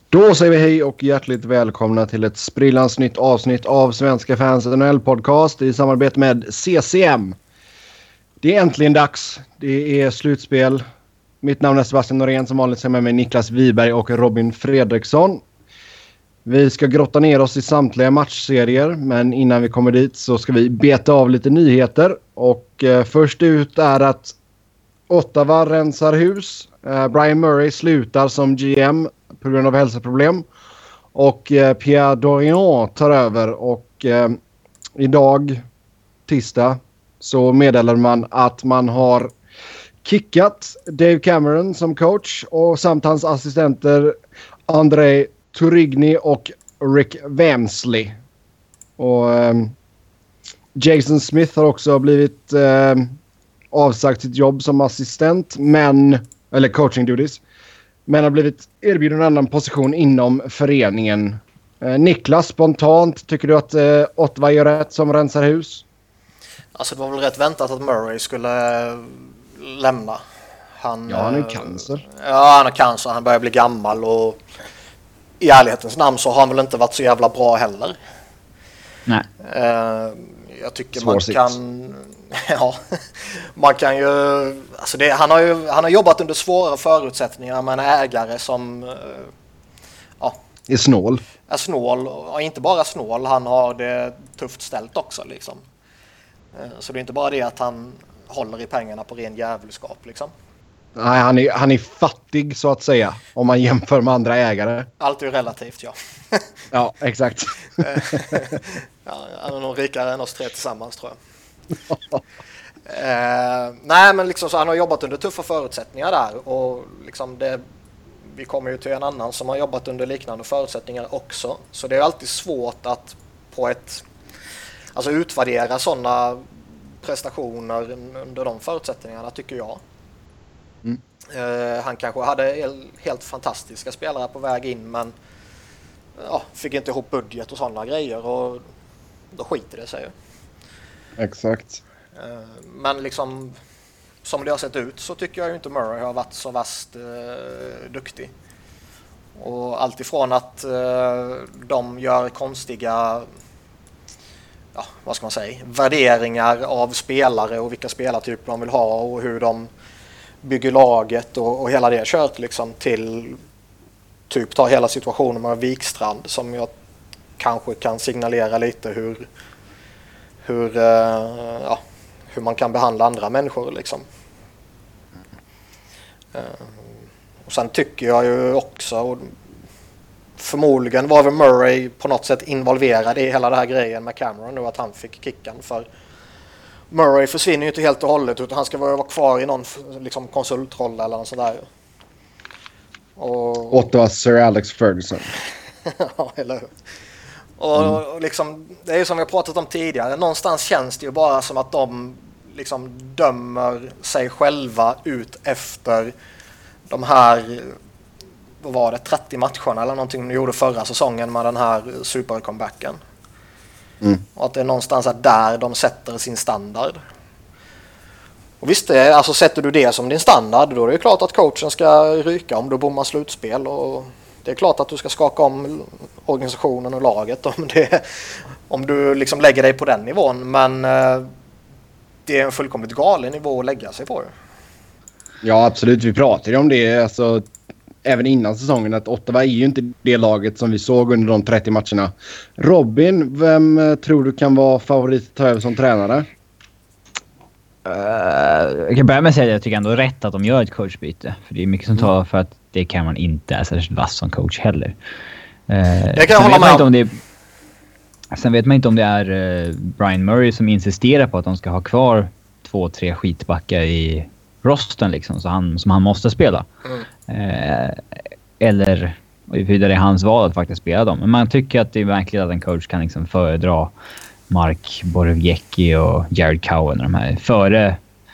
Då säger vi hej och hjärtligt välkomna till ett sprillans nytt avsnitt av Svenska Fans NHL-podcast i samarbete med CCM. Det är äntligen dags. Det är slutspel. Mitt namn är Sebastian Norén, som vanligt är med mig Niklas Wiberg och Robin Fredriksson. Vi ska grotta ner oss i samtliga matchserier, men innan vi kommer dit så ska vi beta av lite nyheter. Och först ut är att Ottawa rensar hus. Brian Murray slutar som GM på grund av hälsoproblem. Och Pierre Dorion tar över. Och idag, tisdag, så meddelade man att man har kickat Dave Cameron som coach. Och samt hans assistenter Andrei Turigny och Rick Wamsley. Och Jason Smith har också blivit avsagt sitt jobb som assistent, eller coaching duties, men har blivit erbjuden en annan position inom föreningen. Niklas, spontant, tycker du att Ottawa gör rätt som rensar hus? Alltså det var väl rätt väntat att Murray skulle lämna. Han har ju cancer. Ja, han har cancer. Han börjar bli gammal och i ärlighetens namn så har han väl inte varit så jävla bra heller. Nej. Jag tycker man kan... Ja, man kan ju... Alltså han har jobbat under svåra förutsättningar med en ägare som... är snål. Är snål. Och inte bara snål, han har det tufft ställt också liksom. Så det är inte bara det att han håller i pengarna på ren jävelskap liksom. Nej, han är fattig så att säga, om man jämför med andra ägare. Allt är relativt, ja. Ja, exakt. Han är nog rikare än oss tre tillsammans, tror jag. Nej, men liksom så han har jobbat under tuffa förutsättningar där. Och liksom vi kommer ju till en annan som har jobbat under liknande förutsättningar också. Så det är alltid svårt att utvärdera sådana prestationer under de förutsättningarna, tycker jag. Han kanske hade helt fantastiska spelare på väg in, men fick inte ihop budget och sådana grejer, och då skiter det sig ju. Exakt. Men liksom som det har sett ut så tycker jag ju inte Murray har varit så vast duktig. Och allt ifrån att de gör konstiga värderingar av spelare och vilka spelartyper de vill ha och hur de bygger laget och hela det kört liksom, till typ ta hela situationen med Wikstrand, som jag kanske kan signalera lite hur man kan behandla andra människor liksom. Och sen tycker jag ju också, och förmodligen var väl Murray på något sätt involverad i hela den här grejen med Cameron nu, att han fick kicken, för Murray försvinner ju inte helt och hållet, utan han ska vara kvar i någon liksom konsultroll eller något sådär. Och Ottawa Sir Alex Ferguson. ja, eller hur? Och liksom, det är ju som vi har pratat om tidigare, någonstans känns det ju bara som att de liksom dömer sig själva ut efter de här, vad var det, 30 matcherna eller någonting de gjorde förra säsongen med den här supercomebacken. Och att det är någonstans att där de sätter sin standard. Och visst, alltså sätter du det som din standard, då är det klart att coachen ska ryka om du bommar slutspel, och det är klart att du ska skaka om organisationen och laget om du liksom lägger dig på den nivån, men det är en fullkomligt galen nivå att lägga sig på. Ja, absolut. Vi pratade om det alltså, även innan säsongen, att Ottawa är ju inte det laget som vi såg under de 30 matcherna. Robin, vem tror du kan vara favorit att ta över som tränare? Jag kan börja med att säga att jag tycker ändå rätt att de gör ett coachbyte. För det är mycket som tar för att det kan man inte är särskilt vass som coach heller. Jag kan hålla med om. Sen vet man inte om det är Brian Murray som insisterar på att de ska ha kvar 2-3 skitbackar i rosten liksom, som han måste spela. Eller hur det är hans val att faktiskt spela dem. Men man tycker att det är verkligen att en coach kan liksom föredra Mark Borowiecki och Jared Cowen och de här före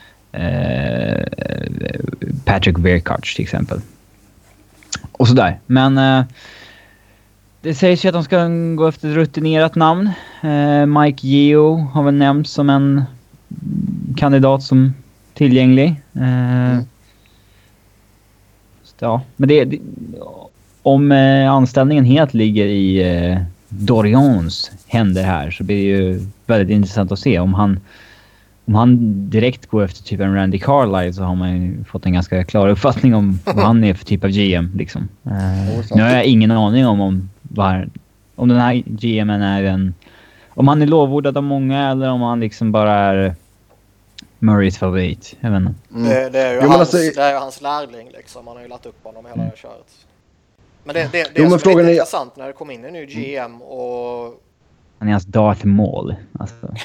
Patrick Verkarts till exempel. Och sådär. Men det sägs ju att de ska gå efter ett rutinerat namn. Mike Yeo har väl nämnts som en kandidat som tillgänglig. Ja, men om anställningen helt ligger i Dorians händer här så blir det ju väldigt intressant att se om han direkt går efter typ en Randy Carlyle så har man ju fått en ganska klar uppfattning om vad han är för typ av GM liksom. Nu har jag ingen aning om den här GMen är om han är lovordad av många eller om han liksom bara är Murrays favorit. Jag vet inte. Det är ju hans lärling liksom. Han har ju lagt upp honom hela det köret. Men det är som är lite intressant när det kom in en ny GM och... Han är hans Darth Maul. Alltså.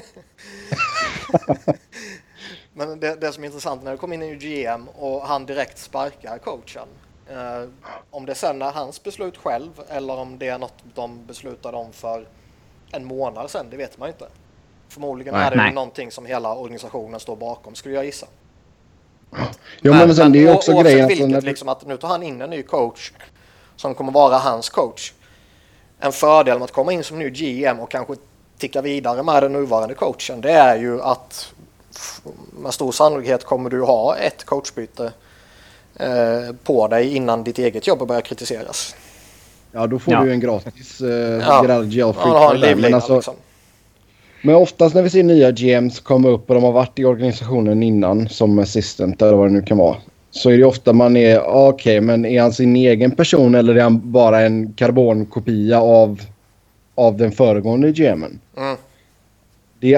Men det som är intressant när det kom in en ny GM och han direkt sparkar coachen. Om det sen är hans beslut själv eller om det är något de beslutade om för en månad sedan, det vet man inte. Förmodligen är det ju någonting som hela organisationen står bakom, skulle jag gissa. Jo, men sen det är också grejen vilket, liksom, att nu tar han in en ny coach som kommer vara hans coach. En fördel med att komma in som ny GM och kanske ticka vidare med den nuvarande coachen, det är ju att med stor sannolikhet kommer du ha ett coachbyte på dig innan ditt eget jobb börjar kritiseras. Ja, då får du en gratis gel men alltså, liksom. Men oftast när vi ser nya GMs komma upp och de har varit i organisationen innan som assistent eller vad det nu kan vara, så är det ofta man är okej, men är han sin egen person eller är han bara en karbonkopia av den föregående GMen? Det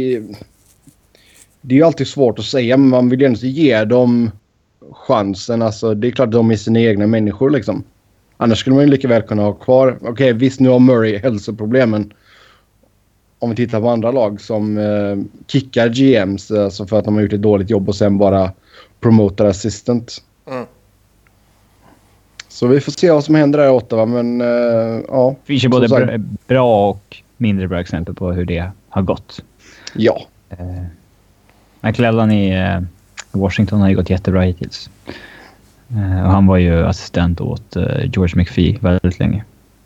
är ju alltid svårt att säga, men man vill ju inte ge dem chansen. Alltså, det är klart att de är sina egna människor liksom. Annars skulle man ju lika väl kunna ha kvar. Okej, visst nu har Murray hälsoproblemen. Om vi tittar på andra lag som kickar GMs alltså för att de har gjort ett dåligt jobb och sen bara promotar assistant. Så vi får se vad som händer där i Ottawa, men ja. Det finns ju både bra och mindre bra exempel på hur det har gått. Ja. McClellan i Washington har ju gått jättebra hittills. Och han var ju assistent åt George McPhee väldigt länge.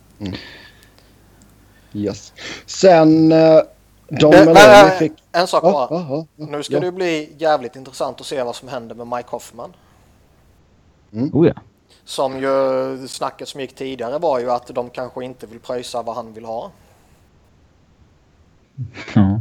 Yes. Sen fick... En sak bara. Nu ska det bli jävligt intressant att se vad som händer med Mike Hoffman. Oh ja. Som ju snacket som gick tidigare var ju att de kanske inte vill pröjsa vad han vill ha. Ja.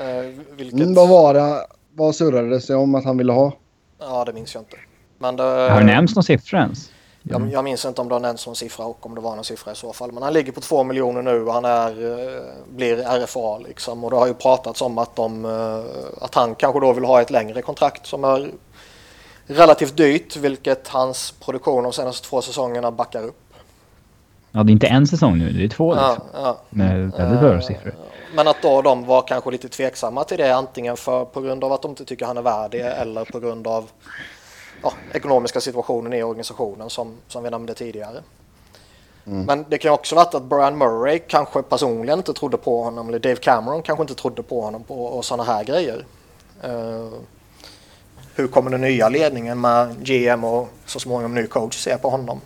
Vad surrade det sig om att han ville ha? Ja, det minns jag inte. Men har det nämnts någon siffra ens? Jag minns inte om det har nämnts någon siffra och om det var någon siffra i så fall. Men han ligger på 2 miljoner nu och han blir RFA liksom. Och det har ju pratats om att han kanske då vill ha ett längre kontrakt som är relativt dyrt, vilket hans produktion de senaste 2 säsongerna backar upp. Ja, det är inte en säsong nu, det är 2 liksom. Ja. Med väldigt bra siffror. Men att då de var kanske lite tveksamma till det, antingen på grund av att de inte tycker han är värd det eller på grund av ekonomiska situationen i organisationen som vi nämnde tidigare. Men det kan ju också vara att Brian Murray kanske personligen inte trodde på honom, eller Dave Cameron kanske inte trodde på honom och sådana här grejer. Hur kommer den nya ledningen med GM och så småningom ny coach se på honom?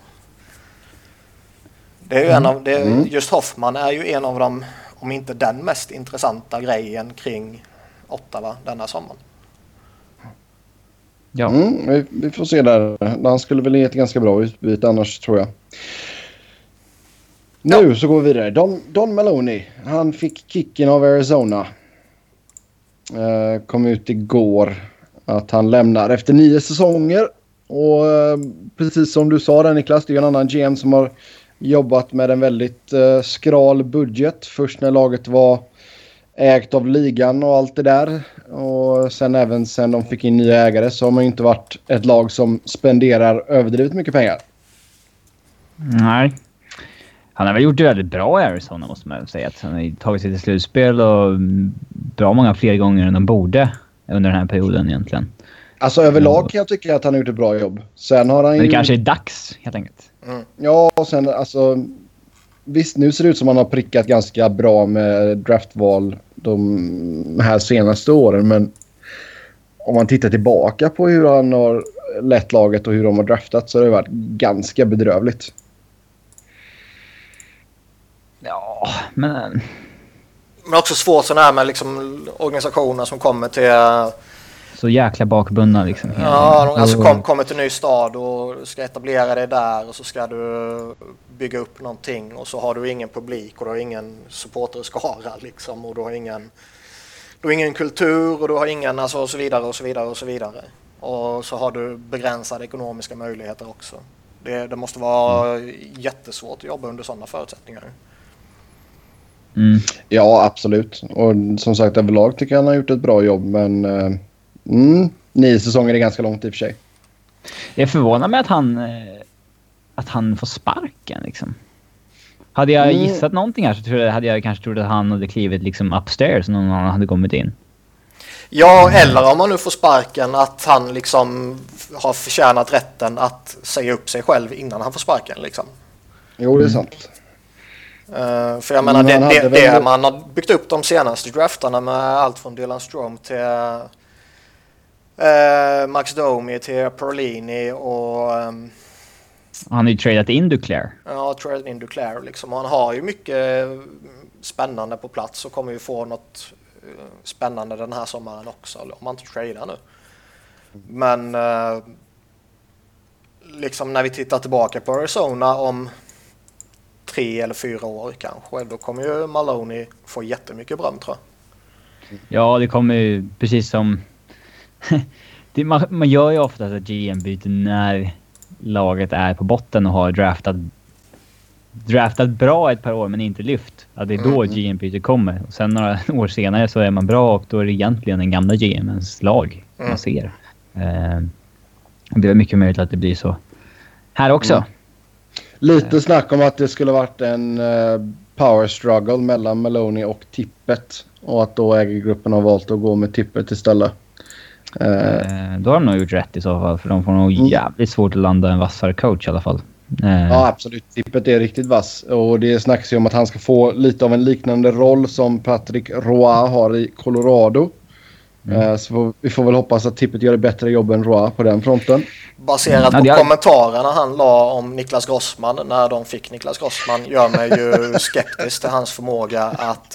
Det är ju just Hoffman är ju en av de, om inte den mest intressanta grejen kring Ottawa denna sommaren. Ja. Vi får se där. Han skulle väl ge ett ganska bra utbyte annars, tror jag. Nu så går vi vidare. Don Maloney. Han fick kicken av Arizona. Kom ut igår att han lämnar efter 9 säsonger. Och precis som du sa där, Niklas, det är en annan GM som har jobbat med en väldigt skral budget. Först när laget var ägt av ligan och allt det där. Och sen de fick in nya ägare så har man inte varit ett lag som spenderar överdrivet mycket pengar. Nej. Han har väl gjort det väldigt bra i Arizona, måste man säga. Att han har tagit sig till slutspel och bra många fler gånger än de borde under den här perioden egentligen. Alltså överlag kan jag tycka att han har gjort ett bra jobb. Sen har han men det kanske är dags, helt enkelt. Ja, och sen alltså... Visst, nu ser det ut som att han har prickat ganska bra med draftval de här senaste åren. Men om man tittar tillbaka på hur han har lett laget och hur de har draftat så har det varit ganska bedrövligt. Ja, men också svårt sådana här med liksom organisationer som kommer till så jäkla bakbundna liksom. Ja, alltså kommer till en ny stad och ska etablera dig där och så ska du bygga upp någonting och så har du ingen publik och du har ingen supporterskara liksom och du har ingen kultur och du har ingen, alltså, och så vidare och så vidare och så vidare. Och så har du begränsade ekonomiska möjligheter också. Det måste vara jättesvårt att jobba under sådana förutsättningar. Ja, absolut. Och som sagt, överlag tycker jag han har gjort ett bra jobb, men 9 säsonger är ganska långt i och för sig. Det förvånar mig att han får sparken liksom. Hade jag gissat någonting här så hade jag kanske trott att han hade klivit liksom upstairs och någon annan hade kommit in. Ja, eller om man nu får sparken att han liksom har förtjänat rätten att säga upp sig själv innan han får sparken liksom. Jo, det är sant. För jag menar, det man har byggt upp de senaste draftarna med allt från Dylan Strome till Max Domi till Perlini och han har ju tradat in Duclair. Ja, tradat in Duclair liksom. Han har ju mycket spännande på plats och kommer ju få något spännande den här sommaren också om man inte tradar nu. Men liksom när vi tittar tillbaka på Arizona om 3 eller 4 år kanske, då kommer ju Maloney få jättemycket beröm, tror jag. Ja, det kommer ju precis som man gör ju ofta att GM-byte när laget är på botten och har draftat bra ett par år men inte lyft. Att det är då GM-byte kommer. Och sen några år senare så är man bra och då är det egentligen den gamla GM:ens lag man ser. Det är mycket möjligt att det blir så här också. Lite snack om att det skulle varit en power struggle mellan Maloney och Tippett. Och att då ägargruppen har valt att gå med Tippett istället. Då har de nog gjort rätt i så fall. För de får nog jävligt svårt att landa en vassare coach i alla fall. Ja, absolut. Tippett är riktigt vass. Och det snackas ju om att han ska få lite av en liknande roll som Patrick Roy har i Colorado. Så vi får väl hoppas att Tippett gör ett bättre jobb än Roy på den fronten. Baserat på kommentarerna han la om Niklas Grossman när de fick Niklas Grossman gör mig ju skeptisk till hans förmåga att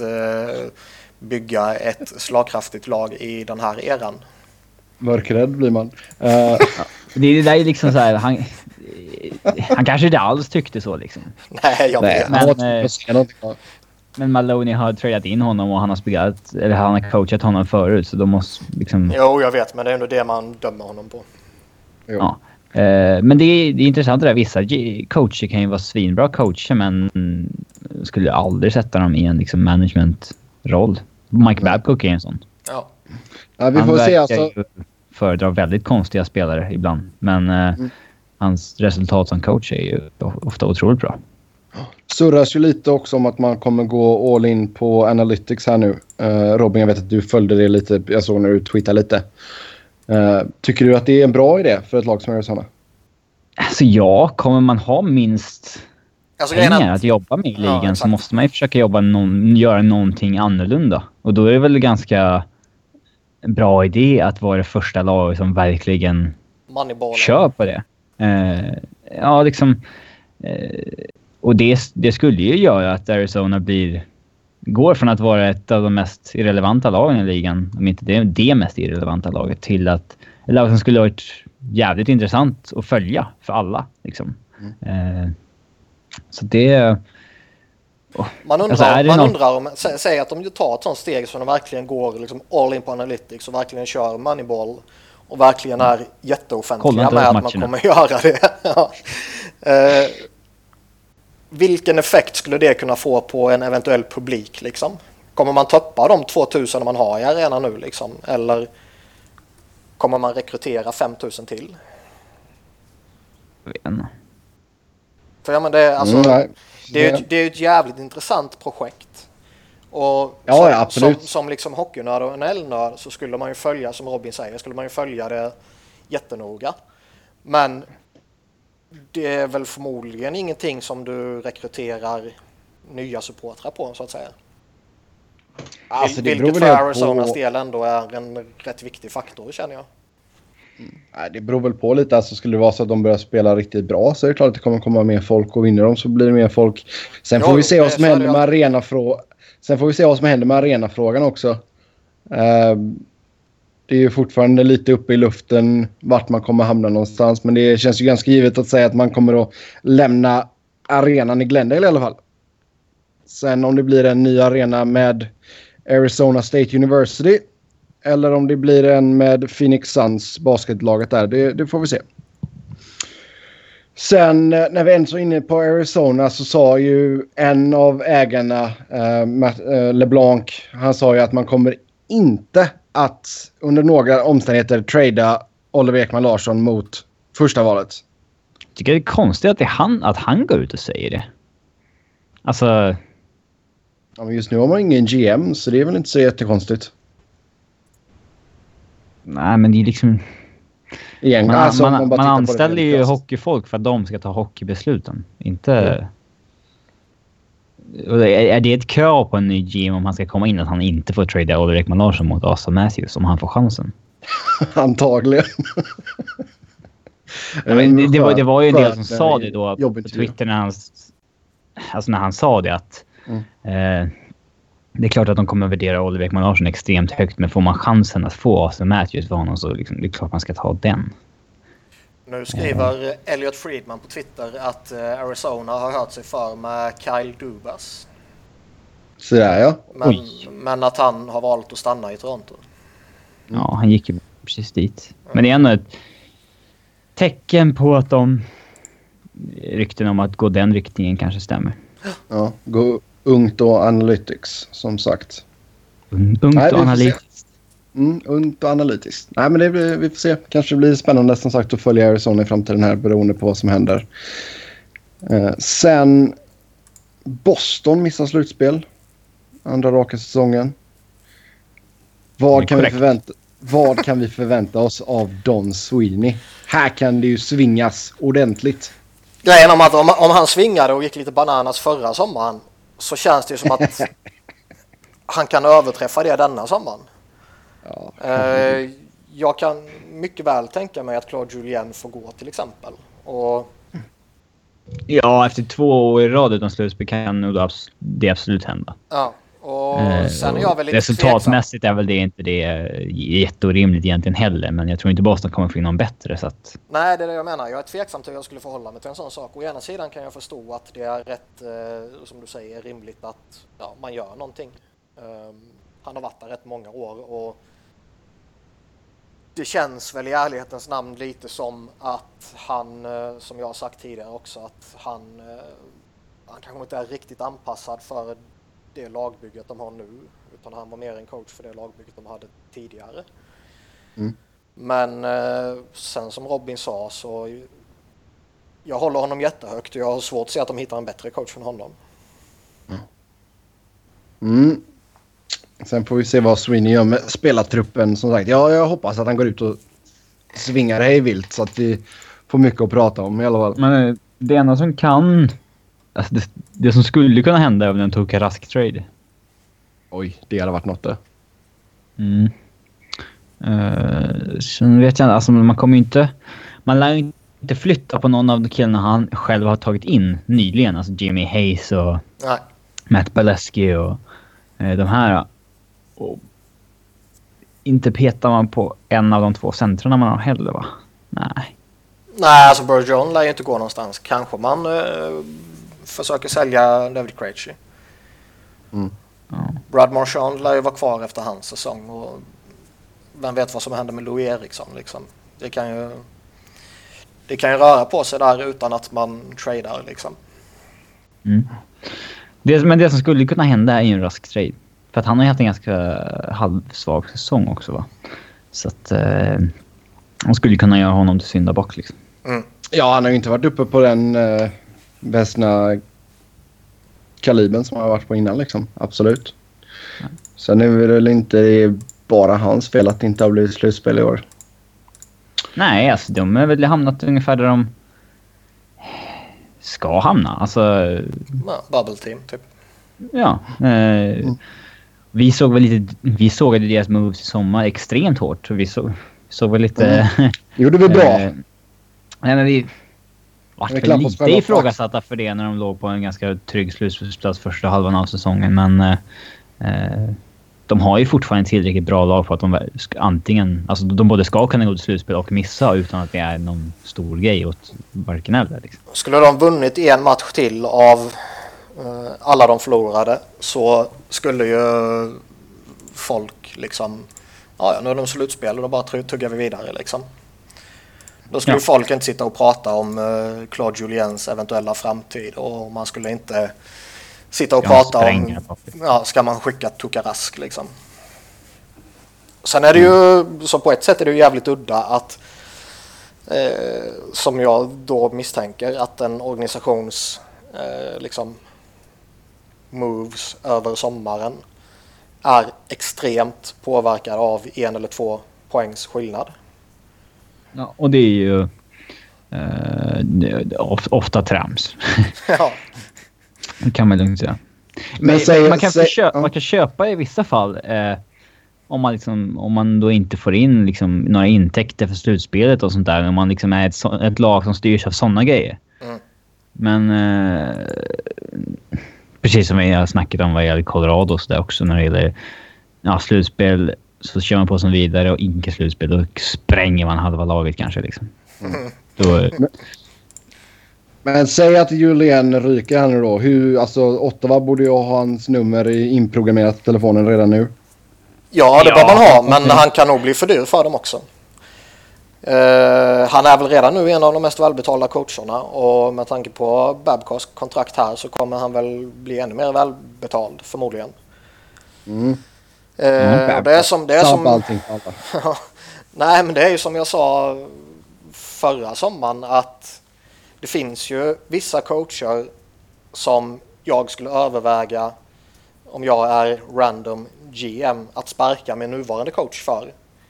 bygga ett slagkraftigt lag i den här eran. Mörkrädd blir man. Det där är liksom så här, han kanske inte alls tyckte så liksom. Nej, jag vet. Men Maloney har tradat in honom och han har coachat honom förut, så de måste liksom... Jo, jag vet, men det är ändå det man dömer honom på. Ja. Men det är intressant det där. Vissa coacher kan ju vara svinbra coacher, men skulle aldrig sätta dem i en liksom management-roll. Mike Babcock är en sån. Ja. Vi får se alltså. Föredrar väldigt konstiga spelare ibland, men hans resultat som coach är ju ofta otroligt bra. Surras ju lite också om att man kommer gå all in på analytics här nu. Robin, jag vet att du följde det lite. Jag såg när du tweetade lite. Tycker du att det är en bra idé för ett lag som Arizona? Alltså ja, kommer man ha minst pengar att jobba med i ligan så måste man ju försöka göra någonting annorlunda. Och då är det väl ganska bra idé att vara det första laget som verkligen kör på det. Ja, liksom... Och det skulle ju göra att Arizona går från att vara ett av de mest irrelevanta lagen i ligan, om inte det mest irrelevanta laget, till att ett lag som skulle ha varit jävligt intressant att följa för alla. Liksom. Så det... Man undrar om, säg att de tar ett sånt steg så de verkligen går liksom all in på analytics och verkligen kör Moneyball och verkligen är jätteoffentliga med att man kommer göra det. Vilken effekt skulle det kunna få på en eventuell publik liksom? Kommer man toppa de 2000 man har i arenan nu liksom? Eller kommer man rekrytera 5000 till? För det är ett jävligt intressant projekt. Och som liksom hockeynörd och NHL-nörd så skulle man ju följa, som Robin säger, skulle man ju följa det jättenoga. Men det är väl förmodligen ingenting som du rekryterar nya supportrar på, så att säga. Alltså, Vilket för Arizonas del ändå är en rätt viktig faktor, känner jag. Det beror väl på lite. Alltså, skulle det vara så att de börjar spela riktigt bra så är det klart att det kommer komma mer folk, och vinner de så blir det mer folk. Sen får vi se vad som händer med arenafrågan också. Det är ju fortfarande lite uppe i luften vart man kommer hamna någonstans. Men det känns ju ganska givet att säga att man kommer att lämna arenan i Glendale i alla fall. Sen om det blir en ny arena med Arizona State University eller om det blir en med Phoenix Suns, basketlaget där, det får vi se. Sen när vi ändå är inne på Arizona så sa ju en av ägarna, LeBlanc, han sa ju att man kommer inte att under några omständigheter trada Oliver Ekman Larsson mot första valet. Jag tycker det är konstigt att han går ut och säger det. Alltså... Ja, men just nu har man ingen GM så det är väl inte så jättekonstigt. Nej, men det är liksom... Igen, man anställer ju hockeyfolk för att de ska ta hockeybesluten. Inte... Är det ett krav på en ny GM om han ska komma in att han inte får trada Oliver Ekman Larsson mot Auston Matthews om han får chansen? Antagligen. Men det var ju en del som sa det då på Twitter när han sa det att det är klart att de kommer att värdera Oliver Ekman Larsson extremt högt, men får man chansen att få Auston Matthews för honom så liksom, det är klart man ska ta den. Nu skriver Elliot Friedman på Twitter att Arizona har hört sig för med Kyle Dubas. Så där, ja. Men att han har valt att stanna i Toronto. Ja, han gick ju precis dit. Men det är ändå ett tecken på att rykten om att gå den riktningen kanske stämmer. Ja, gå ungt och analytics, som sagt. Ungt och analytiskt. Ungt och analytiskt. Nej, men vi får se. Kanske blir spännande som sagt att följa Arizona i framtiden här beroende på vad som händer. Sen Boston missar slutspel. Andra raka säsongen. Vad kan vi förvänta oss av Don Sweeney? Här kan det ju svingas ordentligt. Grejen om att om han svingade och gick lite bananas förra sommaren så känns det ju som att han kan överträffa det denna sommaren. Ja. Jag kan mycket väl tänka mig att Claude Julien får gå till exempel. Ja, efter 2 år i rad utan slutspel kan nog det absolut hända. Ja, och sen är jag väl lite resultatmässigt är väl det inte det jätteorimligt egentligen heller, men jag tror inte Boston kommer få in någon bättre. Så att... Nej, det är det jag menar. Jag är tveksam till hur jag skulle förhålla mig till en sån sak. Å ena sidan kan jag förstå att det är rätt, som du säger, rimligt att man gör någonting. Han har varit där rätt många år och det känns väl i ärlighetens namn lite som att han, som jag har sagt tidigare också, att han kanske inte är riktigt anpassad för det lagbygget de har nu, utan han var mer en coach för det lagbygget de hade tidigare. Men sen som Robin sa så jag håller honom jättehögt och jag har svårt att se att de hittar en bättre coach än honom. Sen får vi se vad Sweeney gör med spelartruppen. Som sagt, jag hoppas att han går ut och svingar hej vilt så att vi får mycket att prata om i alla fall. Men det enda som kan... Alltså det som skulle kunna hända är om den tog en rask trade. Oj, det hade varit något det. Sen vet jag inte, alltså man kommer ju inte... Man lär ju inte flytta på någon av de killarna han själv har tagit in nyligen. Alltså Jimmy Hayes och Matt Baleski och de här. Och inte petar man på en av de 2 centrarna man har heller, va? Nej, alltså Bergeron lär ju inte gå någonstans. Kanske man försöker sälja David Krejci. Brad Marchand lär ju vara kvar efter hans säsong och vem vet vad som händer med Louis Eriksson liksom. Det kan ju röra på sig där utan att man tradar liksom. Men det som skulle kunna hända är ju en rask trade. För att han har haft en ganska halvsvag säsong också, va? Så att han skulle kunna göra honom till syndabock liksom. Ja, han har ju inte varit uppe på den bästa kalibern som han har varit på innan liksom. Absolut. Sen är det väl inte bara hans fel att det inte har blivit slutspel i år. Nej, alltså de har väl hamnat ungefär där de ska hamna. Alltså... Bubble team, typ. Ja. Vi såg deras moves i sommar extremt hårt. Vi såg väl lite... Gjorde vi bra? Nej, men vi var väl lite ifrågasatta för det när de låg på en ganska trygg slutspelsplats första halvan av säsongen. Men de har ju fortfarande tillräckligt bra lag för att de antingen... Alltså de både ska kunna gå till slutspel och missa utan att det är någon stor grej åt varken eller. Liksom. Skulle de vunnit en match till av alla de förlorade så skulle ju folk liksom... Ja, nu är de slutspel och då bara tuggar vi vidare liksom. Då skulle ju folk inte sitta och prata om Claude Juliens eventuella framtid och man skulle inte sitta och prata om ska man skicka Tuukka Rask liksom. Sen är det ju så på ett sätt är det ju jävligt udda att som jag då misstänker att en organisations liksom moves över sommaren är extremt påverkad av 1 eller 2 poängs skillnad. Ja, och det är ju ofta trams. Ja. Det kan man lugnt säga. Men man kan köpa i vissa fall om man då inte får in liksom några intäkter för slutspelet och sånt där. Om man liksom är ett lag som styrs av sådana grejer. Mm. Men precis som vi har snackat om vad gäller Colorado så där också när det gäller slutspel så kör man på som vidare och inte slutspel då spränger man halva laget kanske liksom. Mm. Då, men säg att Julien ryker här nu då. Ottawa borde ju ha hans nummer inprogrammerat i telefonen redan nu. Ja, det bör man ha, men han kan nog bli för dyr för dem också. Han är väl redan nu en av de mest välbetalda coacherna och med tanke på Babcocks kontrakt här så kommer han väl bli ännu mer välbetald förmodligen. Mm. Det är som nej, men det är ju som jag sa förra sommaren att det finns ju vissa coacher som jag skulle överväga om jag är random GM att sparka min nuvarande coach för.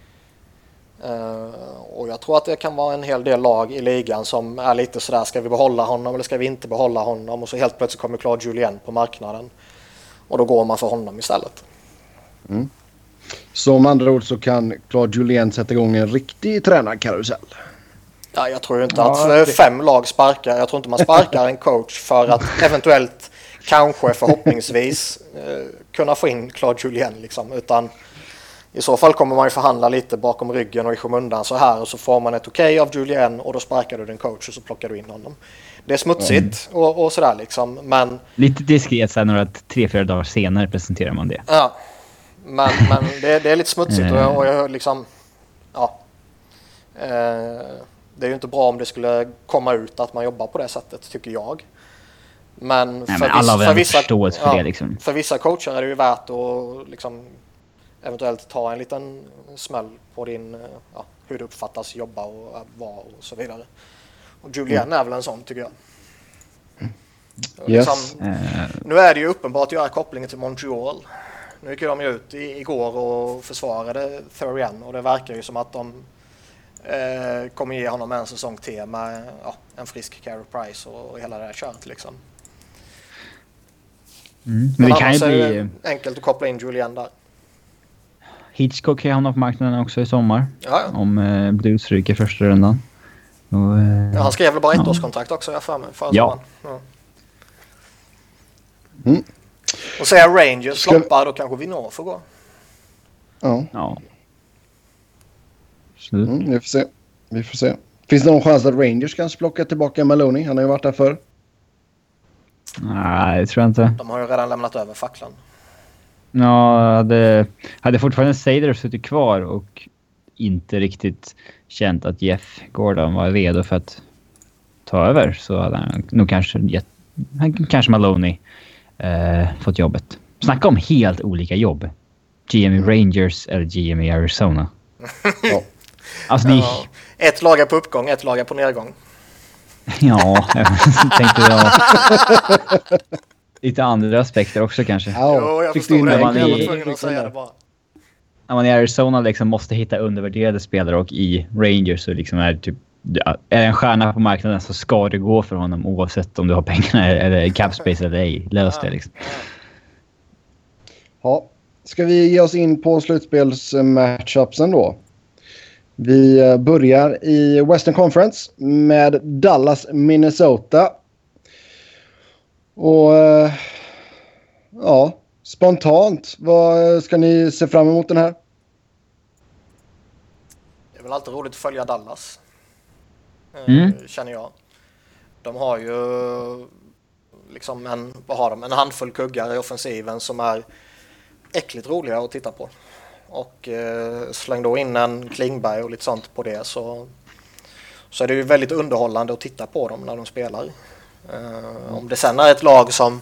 Och jag tror att det kan vara en hel del lag i ligan som är lite sådär, ska vi behålla honom eller ska vi inte behålla honom? Och så helt plötsligt kommer Claude Julien på marknaden och då går man för honom istället. Mm. Så om andra ord så kan Claude Julien sätta igång en riktig tränarkarusell. Ja, jag tror inte att 5 lag sparkar. Jag tror inte man sparkar en coach för att eventuellt kanske förhoppningsvis kunna få in Claude Julien liksom. Utan i så fall kommer man ju förhandla lite bakom ryggen och i skymundan så här och så får man ett okej av Julien och då sparkar du din coach och så plockar du in honom. Det är smutsigt och sådär liksom, men... Lite diskret så här några 3-4 dagar senare presenterar man det. Ja, men det är lite smutsigt och jag liksom... Ja. Det är ju inte bra om det skulle komma ut att man jobbar på det sättet, tycker jag. Men för vissa coacher är det ju värt att liksom, eventuellt ta en liten smäll på din hur det uppfattas jobba och vara och så vidare. Och Julien är väl en sån, tycker jag. Yes. Liksom, nu är det ju uppenbart att göra kopplingen till Montreal. Nu gick de ut igår och försvarade Therrien och det verkar ju som att de kommer ge honom en säsong till med en frisk Carey Price och hela det här köret liksom. Men det kan ju bli enkelt att koppla in Julien där. Hitchcock kan hamna på marknaden också i sommar. Ja. Om Blues ryker första rundan. Och, han skrev väl bara 1 årskontrakt också, jag för mig. Ja. Mm. Och säger Rangers floppar, då kanske Vinor får gå. Ja. Vi får se. Finns det någon chans att Rangers kan plocka tillbaka Maloney? Han har ju varit där förr. Nej, det tror jag inte. De har ju redan lämnat över facklan. Ja, hade fortfarande Seider suttit kvar och inte riktigt känt att Jeff Gordon var redo för att ta över så hade han nog kanske Maloney fått jobbet. Snacka om helt olika jobb. GM i Rangers eller GM i Arizona. Ja. Alltså ett lag är på uppgång, ett lag är på nedgång. Ja, jag tänkte jag. Lite andra aspekter också kanske. Jo, jag förstår det. Jag var tvungen att säga det bara. När man i Arizona liksom måste hitta undervärderade spelare och i Rangers så liksom är en stjärna på marknaden så ska det gå för honom oavsett om du har pengarna eller cap space eller ej. Lös det liksom. Ja, ska vi ge oss in på slutspelsmatchupsen då? Vi börjar i Western Conference med Dallas, Minnesota. Och spontant, vad ska ni se fram emot den här? Det är väl alltid roligt att följa Dallas. Känner jag. De har ju liksom en handfull kuggar i offensiven som är äckligt roliga att titta på. Och släng då in en Klingberg och lite sånt på det, så är det ju väldigt underhållande att titta på dem när de spelar. Om det sen är ett lag som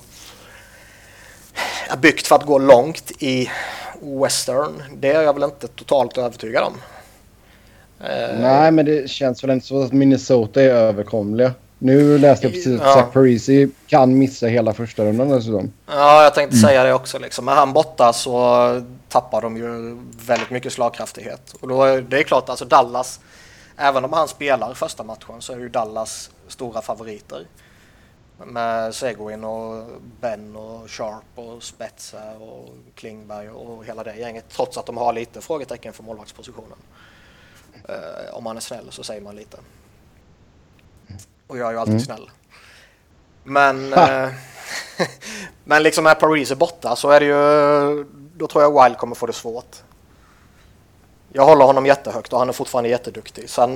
är byggt för att gå långt i Western, det är jag väl inte totalt övertygad om. Nej, men det känns väl inte så att Minnesota är överkomliga. Nu läste jag precis att Zach Parise kan missa hela första rundan dessutom. Ja, jag tänkte säga det också. Liksom. Med han borta så tappar de ju väldigt mycket slagkraftighet. Och då är det klart, alltså Dallas, även om han spelar första matchen, så är ju Dallas stora favoriter. Med Seguin och Ben och Sharp och Spetsa och Klingberg och hela det gänget. Trots att de har lite frågetecken för målvaktspositionen. Om man är snäll så säger man lite. Och jag är ju alltid snäll. Men men liksom när Paris är borta så är det ju, då tror jag Wild kommer få det svårt. Jag håller honom jättehögt och han är fortfarande jätteduktig. Sen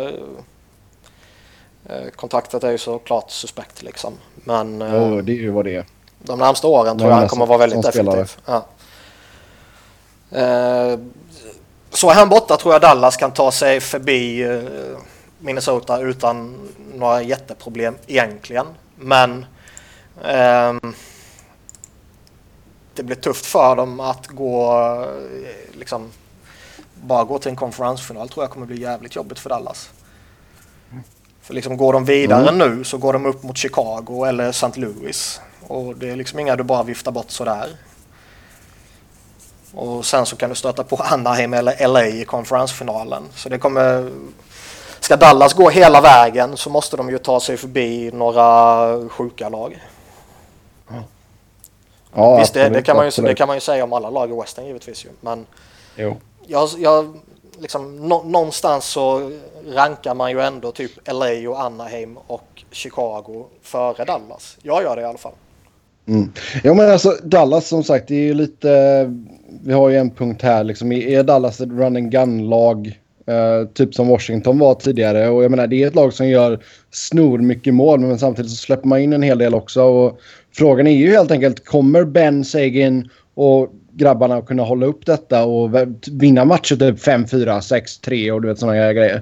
kontraktet är ju såklart suspekt liksom. Men det är ju vad det är. De närmsta åren tror jag han kommer vara väldigt effektiv. Ja. Så är han borta tror jag Dallas kan ta sig förbi Minnesota utan några jätteproblem egentligen. Men det blir tufft för dem att liksom bara gå till en konferensfinal, tror jag kommer bli jävligt jobbigt för Dallas. För liksom går de vidare nu så går de upp mot Chicago eller St. Louis. Och det är liksom inga du bara viftar bort sådär. Och sen så kan du stöta på Anaheim eller LA i konferensfinalen. Så det kommer... Ska Dallas gå hela vägen så måste de ju ta sig förbi några sjuka lag. Ja, visst, det kan man ju säga om alla lag i Western givetvis ju. Men jag liksom, någonstans så rankar man ju ändå typ LA och Anaheim och Chicago före Dallas. Jag gör det i alla fall. Ja, men alltså Dallas som sagt, det är ju lite, vi har ju en punkt här liksom, är Dallas ett run and gun lag typ som Washington var tidigare, och jag menar det är ett lag som gör snor mycket mål, men samtidigt så släpper man in en hel del också, och frågan är ju helt enkelt, kommer Ben Seguin och grabbarna att kunna hålla upp detta och vinna matcher typ 5-4, 6-3 och du vet sådana grejer.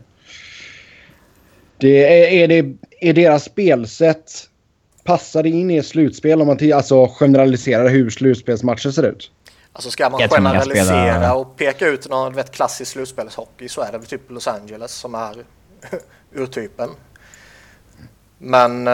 Är deras spelsätt, passar det in i ett slutspel om man alltså generaliserar hur slutspelsmatcher ser ut? Alltså ska man generalisera och peka ut någon klassisk slutspelshockey så är det typ Los Angeles som är urtypen. Men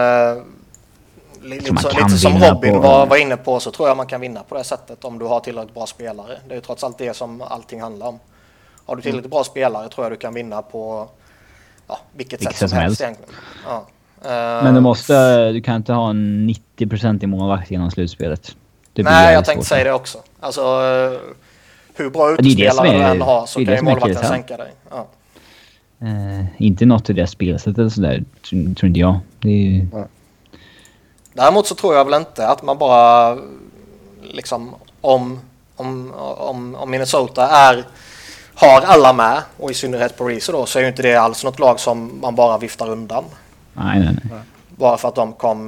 lite som Robin var inne på, så tror jag man kan vinna på det sättet om du har tillräckligt bra spelare. Det är ju trots allt det som allting handlar om. Har du tillräckligt bra spelare tror jag du kan vinna på vilket sätt som helst egentligen. Ja. Men du kan inte ha en 90% i målvakt genom slutspelet. Nej, jag tänkte säga det också. Alltså, hur bra utspelare du än har så kan ju målvakten sänka dig. Ja. Inte något i det spelsättet eller sådär, tror inte jag. Det är ju... Däremot så tror jag väl inte att man bara liksom om Minnesota har alla med, och i synnerhet Paris då, så är ju inte det alls något lag som man bara viftar undan. Nej. Bara för att de kom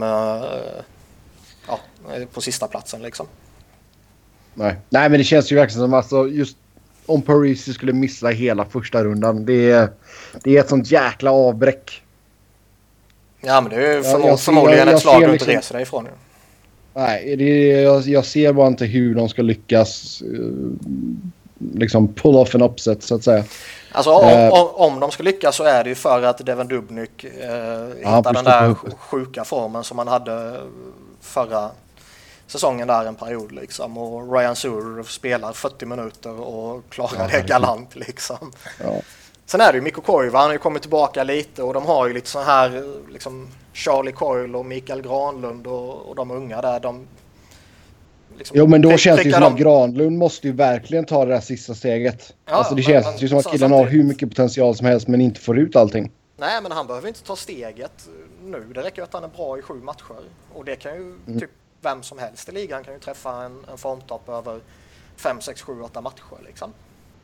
på sista platsen liksom. Nej, men det känns ju verkligen som alltså just om Paris skulle missa hela första rundan, det är ett sånt jäkla avbräck. Ja, men det är ju förmodligen ett slag du inte reser dig ifrån. Nej, jag ser bara inte hur de ska lyckas liksom pull off en upset så att säga. Alltså om de ska lyckas så är det ju för att Devan Dubnyk hittar den där sjuka formen som man hade förra säsongen där en period liksom, och Ryan Suter spelar 40 minuter och klarar det galant liksom. Ja. Sen är det ju Mikko Koivu, han har ju kommit tillbaka lite, och de har ju lite så här liksom Charlie Coyle och Mikael Granlund och de unga där, de liksom, jo, men då känns det ju som att Granlund måste ju verkligen ta det där sista steget. Ja, alltså det känns ju som att killen har hur mycket potential som helst men inte får ut allting. Nej, men han behöver inte ta steget nu. Det räcker att han är bra i 7 matcher. Och det kan ju typ vem som helst i ligan kan ju träffa en formtopp över 5, 6, 7, 8 matcher liksom.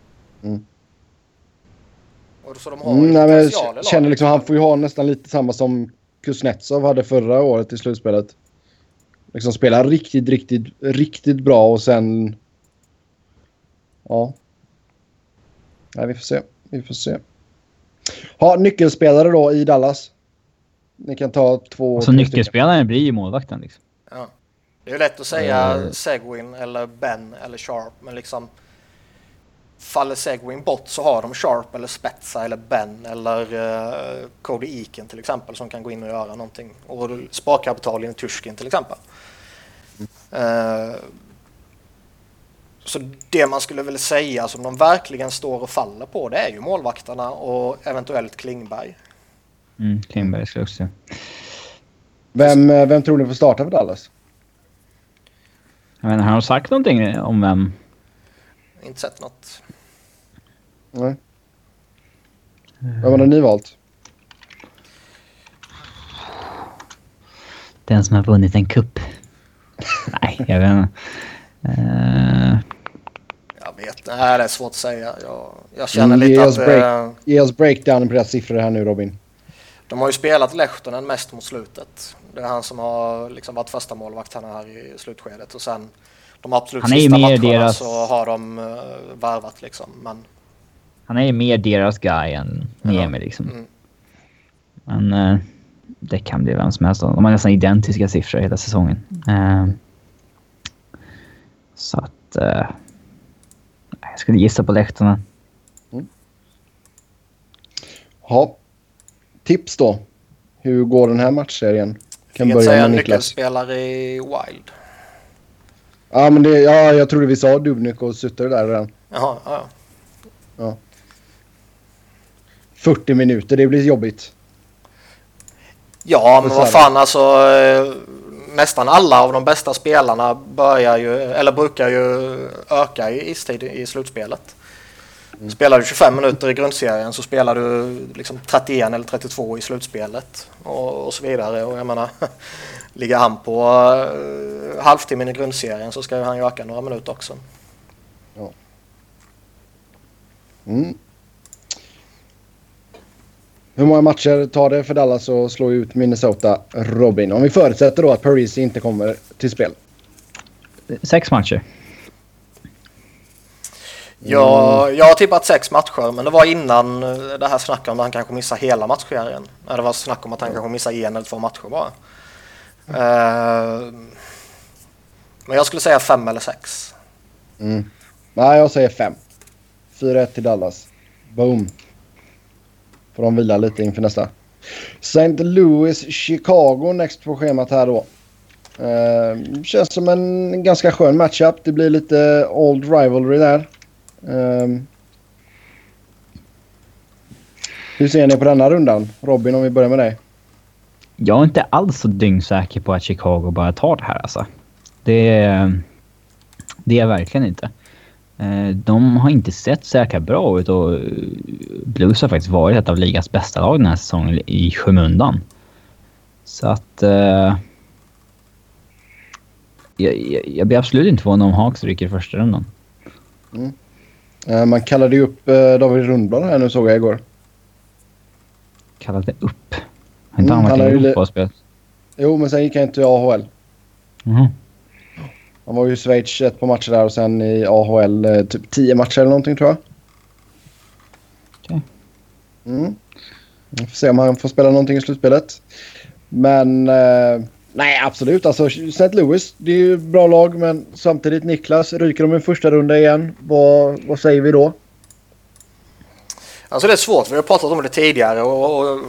Och så de har ju potential i laget. Känner liksom, han får ju ha nästan lite samma som Kuznetsov hade förra året i slutspelet. Liksom spela riktigt bra och sen... Ja. Nej, vi får se. Ha, nyckelspelare då i Dallas. Ni kan ta 2... Så nyckelspelaren blir ju målvakten liksom. Ja. Det är ju lätt att säga Seguin eller Ben eller Sharp, men liksom faller Seguin bort så har de Sharp eller Spezza eller Ben eller Cody Eakin till exempel som kan gå in och göra någonting. Och sparkapital i Turskin till exempel. Så det man skulle vilja säga som de verkligen står och faller på, det är ju målvakterna och eventuellt Klingberg. Klingberg ska också. Vem tror ni får starta för Dallas? Jag menar, har de sagt någonting om vem? Inte sett något. Nej. Vem har ni valt? Den som har vunnit en kupp. Nej, jag vet inte. Jag vet, nej, det är svårt att säga. Jag känner lite att... Ge oss breakdown på deras siffror här nu, Robin. De har ju spelat Lehtonen mest mot slutet. Det är han som har liksom varit första målvakt här i slutskedet. Och sen de absolut sista matcherna så har de varvat liksom. Men... Han är ju mer deras guy än Niemi liksom. Men det kan bli vem som helst. De har nästan identiska siffror hela säsongen. Så att... jag skulle gissa på Lehtonen. Ja. Tips då. Hur går den här matchserien? Kan börja säga med Niklas. Nyckelspelare i Wild. Ja, men jag trodde vi sa Dubnyk och Sutter där redan. Jaha, ja. 40 minuter, det blir jobbigt. Ja, men vad fan alltså... Nästan alla av de bästa spelarna brukar ju öka i istid i slutspelet. Spelar du 25 minuter i grundserien så spelar du liksom 31 eller 32 i slutspelet och så vidare. Och jag menar, ligger han på halvtimmen i grundserien så ska han ju öka några minuter också. Ja. Hur många matcher tar det för Dallas att slå ut Minnesota, Robin? Om vi förutsätter då att Paris inte kommer till spel. 6 matcher. Ja, jag har tippat 6 matcher, men det var innan det här snacket om att han kanske missar hela matchserien. Det var snack om att han kanske missar 1 eller 2 matcher bara. Men jag skulle säga 5 eller 6. Nej, jag säger 5. 4-1 till Dallas. Boom. Får de vila lite inför nästa. St. Louis, Chicago next på schemat här då. Känns som en ganska skön matchup. Det blir lite old rivalry där. Hur ser ni på denna rundan? Robin, om vi börjar med dig. Jag är inte alls så dyngsäker på att Chicago bara tar det här alltså. Det är jag verkligen inte. De har inte sett säkert bra ut och Blues har faktiskt varit ett av ligas bästa lag den här säsongen i skymundan. Så att jag blir absolut inte förvånad om Hawks rycker i första rundan. Man kallade ju upp David Rundblad här nu, såg jag igår. Kallade upp? Har inte han varit i Europa och spelat? Jo, men sen gick han inte till AHL. Han var ju i Schweiz ett par matcher där och sen i AHL typ 10 matcher eller någonting tror jag. Okej. Vi får se om han får spela någonting i slutspelet. Men nej, absolut. Alltså St. Louis, det är ju ett bra lag, men samtidigt Niklas, ryker de i första runda igen. Vad säger vi då? Alltså det är svårt, vi har pratat om det tidigare och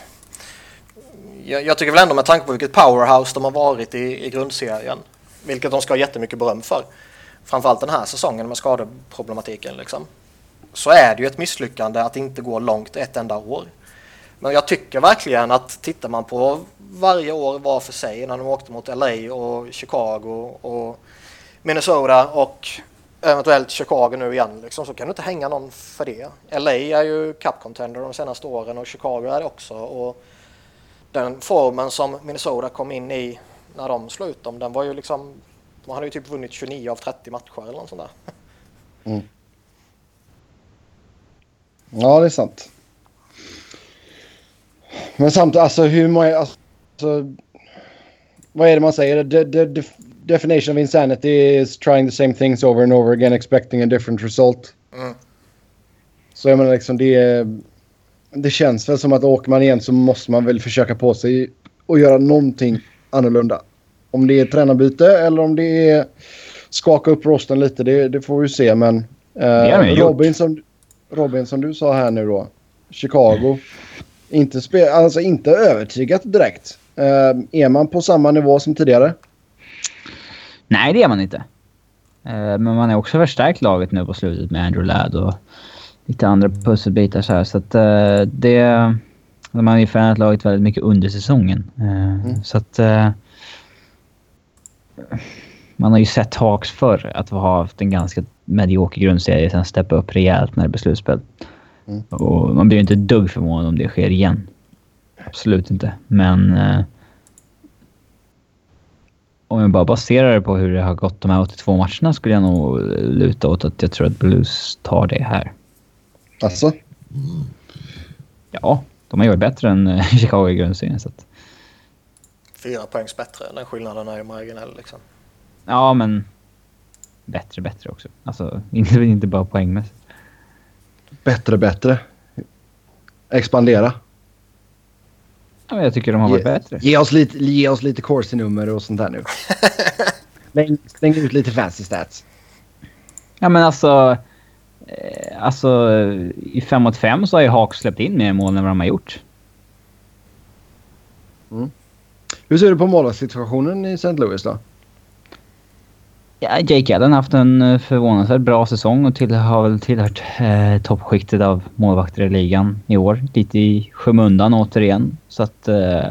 jag tycker väl ändå med tanke på vilket powerhouse de har varit i grundserien, vilket de ska ha jättemycket beröm för, framförallt den här säsongen med skadeproblematiken liksom, så är det ju ett misslyckande att inte gå långt ett enda år. Men jag tycker verkligen att tittar man på varje år var för sig när de åkte mot LA och Chicago och Minnesota och eventuellt Chicago nu igen liksom, så kan du inte hänga någon för det. LA är ju cup-contender de senaste åren och Chicago är det också. Och den formen som Minnesota kom in i när de slog ut dem. Den var ju liksom, de hade ju typ vunnit 29 av 30 matcher eller något sånt där. Mm. Ja, det är sant. Men samtidigt, alltså hur många... Alltså, vad är det man säger? The definition of insanity is trying the same things over and over again expecting a different result. Mm. Så jag menar liksom det känns väl som att åker man igen så måste man väl försöka på sig och göra någonting annorlunda. Om det är tränarbyte eller om det är skaka upp rosten lite, det får vi se. Men Robin som du sa här nu då, Chicago, inte övertygat direkt. Är man på samma nivå som tidigare? Nej, det är man inte. Men man är också förstärkt laget nu på slutet med Andrew Ladd och lite andra pusselbitar så här. Så att de har ju förändrat laget väldigt mycket under säsongen. Så att man har ju sett Hawks förr att ha haft en ganska medioker grundserie sen steppa upp rejält när det blir slutspel. Och man blir ju inte dugg förvånad om det sker igen. Absolut inte. Men om jag bara baserar det på hur det har gått de här 82 matcherna skulle jag nog luta åt att jag tror att Blues tar det här. Alltså? Ja, de har gjort bättre än Chicago i grundserien. Så att... 4 poängs bättre. Den skillnaden är ju marginell liksom. Ja, men bättre också. Alltså, inte bara poängmässigt. Bättre. Expandera. Ja, men jag tycker de har varit bättre. Ge oss lite Corsi-nummer och sånt där nu. Släng ut lite fancy stats. Ja, men alltså i 5-5 så har ju Hawks släppt in mer mål än vad de har gjort. Mm. Hur ser du på målvaktssituationen i St. Louis då? Ja, Jake Allen har haft en förvånansvärt bra säsong och har väl tillhört toppskiktet av målvakter i ligan i år. Lite i skymundan återigen. Så att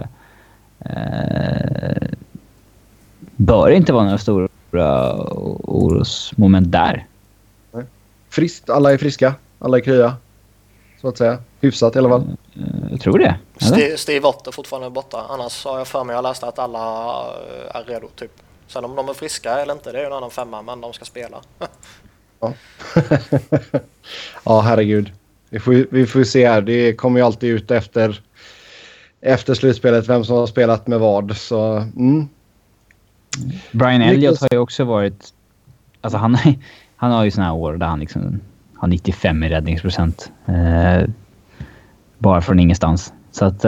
bör inte vara några stora orosmoment där. Friskt, alla är friska, alla är krya. Så att säga. Hyfsat i alla fall. Jag tror det. Steve Ott är fortfarande borta. Annars har jag för mig att jag läste att alla är redo typ. Sen om de är friska eller inte, det är ju en annan femma, men de ska spela. Ja. Ja, herregud. Vi får se här. Det kommer ju alltid ut efter slutspelet vem som har spelat med vad. Så, Brian Elliott har ju också varit... Alltså han har ju såna här år där han liksom har 95 i räddningsprocent. Bara från ingenstans. Så att... det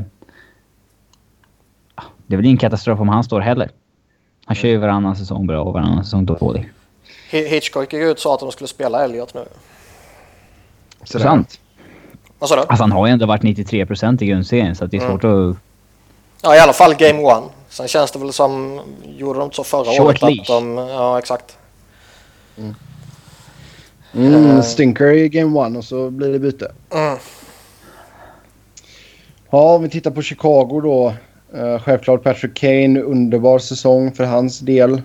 är väl ingen katastrof om han står heller. Han kör ju varannan säsong bra och varannan säsong dålig. Hitchcock gick ut och sa att de skulle spela Elliott nu. Så sant. Vad sa du? Alltså han har ju ändå varit 93% i grundserien så att det är svårt att... Ja, i alla fall Game 1. Sen känns det väl som... Gjorde de inte så förra året att de... Ja, exakt. Stinker i Game 1 och så blir det byte. Ja, om vi tittar på Chicago då. Självklart Patrick Kane, underbar säsong för hans del.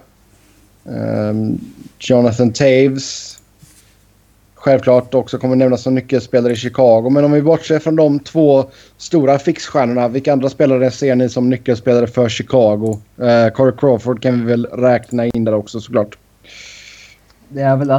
Jonathan Taves självklart också kommer nämnas som nyckelspelare i Chicago. Men om vi bortser från de två stora fixstjärnorna, vilka andra spelare ser ni som nyckelspelare för Chicago? Corey Crawford kan vi väl räkna in där också såklart. Det är väl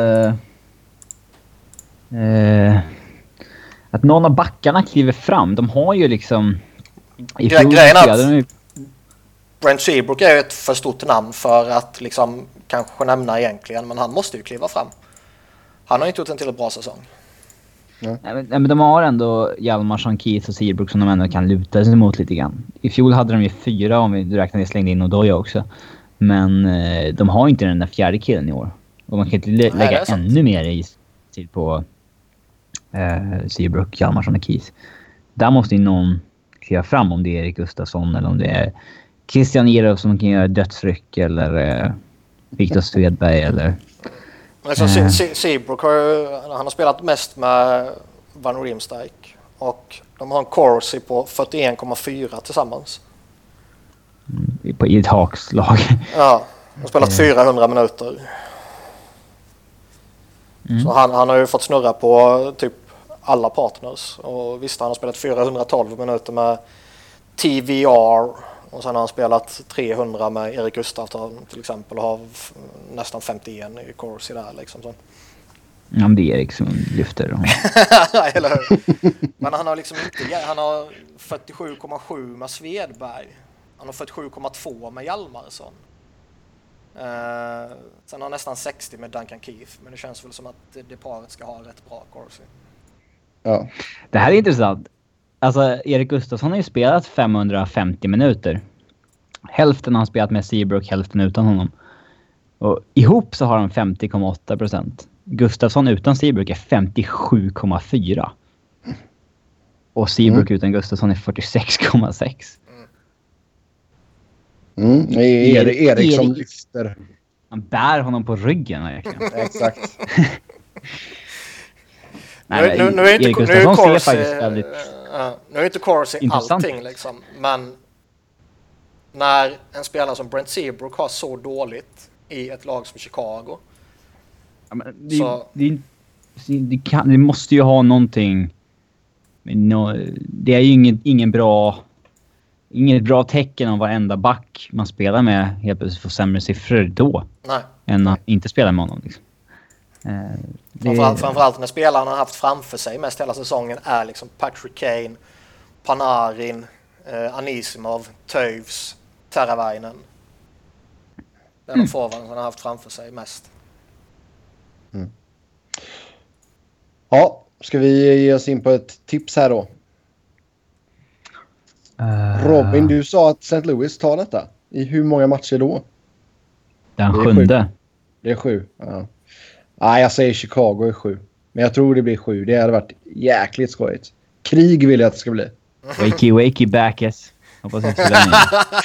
att någon av backarna kliver fram. De har ju liksom... Grejen att Brent Seabrook är ju ett för stort namn för att liksom kanske nämna egentligen, men han måste ju kliva fram. Han har inte gjort en till bra säsong. Nej, men de har ändå Hjalmarsson, Keith och Seabrook som de ändå kan luta sig mot lite grann. I fjol hade de ju 4 om vi räknade slängde in Odoja också. Men de har inte den där fjärde killen i år. Och man kan inte lägga ännu mer i tid på Seabrook, Hjalmarsson och Keith. Där måste ju någon kliva fram, om det är Erik Gustafsson eller om det är Christian Erof som kan göra dödsryck eller Viktor Svedberg eller... Seabrook han har spelat mest med Van Riemsdijk och de har en Corsi på 41,4 tillsammans. I ett Hawks-lag. Ja, de har spelat 400 minuter. Så han har ju fått snurra på typ alla partners. Och visst, han har spelat 412 minuter med TVR Och sen har han spelat 300 med Erik Gustafsson till exempel och har nästan 51 i Corsi där liksom. Så. Ja, men det är Erik som lyfter. Eller hur? Men han har liksom inte... Han har 47,7 med Svedberg. Han har 47,2 med Hjalmarsson. Sen har han nästan 60 med Duncan Keith. Men det känns väl som att det paret ska ha rätt bra Corsi. Ja. Det här är intressant. Alltså, Erik Gustafsson har ju spelat 550 minuter. Hälften har han spelat med Seabrook, hälften utan honom. Och ihop så har han 50,8%. Gustafsson utan Seabrook är 57,4%. Och Seabrook utan Gustafsson är 46,6%. Erik som lyfter. Han bär honom på ryggen verkligen. Exakt. Nej, nu är Erik Gustafsson ser faktiskt väldigt nu är inte Corsi intressant. allting liksom, men när en spelare som Brent Seabrook har så dåligt i ett lag som Chicago. Ja, men det måste ju ha någonting. Det är ju inget bra tecken om varenda back man spelar med helt plötsligt får sämre siffror då. Nej. Än att inte spela med honom. Liksom. Framförallt när spelarna har haft framför sig mest hela säsongen är liksom Patrick Kane, Panarin, Anisimov, Toews, Teravainen. Det är de forwarden som har haft framför sig mest. Ja, ska vi ge oss in på ett tips här då? Robin, du sa att St. Louis tar detta. I hur många matcher då? Den 7:e. Det är 7. Ja. Nej, jag säger Chicago är 7. Men jag tror det blir 7. Det hade varit jäkligt skojigt. Krig vill jag att det ska bli. Wakey backers. Hoppas inte så länge.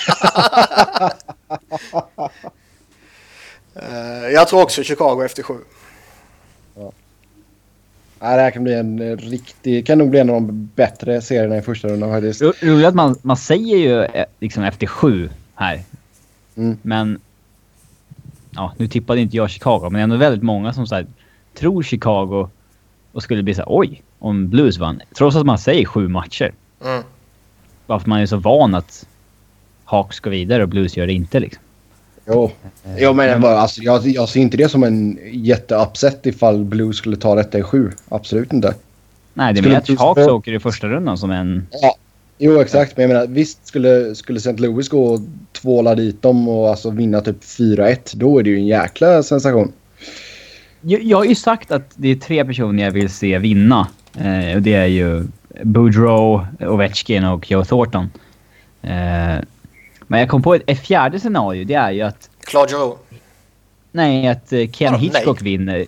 Jag tror också Chicago efter 7. Ja. Nej, det här kan bli kan nog bli en av de bättre serierna i första rundan faktiskt. Roligt att man säger ju liksom efter 7 här. Men ja, nu tippade inte jag Chicago, men det är ändå väldigt många som så här, tror Chicago och skulle bli så här, oj, om Blues vann. Trots att man säger 7 matcher. Varför man är så van att Hawks går vidare och Blues gör det inte liksom. Jo, men alltså, jag ser inte det som en jätteupset ifall Blues skulle ta detta i 7. Absolut inte. Nej, det är mer att Hawks åker i första rundan som en... Ja, jo exakt. Men jag menar, visst skulle St. Louis gå och tvåla dit dem och alltså vinna typ 4-1. Då är det ju en jäkla sensation. Jag har ju sagt att det är 3 personer jag vill se vinna. Och det är ju Boudreau, Ovechkin och Joe Thornton. Men jag kom på ett fjärde scenario. Det är ju att... Claude Giroux. Nej, att Ken Hitchcock vinner.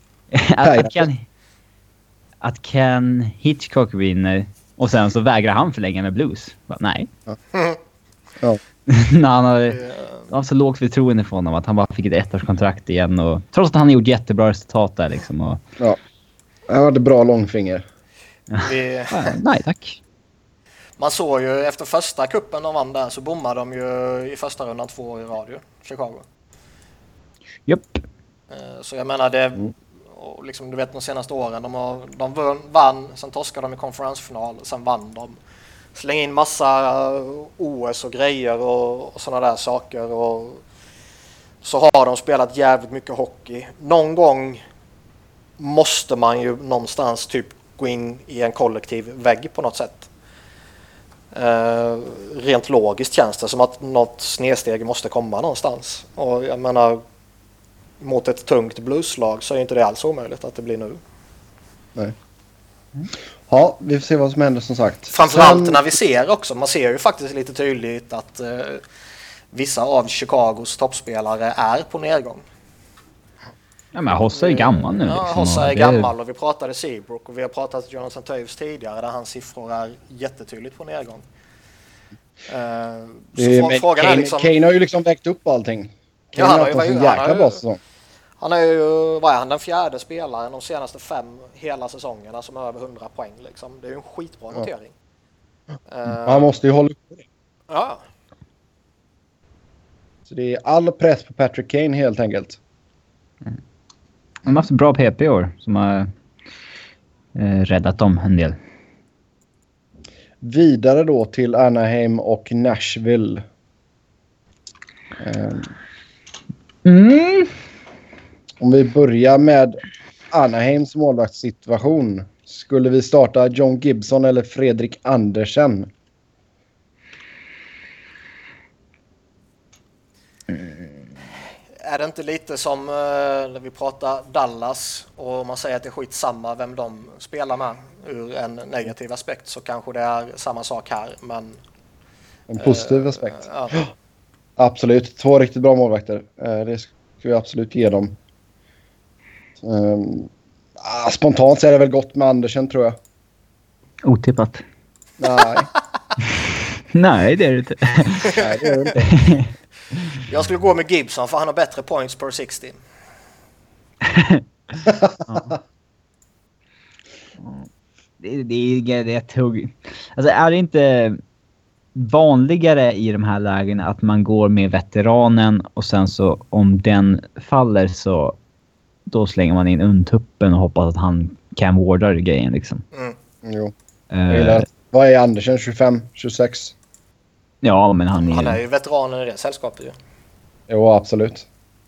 att Ken Hitchcock vinner. Och sen så vägrar han förlänga med Blues. Nej. Ja. När han var så lågt förtroende för honom att han bara fick ett 1-årskontrakt igen. Och, trots att han har gjort jättebra resultat där liksom. Och... Ja, han hade bra långfinger. Nej, tack. Man såg ju efter första kuppen de vann där så bommade de ju i första rundan 2 år i radio, Chicago. Japp. Så jag menar det, och liksom, du vet de senaste åren, de vann, sen torskade de i konferensfinal, sen vann de. Släng in massa OS och grejer och sådana där saker och så har de spelat jävligt mycket hockey. Någon gång måste man ju någonstans typ gå in i en kollektiv vägg på något sätt. Rent logiskt känns det som att något snedsteg måste komma någonstans. Och jag menar, mot ett tungt blueslag så är inte det alls omöjligt att det blir nu. Nej. Ja, vi får se vad som händer som sagt. Framförallt när vi ser också, man ser ju faktiskt lite tydligt att vissa av Chicagos toppspelare är på nedgång. Ja, men Hossa är gammal nu. Ja, liksom, Hossa är gammal och vi pratade Seabrook och vi har pratat Jonathan Toews tidigare där hans siffror är jättetydligt på nedgång. Frågan är liksom... Kane har ju liksom väckt upp allting. Kane har haft en jäkla bra säsong. Han är ju, vad är han, den 4:e spelaren de senaste 5 hela säsongerna som har över 100 poäng. Liksom. Det är ju en skitbra notering. Han måste ju hålla upp det. Ja. Så det är all press på Patrick Kane helt enkelt. Han har haft bra PP i år som har räddat dem en del. Vidare då till Anaheim och Nashville. Om vi börjar med Anaheims målvaktssituation. Skulle vi starta John Gibson eller Fredrik Andersen? Är det inte lite som när vi pratar Dallas och man säger att det är skitsamma vem de spelar med ur en negativ aspekt, så kanske det är samma sak här, men En positiv aspekt. ja. Absolut, 2 riktigt bra målvakter. Det ska vi absolut ge dem. Spontant så är det väl gott med Andersen, tror jag. Otippat. Nej. Nej, det är det inte. Nej, det är det inte. Jag skulle gå med Gibson för han har bättre points per 60. Det är tugg. Alltså, är det inte vanligare i de här lägena att man går med veteranen och sen så om den faller så då slänger man in undtuppen och hoppas att han kan vårda grejen liksom. Jo. Vad är Andersen? 25? 26? Ja, men han är ju veteranen i det sällskapet ju. Jo, absolut.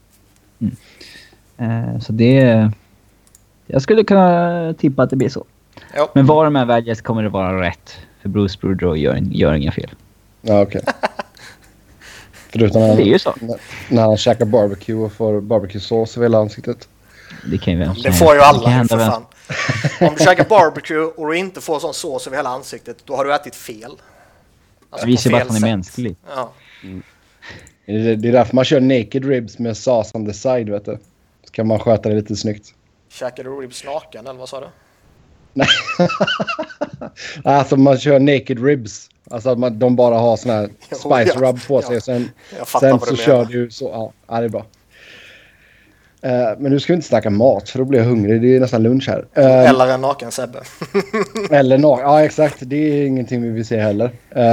Så det... Jag skulle kunna tippa att det blir så. Jo. Men var de här väljer så kommer det vara rätt. För Bruce Boudreau gör inga fel. Ja, okej. Förutom Det är ju så. när han käkar barbecue och får barbecue-sås i hela ansiktet. Det kan ju Det får ju alla för fan. Om du käkar barbecue och du inte får sån sås över hela ansiktet, då har du ätit fel. Alltså, visar bara att han är mänsklig. Ja. Det är därför man kör naked ribs med sauce on the side, vet du. Så kan man sköta det lite snyggt. Käkar du ribs naken, eller vad sa du? Nej. Alltså man kör naked ribs. Alltså att de bara har sån här spice rub på sig. Sen så kör du så. Ja, det är bra. Men nu ska vi inte snacka mat, för då blir jag hungrig. Det är nästan lunch här. Eller en naken Sebbe. Eller naken. Ja, exakt. Det är ingenting vi vill se heller.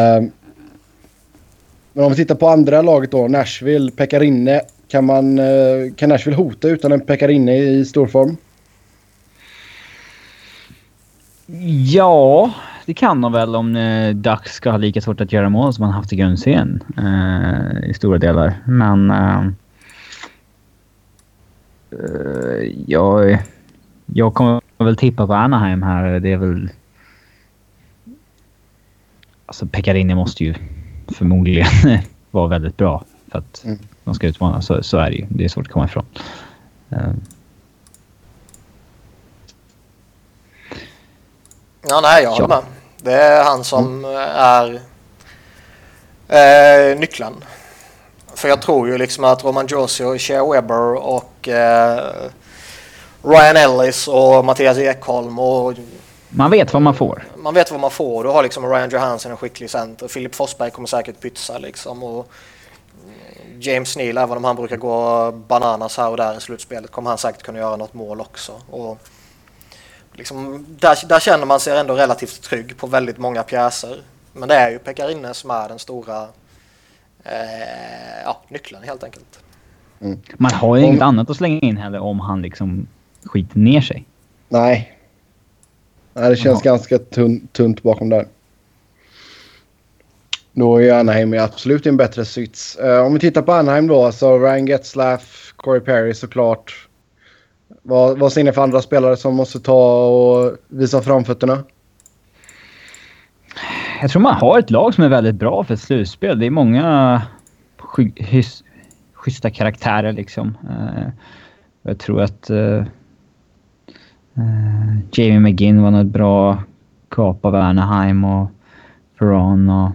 Men om vi tittar på andra laget då. Nashville, Pekarinne. Kan Nashville hota utan en Pekarinne i stor form? Ja, det kan de väl om Ducks ska ha lika svårt att göra mål som man haft i grundserien i stora delar. Men jag kommer väl tippa på Anaheim här. Det är väl... Alltså Pekarinne måste ju förmodligen vara väldigt bra för att de ska utmana. Så är det ju. Det är svårt att komma ifrån. Ja, nej, jag håller med. Det är han som är nyckeln. För jag tror ju liksom att Roman Josi och Shea Weber och Ryan Ellis och Mattias Ekholm och... Man vet vad man får. Man vet vad man får. Du har liksom Ryan Johansson, en skicklig center. Filip Forsberg kommer säkert pytsa liksom. Och James Neal, även om han brukar gå bananas här och där i slutspelet, kommer han säkert kunna göra något mål också. Och liksom, där känner man sig ändå relativt trygg på väldigt många pjäser. Men det är ju Pekarinne som är den stora nyckeln helt enkelt. Man har ju inget annat att slänga in heller om han liksom skiter ner sig. Nej, det känns ganska tunt bakom där. Då är Anaheim absolut en bättre sits. Om vi tittar på Anaheim då, så Ryan Getzlaf, Corey Perry såklart. Vad ser ni för andra spelare som måste ta och visa framfötterna? Jag tror man har ett lag som är väldigt bra för ett slutspel. Det är många schyssta karaktärer liksom. Jag tror att Jamie McGinn var något bra kap av Anaheim och Ferran och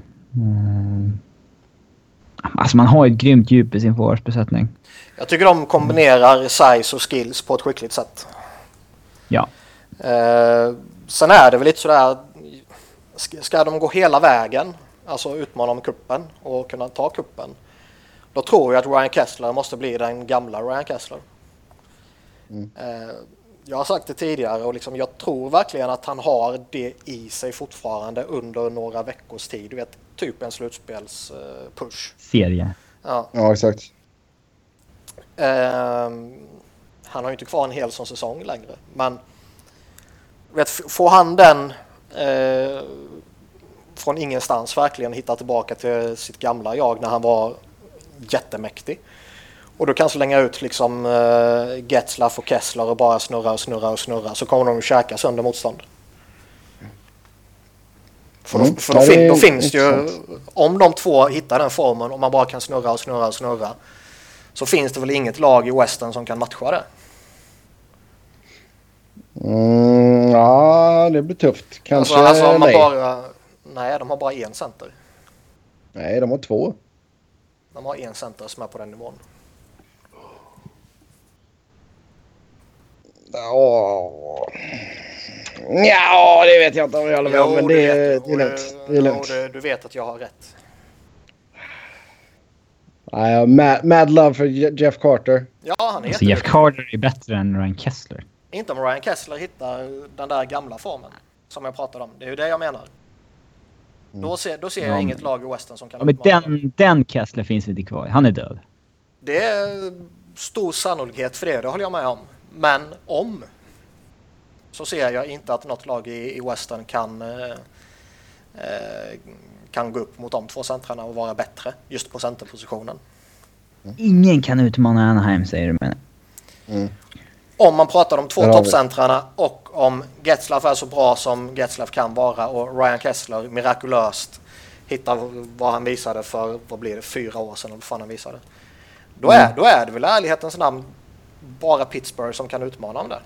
alltså man har ett grymt djup i sin forwardsbesättning. Jag tycker de kombinerar size och skills på ett skickligt sätt. Ja. Sen är det väl lite sådär, ska de gå hela vägen, alltså utmana om kuppen och kunna ta kuppen, då tror jag att Ryan Kessler måste bli den gamla Ryan Kessler. Jag har sagt det tidigare och liksom, jag tror verkligen att han har det i sig fortfarande under några veckors tid. Du vet, typ en slutspelspush. Serie. Ja, exakt. Han har ju inte kvar en hel sån säsong längre. Men vet, får han från ingenstans verkligen hitta tillbaka till sitt gamla jag när han var jättemäktig. Och du kan slänga ut liksom Getzlaf och Kessler och bara snurra så kommer de att käka sönder motstånd. För då finns det ju, om de två hittar den formen och man bara kan snurra så finns det väl inget lag i Western som kan matcha det. Ja, det blir tufft. Kanske alltså nej, de har bara en center. Nej, de har 2. De har en center som är på den nivån. Ja, det vet jag inte om jag håller med om, men det är lugnt. Du vet att jag har rätt. Mad love för Jeff Carter. Ja, han är alltså Jeff Carter är bättre än Ryan Kessler. Inte om Ryan Kessler hittar den där gamla formen som jag pratade om. Det är ju det jag menar. Då ser jag inget lag i Western som kan men den Kessler finns inte kvar. Han är död. Det är stor sannolikhet för det håller jag med om. Men så ser jag inte att något lag i Western kan gå upp mot de 2 centrarna och vara bättre just på centerpositionen. Ingen kan utmana Anaheim, säger du, men. Om man pratar om 2 toppcentrarna och om Getzlaf är så bra som Getzlaf kan vara och Ryan Kessler mirakulöst hittar vad han visade för, vad blir det, 4 år sedan eller vad fan han visade. Då är det väl ärlighetens namn bara Pittsburgh som kan utmana om det.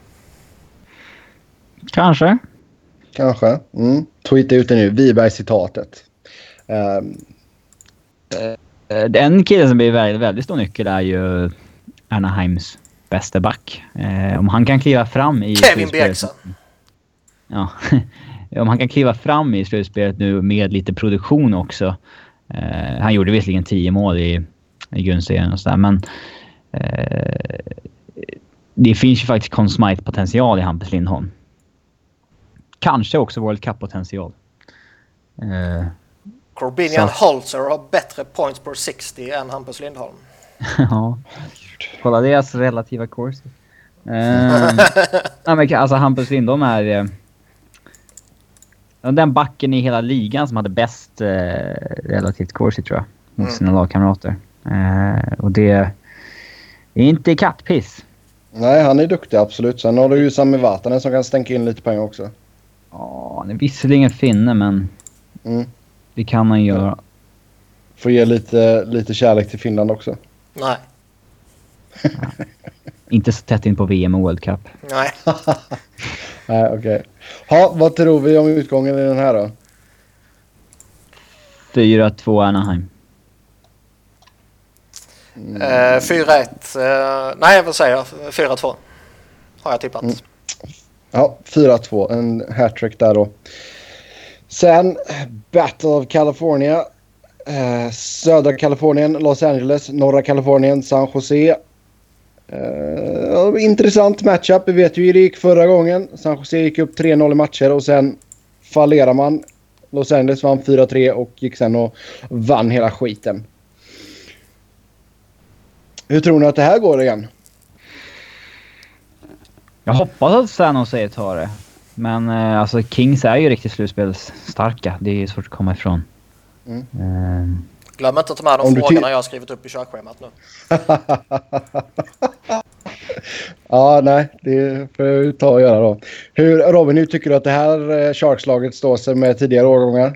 Kanske. Tweeta ut det nu. Wiberg-citatet. Den killen som blir väldigt, väldigt stor nyckel är ju Anaheims bästa back. Om han kan kliva fram i Kevin Bjärksa. Ja. Om han kan kliva fram i slutspelet nu med lite produktion också. Han gjorde visserligen 10 mål i grundserien och sådär, men det finns ju faktiskt Conn Smythe-potential i Hampus Lindholm. Kanske också World Cup-potential. Corbinian Holzer har bättre points per 60 än Hampus Lindholm. Ja. Kolla deras relativa course. Alltså Hampus Lindholm är den backen i hela ligan som hade bäst relativt course, tror jag, mot sina lagkamrater. Och det är inte kattpiss. Nej, han är duktig, absolut. Sen har du ju Sami Vatanen som kan stänka in lite pengar också. Ja, han är visserligen finne, men det kan man göra. Får ge lite kärlek till Finland också. Nej. Ja. Inte så tätt in på VM och World Cup. Nej. Nej, okej. Vad tror vi om utgången i den här då? 4-2 Anaheim. 4-1. Nej, jag vill säga 4-2. Har jag tippat. Ja, 4-2. En hattrick där då. Sen Battle of California. Södra Kalifornien, Los Angeles, norra Kalifornien, San Jose. Intressant matchup. Vi vet ju hur det gick förra gången. San Jose gick upp 3-0 i matcher och sen fallerar man. Los Angeles vann 4-3 och gick sen och vann hela skiten. Hur tror ni att det här går igen? Jag hoppas att San Jose tar det. Men alltså Kings är ju riktigt slutspelsstarka. Det är svårt att komma ifrån. Glöm inte att ta med de frågorna jag har skrivit upp i körschemat nu. Ja, nej. Det får jag ta och göra då. Robin, hur tycker du att det här Sharks-laget står sig med tidigare årgångar?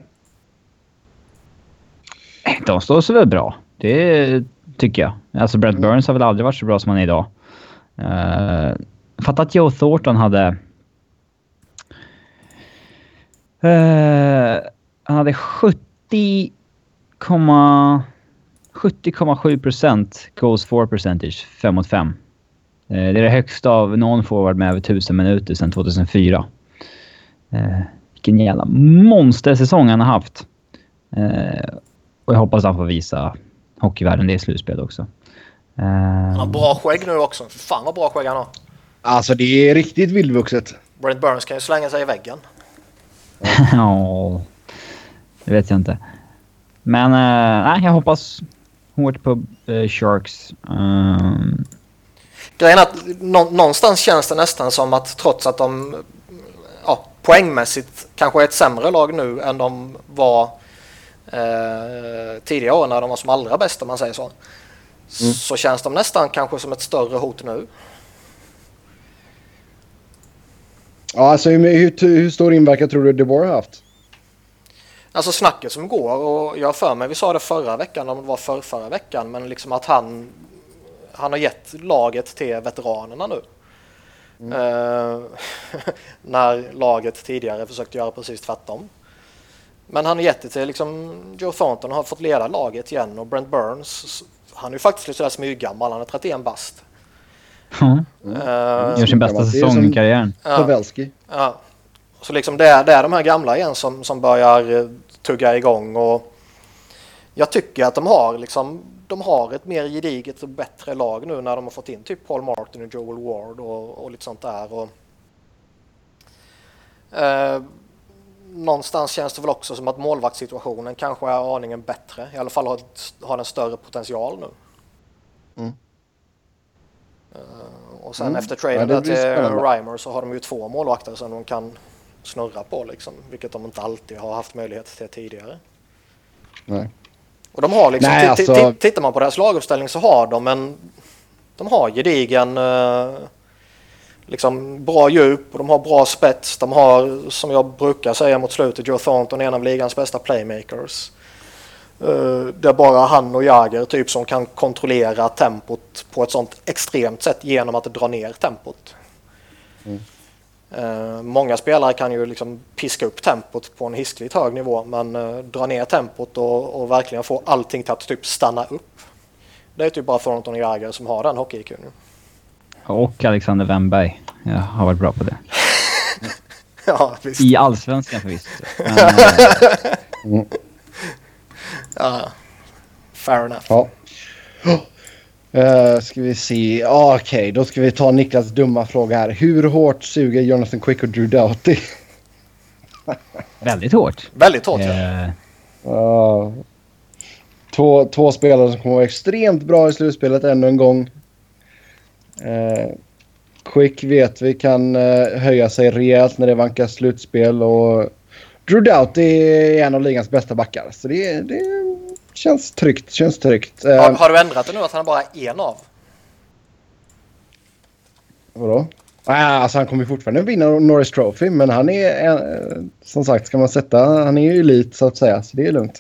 De står sig väl bra. Det tycker jag. Alltså Brett Burns har väl aldrig varit så bra som han är idag. Fattar att Joe Thornton hade... han hade 70,7% goals for percentage 5-5. Det är det högsta av någon forward med över 1000 minuter sedan 2004. Vilken jävla monstersäsong han har haft. Och jag hoppas att han får visa hockeyvärlden det i slutspel också. Han har bra skägg nu också. Fan vad bra skägg han har. Alltså det är riktigt vildvuxet. Brent Burns kan ju slänga sig i väggen. Ja, det vet jag inte. Men jag hoppas hårt på Sharks. Grejen är att någonstans känns det nästan som att trots att de poängmässigt kanske är ett sämre lag nu än de var tidigare år när de var som allra bäst, om man säger så. Så känns de nästan kanske som ett större hot nu. Ja, alltså hur stor inverkan tror du DeBoer har haft? Alltså snacket som går, och jag för mig, vi sa det förra veckan, om det var förra veckan, men liksom att han har gett laget till veteranerna nu. När laget tidigare försökte göra precis tvärtom. Men han har gett det till liksom Joe Thornton och har fått leda laget igen, och Brent Burns, han är ju faktiskt lite sådär smyggammal, han är 31 bast. Gör sin bästa säsong i karriären. Pavelski. Ja. Så liksom det är de här gamla igen som börjar tugga igång, och jag tycker att de har ett mer gediget och bättre lag nu när de har fått in typ Paul Martin och Joel Ward och lite sånt där. Och någonstans känns det väl också som att målvaktssituationen kanske är aningen bättre. I alla fall har den större potential nu. Och sen efter traden till Reimer så har de ju 2 målvakter som de kan snurra på liksom, vilket de inte alltid har haft möjlighet till tidigare. Nej. Och de har liksom, Nej, alltså... tittar man på deras laguppställning så har de har gedigen liksom bra djup, och de har bra spets. De har, som jag brukar säga mot slutet, Joe Thornton, en av ligans bästa playmakers. Det är bara han och Jagr typ som kan kontrollera tempot på ett sånt extremt sätt genom att dra ner tempot. Många spelare kan ju liksom piska upp tempot på en hiskligt hög nivå, men dra ner tempot och verkligen få allting till att typ stanna upp. Det är typ bara Thornton och Jagr som har den hockey-IQ:n. Och Alexander Wennberg har varit bra på det. Ja, visst. I allsvenskan förvisso. Ja, fair enough. Ja. Ska vi se. Okej, då ska vi ta Niklas dumma fråga här. Hur hårt suger Jonathan Quick och Drew Doughty? Väldigt hårt. Väldigt hårt, Två spelare som kommer vara extremt bra i slutspelet ännu en gång. Quick vet vi kan höja sig rejält när det vankas slutspel, och Drew Doughty är en av ligans bästa backar. Så det känns tryggt. Har du ändrat det nu att han bara är en av? Vadå? Alltså han kommer fortfarande vinna Norris Trophy, men han är som sagt, ska man sätta, han är ju elit så att säga, så det är lugnt.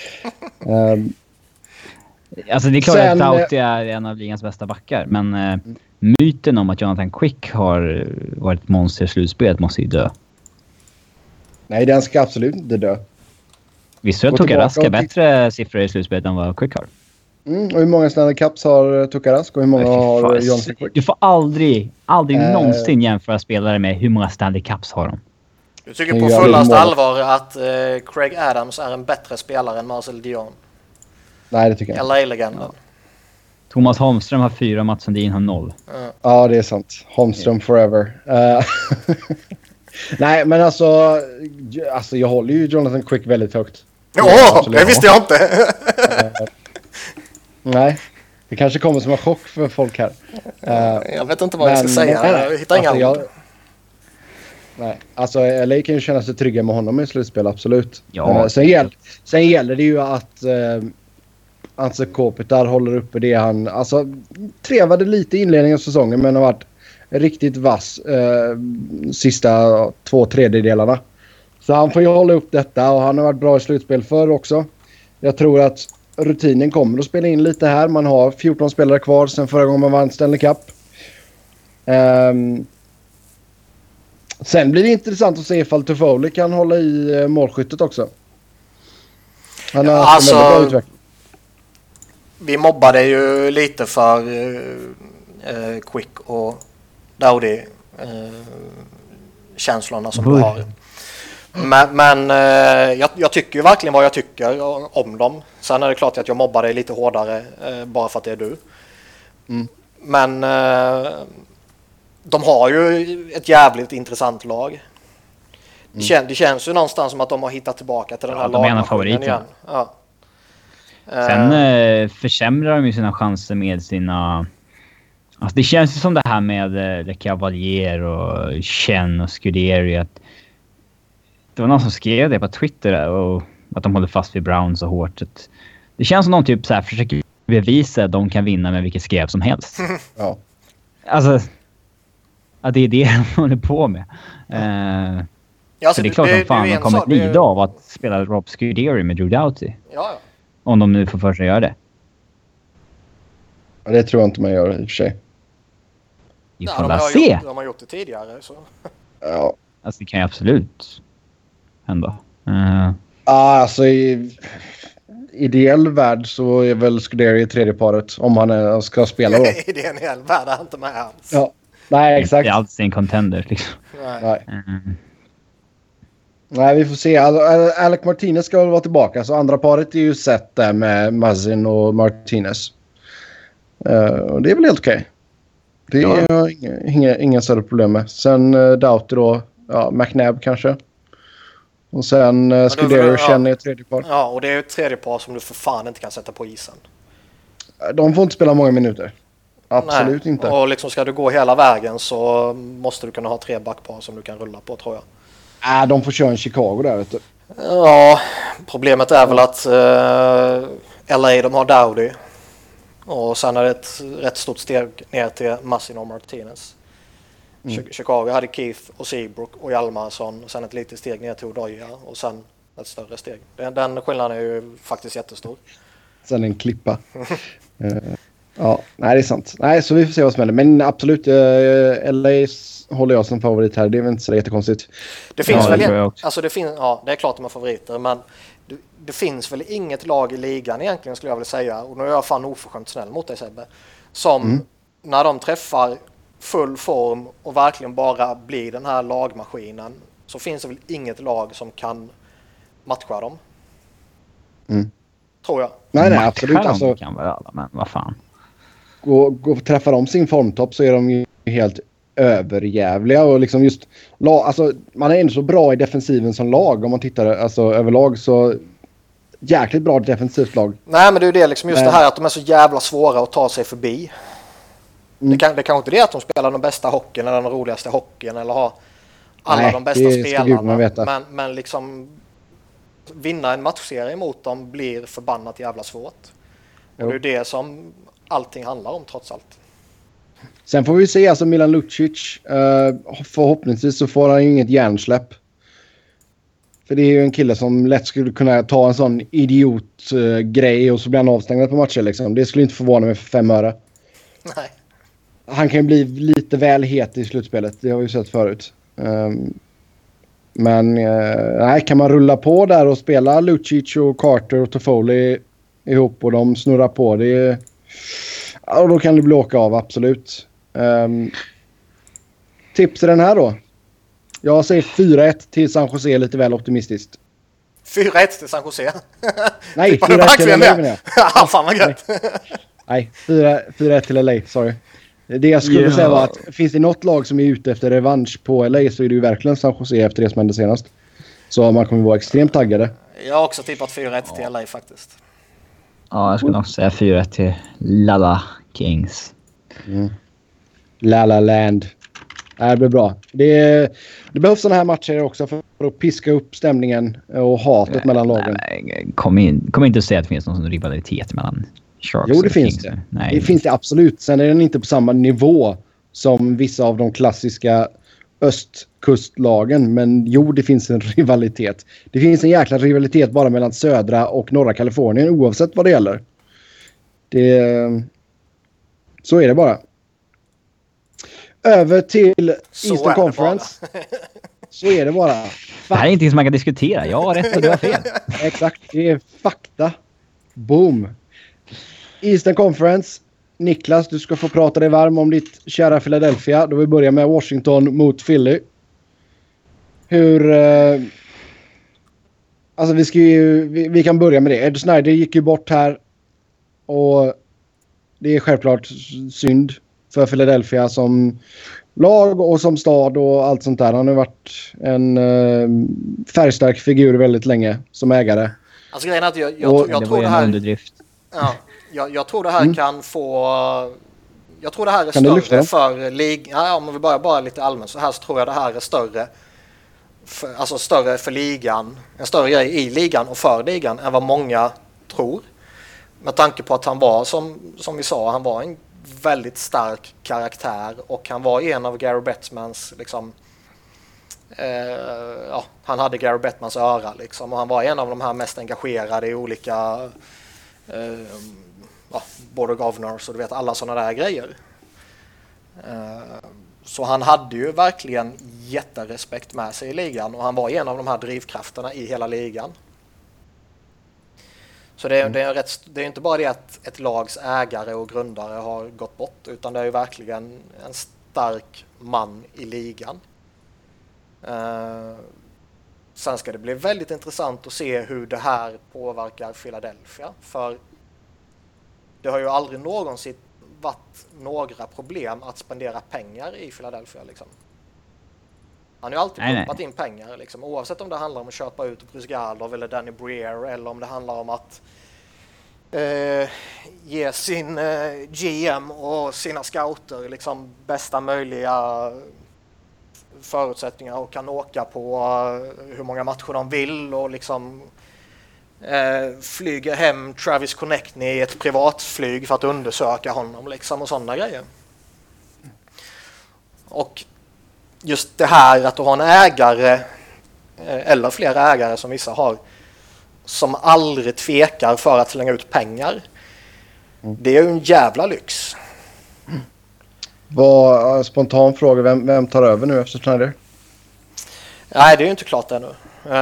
Alltså det är klart att Doughty är en av ligans bästa backar, men myten om att Jonathan Quick har varit ett monster i slutspelet måste ju dö. Nej, den ska absolut inte dö. Visst tror jag Tukka Rask har bättre siffror i slutspelet än vad Quick har. Och hur många Stanley Cups har Tukka Rask och hur många har Jonathan Quick? Du får aldrig någonsin jämföra spelare med hur många Stanley Cups har de. Du tycker på fullast allvar att Craig Adams är en bättre spelare än Marcel Dion? Nej, det tycker jag inte. LA-legenden. Ja. Thomas Holmström har 4, Mats Sundin har 0. Ja, det är sant. Holmström forever. Nej, men alltså jag håller ju Jonathan Quick väldigt högt. Det visste jag inte. Nej, det kanske kommer som en chock för folk här. Jag vet inte vad jag ska säga. Jag hittar inga ord. Nej, alltså LA kan ju känna sig trygga med honom i slutspel, absolut. Ja. Sen gäller det ju att Anse Kopitar håller uppe det han... Alltså, trevade lite i inledningen av säsongen, men har varit riktigt vass sista 2/3 Så han får ju hålla upp detta, och han har varit bra i slutspel förr också. Jag tror att rutinen kommer att spela in lite här. Man har 14 spelare kvar sen förra gången man vann Stanley Cup. Sen blir det intressant att se ifall Toffoli kan hålla i målskyttet också. Han har haft en väldigt bra utveckling. Vi mobbade ju lite för Quick och Doughty känslorna som du har. Men jag tycker ju verkligen vad jag tycker om dem. Sen är det klart att jag mobbar dig lite hårdare bara för att det är du. Men de har ju ett jävligt intressant lag. Det känns ju någonstans som att de har hittat tillbaka till den här lagmaskinen igen. Ja. Sen försämrar de ju sina chanser med sina... Alltså det känns ju som det här med Le Cavalier och Chen och Scuderi, att Det var någon som skrev det på Twitter där, och att de håller fast vid Browns så hårt. Det känns som någon typ så här försöker bevisa att de kan vinna med vilket skrev som helst. Ja. Alltså, att det är det de håller på med. Så det är klart att de fan har kommit lida av att spela Rob Scuderi med Drew Doughty. Ja. Om de nu får för sig att göra det. Ja, det tror jag inte man gör i och för sig. Vi får väl se. De har gjort det tidigare. Så. Ja. Alltså det kan ju absolut hända. Alltså i ideell värld så är väl Scuderi i tredje paret om han ska spela då. I en hel värld är inte med alls. Ja. Nej, exakt. Det är alltid en contender liksom. Nej. Nej, vi får se. Alec Martinez ska väl vara tillbaka. Så andra paret är ju sett där med Muzzin och Martinez. Och det är väl helt okej. Det är inga större problem med. Sen Doughty då. Ja, McNabb kanske. Och sen Scuderi känner ett tredje par. Ja, och det är ett tredje par som du för fan inte kan sätta på isen. De får inte spela många minuter. Absolut inte. Och liksom ska du gå hela vägen så måste du kunna ha 3 backpar som du kan rulla på, tror jag. De får köra en Chicago där, vet du. Ja, problemet är väl att LA, de har Dowdy. Och sen är det ett rätt stort steg ner till Muzzin och Martinez. Chicago hade Keith och Seabrook och Hjalmarsson. Och sen ett litet steg ner till Odoja. Och sen ett större steg. Den skillnaden är ju faktiskt jättestor. Sen en klippa. Ja, nej, det är sant. Nej, så vi får se vad som händer. Men absolut, LA håller jag som favorit här. Det är väl inte så jättekonstigt. Det finns det är klart de är favoriter, men det finns väl inget lag i ligan egentligen, skulle jag vilja säga. Och nu är jag fan oförskämt snäll mot dig, Sebbe. Som när de träffar full form och verkligen bara blir den här lagmaskinen, så finns det väl inget lag som kan matcha dem. Tror jag. Nej, absolut. Alltså, kan väl alla, men vad fan. Gå och träffa dem sin formtopp så är de ju helt överjävliga. Och liksom just, alltså, man är ändå så bra i defensiven som lag. Om man tittar alltså, överlag så jäkligt bra defensivt lag. Nej, men det är ju det liksom, just det här att de är så jävla svåra att ta sig förbi. Det kanske inte är att de spelar den bästa hockeyn eller den roligaste hockeyn eller har alla de bästa spelarna. Men liksom vinna en matchserie mot dem blir förbannat jävla svårt. Och det är det som allting handlar om, trots allt. Sen får vi se, alltså Milan Lucic, förhoppningsvis så får han inget hjärnsläpp. För det är ju en kille som lätt skulle kunna ta en sån idiotgrej och så blir han avstängd på matcher liksom. Det skulle inte förvåna mig för 5 öre. Nej. Han kan ju bli lite väl het i slutspelet, det har vi sett förut. Men kan man rulla på där och spela Lucic och Carter och Toffoli ihop och de snurrar på det, ja, då kan det bli åka av, absolut. Tips i den här då? Jag säger 4-1 till San Jose, lite väl optimistiskt. 4-1 till San Jose? Nej, 4-1 till LA. Ja, fan vad gött. Nej, 4-1 till LA, sorry. Det jag skulle säga var att finns det något lag som är ute efter revansch på LA så är det ju verkligen San Jose efter det som hände senast. Så man kommer vara extremt taggade. Jag har också tippat 4-1 till LA faktiskt. Ja, jag skulle också säga 4-1 till Lala Kings. Lala Land. Det blir bra. Det behövs sådana här matcher också för att piska upp stämningen och hatet mellan lagen. Kom inte att säga att det finns någon sån rivalitet mellan Sharks. Jo, det finns det. Nej. Det finns det absolut. Sen är den inte på samma nivå som vissa av de klassiska östkustlagen. Men jo, det finns en rivalitet. Det finns en jäkla rivalitet bara mellan södra och norra Kalifornien oavsett vad det gäller. Så är det bara. Över till Eastern Conference. Så är det bara. Det här är ingenting som man kan diskutera. Jag har rätt och du har fel. Exakt, det är fakta. Boom. Eastern Conference. Niklas, du ska få prata dig varm om ditt kära Philadelphia. Då vi börjar med Washington mot Philly. Alltså vi kan börja med det. Ed Snyder gick ju bort här. Och det är självklart synd för Philadelphia som lag och som stad och allt sånt där. Han har varit en färgstark figur väldigt länge som ägare. Alltså grejen är att jag tror det här... underdrift. Ja, jag tror det här kan få... Jag tror det här är större för ligan. Ja, om vi börjar bara lite allmänt så här, så tror jag det här är större alltså större för ligan, en större grej i ligan och för ligan än vad många tror. Med tanke på att han var, som vi sa, han var en väldigt stark karaktär och han var en av Gary Bettmans liksom, han hade Gary Bettmans öra liksom, och han var en av de här mest engagerade i olika board of governors och du vet alla sådana där grejer. Så han hade ju verkligen jätterespekt med sig i ligan och han var en av de här drivkrafterna i hela ligan. Så det är inte bara det att ett lags ägare och grundare har gått bort, utan det är ju verkligen en stark man i ligan. Sen ska det bli väldigt intressant att se hur det här påverkar Philadelphia, för det har ju aldrig någonsin varit några problem att spendera pengar i Philadelphia liksom. Han har ju alltid pumpat in pengar liksom, oavsett om det handlar om att köpa ut Bruce Galdov eller Danny Briere eller om det handlar om att ge sin GM och sina scouter liksom bästa möjliga förutsättningar och kan åka på hur många matcher de vill och liksom flyger hem Travis Konechny i ett privatflyg för att undersöka honom liksom och sådana grejer. Och just det här att ha en ägare eller flera ägare som vissa har som aldrig tvekar för att slänga ut pengar, det är ju en jävla lyx. Spontan fråga, vem tar över nu efter Snyder? Nej, det är ju inte klart ännu.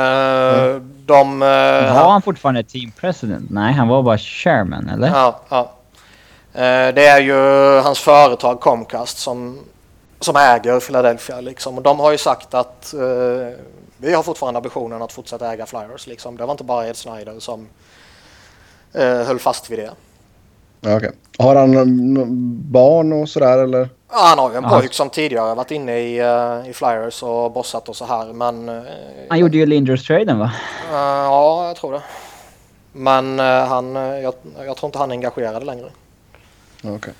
Var han fortfarande team president? Nej, han var bara chairman, eller? Ja. Det är ju hans företag Comcast som äger Philadelphia liksom. Och de har ju sagt att vi har fortfarande ambitionen att fortsätta äga Flyers liksom. Det var inte bara Ed Snyder som höll fast vid det. Okay. Har han barn och sådär eller? Ja, han har ju en pojk som tidigare varit inne i Flyers och bossat och så här, men han gjorde ju Lindros-traden, va? Ja, jag tror det. Men jag tror inte han är engagerad längre. Okay.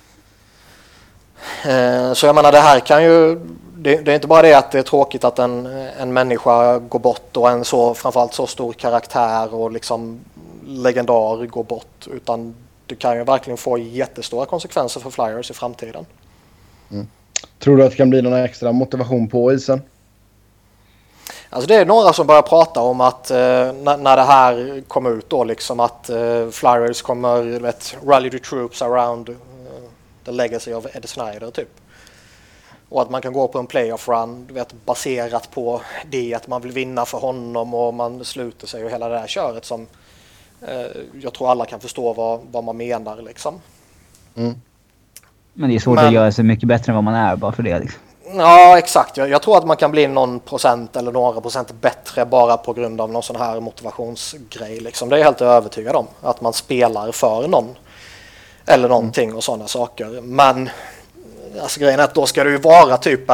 Så jag menar, det här kan ju det är inte bara det att det är tråkigt att en människa går bort och en så framförallt så stor karaktär och liksom legendar går bort, utan det kan ju verkligen få jättestora konsekvenser för Flyers i framtiden. Tror du att det kan bli någon extra motivation på isen? Alltså det är några som börjar prata om att när det här kommer ut då liksom att Flyers kommer rally the troops around the legacy of Ed Snyder typ. Och att man kan gå på en playoff run baserat på det att man vill vinna för honom och man sluter sig och hela det här köret som jag tror alla kan förstå vad man menar liksom. Men det är svårt att göra sig mycket bättre än vad man är bara för det liksom. Ja, exakt. Jag tror att man kan bli någon procent eller några procent bättre bara på grund av någon sån här motivationsgrej liksom. Det är jag helt övertygad om. Att man spelar för någon eller någonting och sådana saker. Men alltså grejen är att då ska det ju vara typ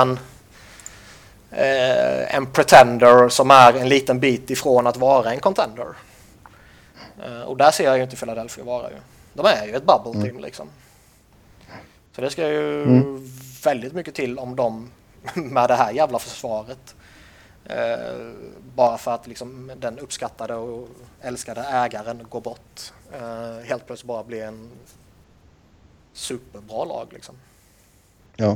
en pretender som är en liten bit ifrån att vara en contender. Och där ser jag ju inte Philadelphia vara ju. De är ju ett bubble team liksom. Så det ska ju väldigt mycket till om de med det här jävla försvaret bara för att liksom den uppskattade och älskade ägaren går bort helt plötsligt bara blir en superbra lag liksom. Ja.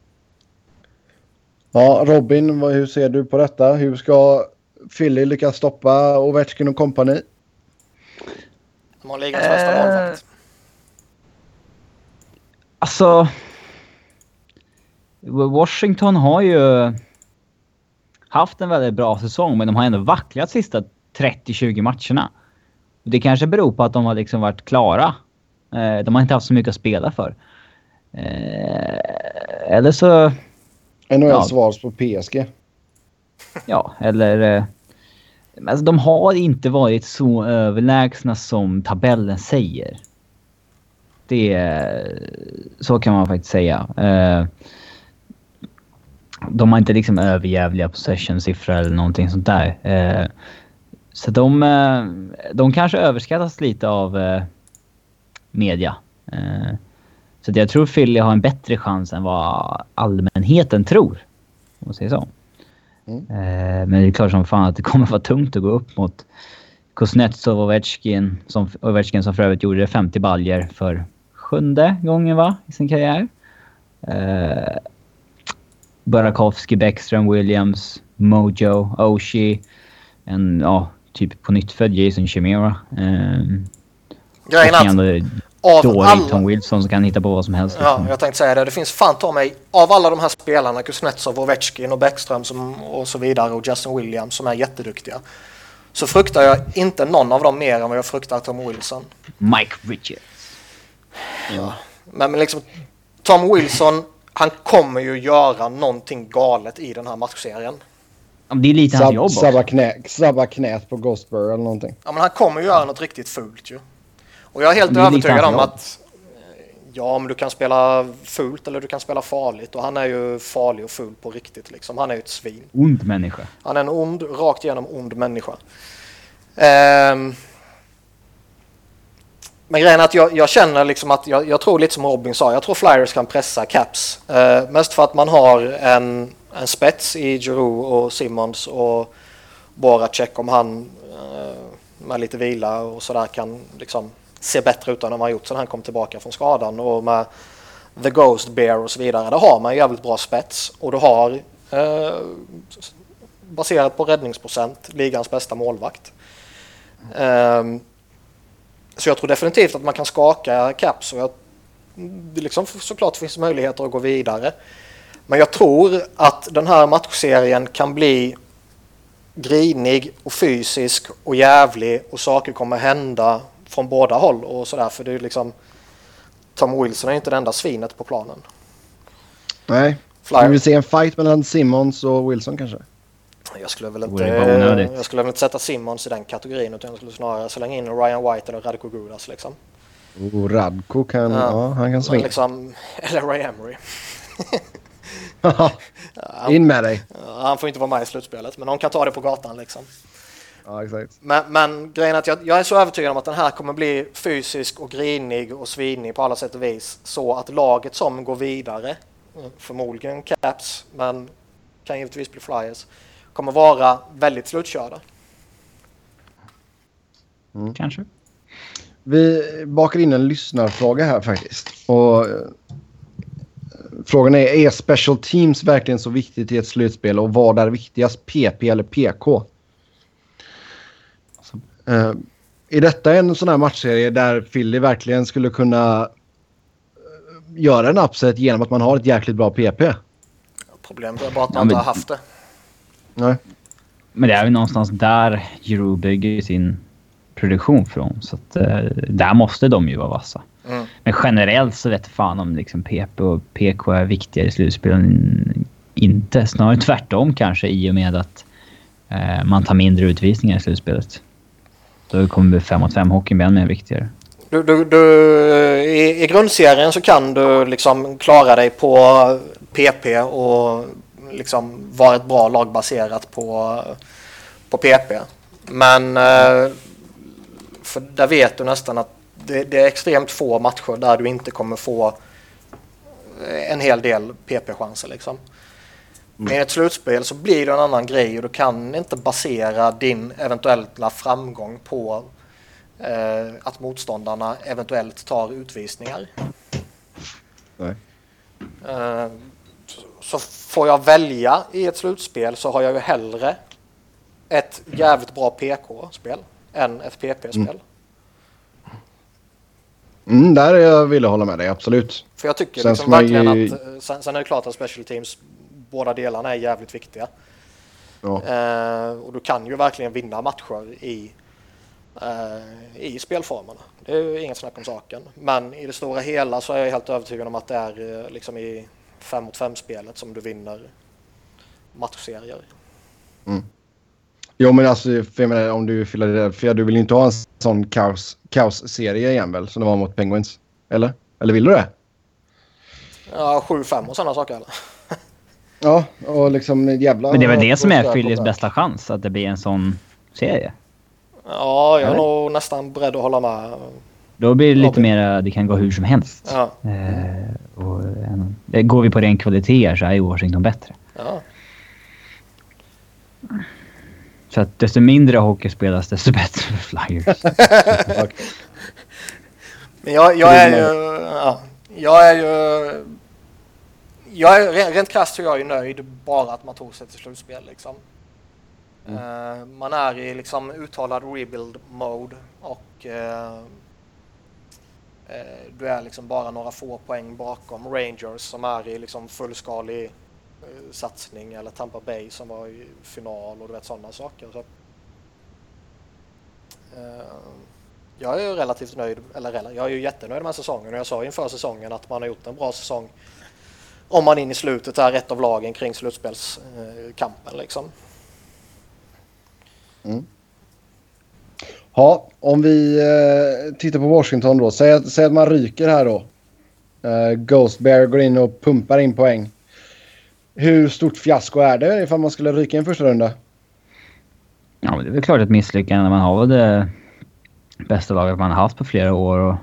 Ja, Robin, hur ser du på detta? Hur ska Philly lyckas stoppa Ovechkin och company? De har ligans bästa målvakt. Alltså, Washington har ju haft en väldigt bra säsong, men de har ändå vacklat sista 30-20 matcherna. Det kanske beror på att de har liksom varit klara. De har inte haft så mycket att spela för. Eller så... NHL svars på PSG. Ja, eller... Alltså, de har inte varit så överlägsna som tabellen säger. Så kan man faktiskt säga. De har inte liksom överjävliga possession-siffror eller någonting sånt där. Så de kanske överskattas lite av media. Så jag tror Philly har en bättre chans än vad allmänheten tror. Om man säger så. Men det är klart som fan att det kommer vara tungt att gå upp mot Kuznetsov och Ovechkin som för övrigt gjorde 50 baljer för 7:e gången i sin karriär. Burakovsky, Bäckström, Williams, Mojo, Oshie, typ på nyttfödd Jason Chimera. Grejen att dålig Tom Wilson som kan hitta på vad som helst. Ja, jag tänkte säga det. Det finns fan ta mig av alla de här spelarna, Kuznetsov, Ovechkin och Bäckström och så vidare och Justin Williams som är jätteduktiga. Så fruktar jag inte någon av dem mer än vad jag fruktar Tom Wilson. Mike Richards. Ja. Men liksom Tom Wilson, han kommer ju göra någonting galet i den här matchserien. Det är lite hans jobb. Sabba knät på Ghostbur eller någonting. Ja, men han kommer ju göra något riktigt fult ju. Och jag är helt övertygad om att men du kan spela fult eller du kan spela farligt. Och han är ju farlig och ful på riktigt liksom. Han är ju ett svin. Ond människa. Han är en rakt igenom ond människa. Men grejen är att jag känner liksom att jag tror lite som Robin sa. Jag tror Flyers kan pressa Caps. Mest för att man har en spets i Giroux och Simmons och Voracek om han med lite vila och sådär kan liksom se bättre ut än vad han gjort sen han kom tillbaka från skadan. Och med The Ghost Bear och så vidare, där har man en jävligt bra spets. Och du har, baserat på räddningsprocent, ligans bästa målvakt. Så jag tror definitivt att man kan skaka Caps. Och det liksom såklart finns möjligheter att gå vidare. Men jag tror att den här matchserien kan bli grinig och fysisk och jävlig och saker kommer hända från båda håll och sådär, för det är liksom Tom Wilson är inte det enda svinet på planen. Nej. Vi vill se en fight mellan Simmons och Wilson kanske. Jag skulle väl inte sätta Simmons i den kategorin, utan jag skulle snarare slänga in Ryan White eller Radko Gudas liksom. Radko kan han kan svinga. Liksom, eller Ray Emery. In med dig. Han får inte vara med i slutspelet, men de kan ta det på gatan liksom. Ja, exakt. Men grejen är att jag är så övertygad om att den här kommer bli fysisk och grinig och svinig på alla sätt och vis, så att laget som går vidare, förmodligen Caps, men kan givetvis bli Flyers, kommer vara väldigt slutkörda. Kanske. Vi bakar in en lyssnarfråga här faktiskt. Och frågan är special teams verkligen så viktigt i ett slutspel, och vad är viktigast, PP eller PK? Är detta en sån här matchserie där Philly verkligen skulle kunna göra en upset genom att man har ett jäkligt bra PP? Problemet är bara att man inte har haft det. Nej. Men det är ju någonstans där Giroux bygger sin produktion från. Så att, där måste de ju vara vassa. Men generellt så vet jag fan om liksom PP och PK är viktigare i slutspelen än inte. Snarare tvärtom kanske, i och med att man tar mindre utvisningar i slutspelet. Då kommer 5-5 hockeyn bli ännu mer viktigare. I grundserien så kan du liksom klara dig på PP och liksom vara ett bra lag baserat på PP. Men för där vet du nästan att det är extremt få matcher där du inte kommer få en hel del PP-chanser liksom. Med ett slutspel så blir det en annan grej, och du kan inte basera din eventuella framgång på att motståndarna eventuellt tar utvisningar. Nej. Så får jag välja i ett slutspel, så har jag ju hellre ett jävligt bra PK-spel än ett PP-spel. Där jag ville hålla med dig, absolut. För jag tycker liksom verkligen att sen är det klart att special teams, båda delarna är jävligt viktiga. Ja. Och du kan ju verkligen vinna matcher i spelformerna. Det är ju inget snack om saken. Men i det stora hela så är jag helt övertygad om att det är liksom i 5-mot-5-spelet som du vinner matchserier. Jo, men alltså, för jag menar, om du fyller det, för du vill inte ha en sån kaos-serie igen väl, som det var mot Penguins? Eller vill du det? Ja, 7-5 och sådana saker eller? Ja, och liksom jävla... Men det är väl det som är Phillies bästa chans, att det blir en sån serie? Ja, jag är nog nästan beredd att hålla med. Då blir det lite mer, det kan gå hur som helst. Ja. Går vi på ren kvalitet så är Washington bättre. Ja. Så att desto mindre hockey spelas, desto bättre för Flyers. Okay. Men jag är rent krasst så jag är nöjd bara att man tog sig till slutspel liksom. Man är i liksom uttalad rebuild mode och du är liksom bara några få poäng bakom Rangers som är i liksom fullskalig satsning, eller Tampa Bay som var i final och du vet sådana saker. Så, jag är ju relativt nöjd, jag är ju jättenöjd med säsongen, och jag sa inför säsongen att man har gjort en bra säsong om man in i slutet är ett av lagen kring slutspelskampen liksom. Ja, om vi tittar på Washington då. Säg att man ryker här då. Ghost Bear går in och pumpar in poäng. Hur stort fiasko är det ifall man skulle ryka i en första runda? Ja, men det är väl klart ett misslyckande när man har det bästa laget man har haft på flera år. Och,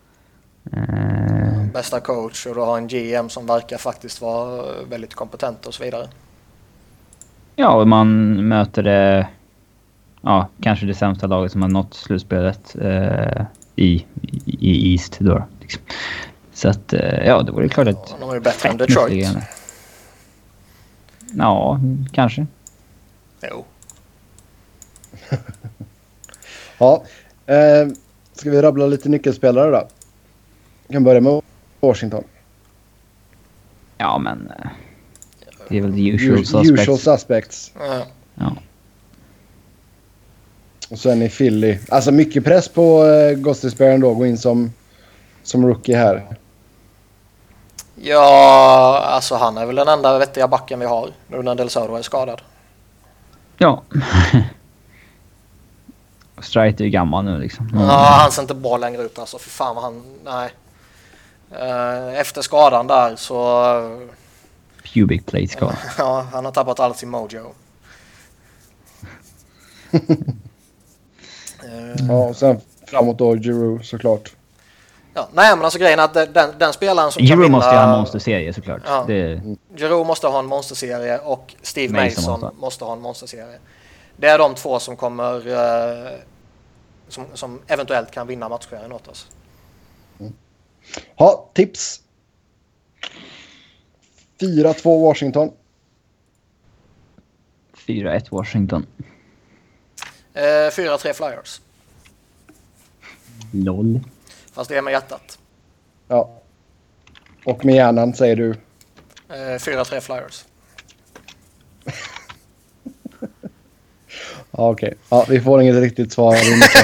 bästa coach, och du har en GM som verkar faktiskt vara väldigt kompetent och så vidare. Ja, och man möter det... Ja, kanske det sämsta laget som har nått slutspelet i East då. Liksom. Så att, det vore klart att... De är ju bättre än Detroit. Ja, kanske. Jo. Ja, ska vi rabbla lite nyckelspelare då? Vi kan börja med Washington. Ja, men... det är väl the usual suspects. Ja. Och sen i Philly. Alltså mycket press på Gostisberg då. Gå in som rookie här. Ja, alltså han är väl den enda vettiga backen vi har nu när Del Soro är skadad. Ja. Strite är gammal nu liksom. Ja, han ser inte bra längre ut alltså. För fan vad han... Nej. Efter skadan där så... Pubic plate skada. Ja, han har tappat allt sin mojo. Ja, och sen framåt då Giroux såklart. Ja, nej men alltså grejen är att den spelaren som Giroux måste ha en monsterserie såklart. Ja. Giroux måste ha en monsterserie och Steve Mason måste ha en monsterserie. Det är de två som kommer som eventuellt kan vinna matchserien åt oss. Ja, tips. 4-2 Washington. 4-1 Washington. 4-3 Flyers. LOL. Fast det är med hjärtat. Ja. Och med hjärnan säger du? 4-3 Flyers. Ja, okej. Ja, vi får inget riktigt svar.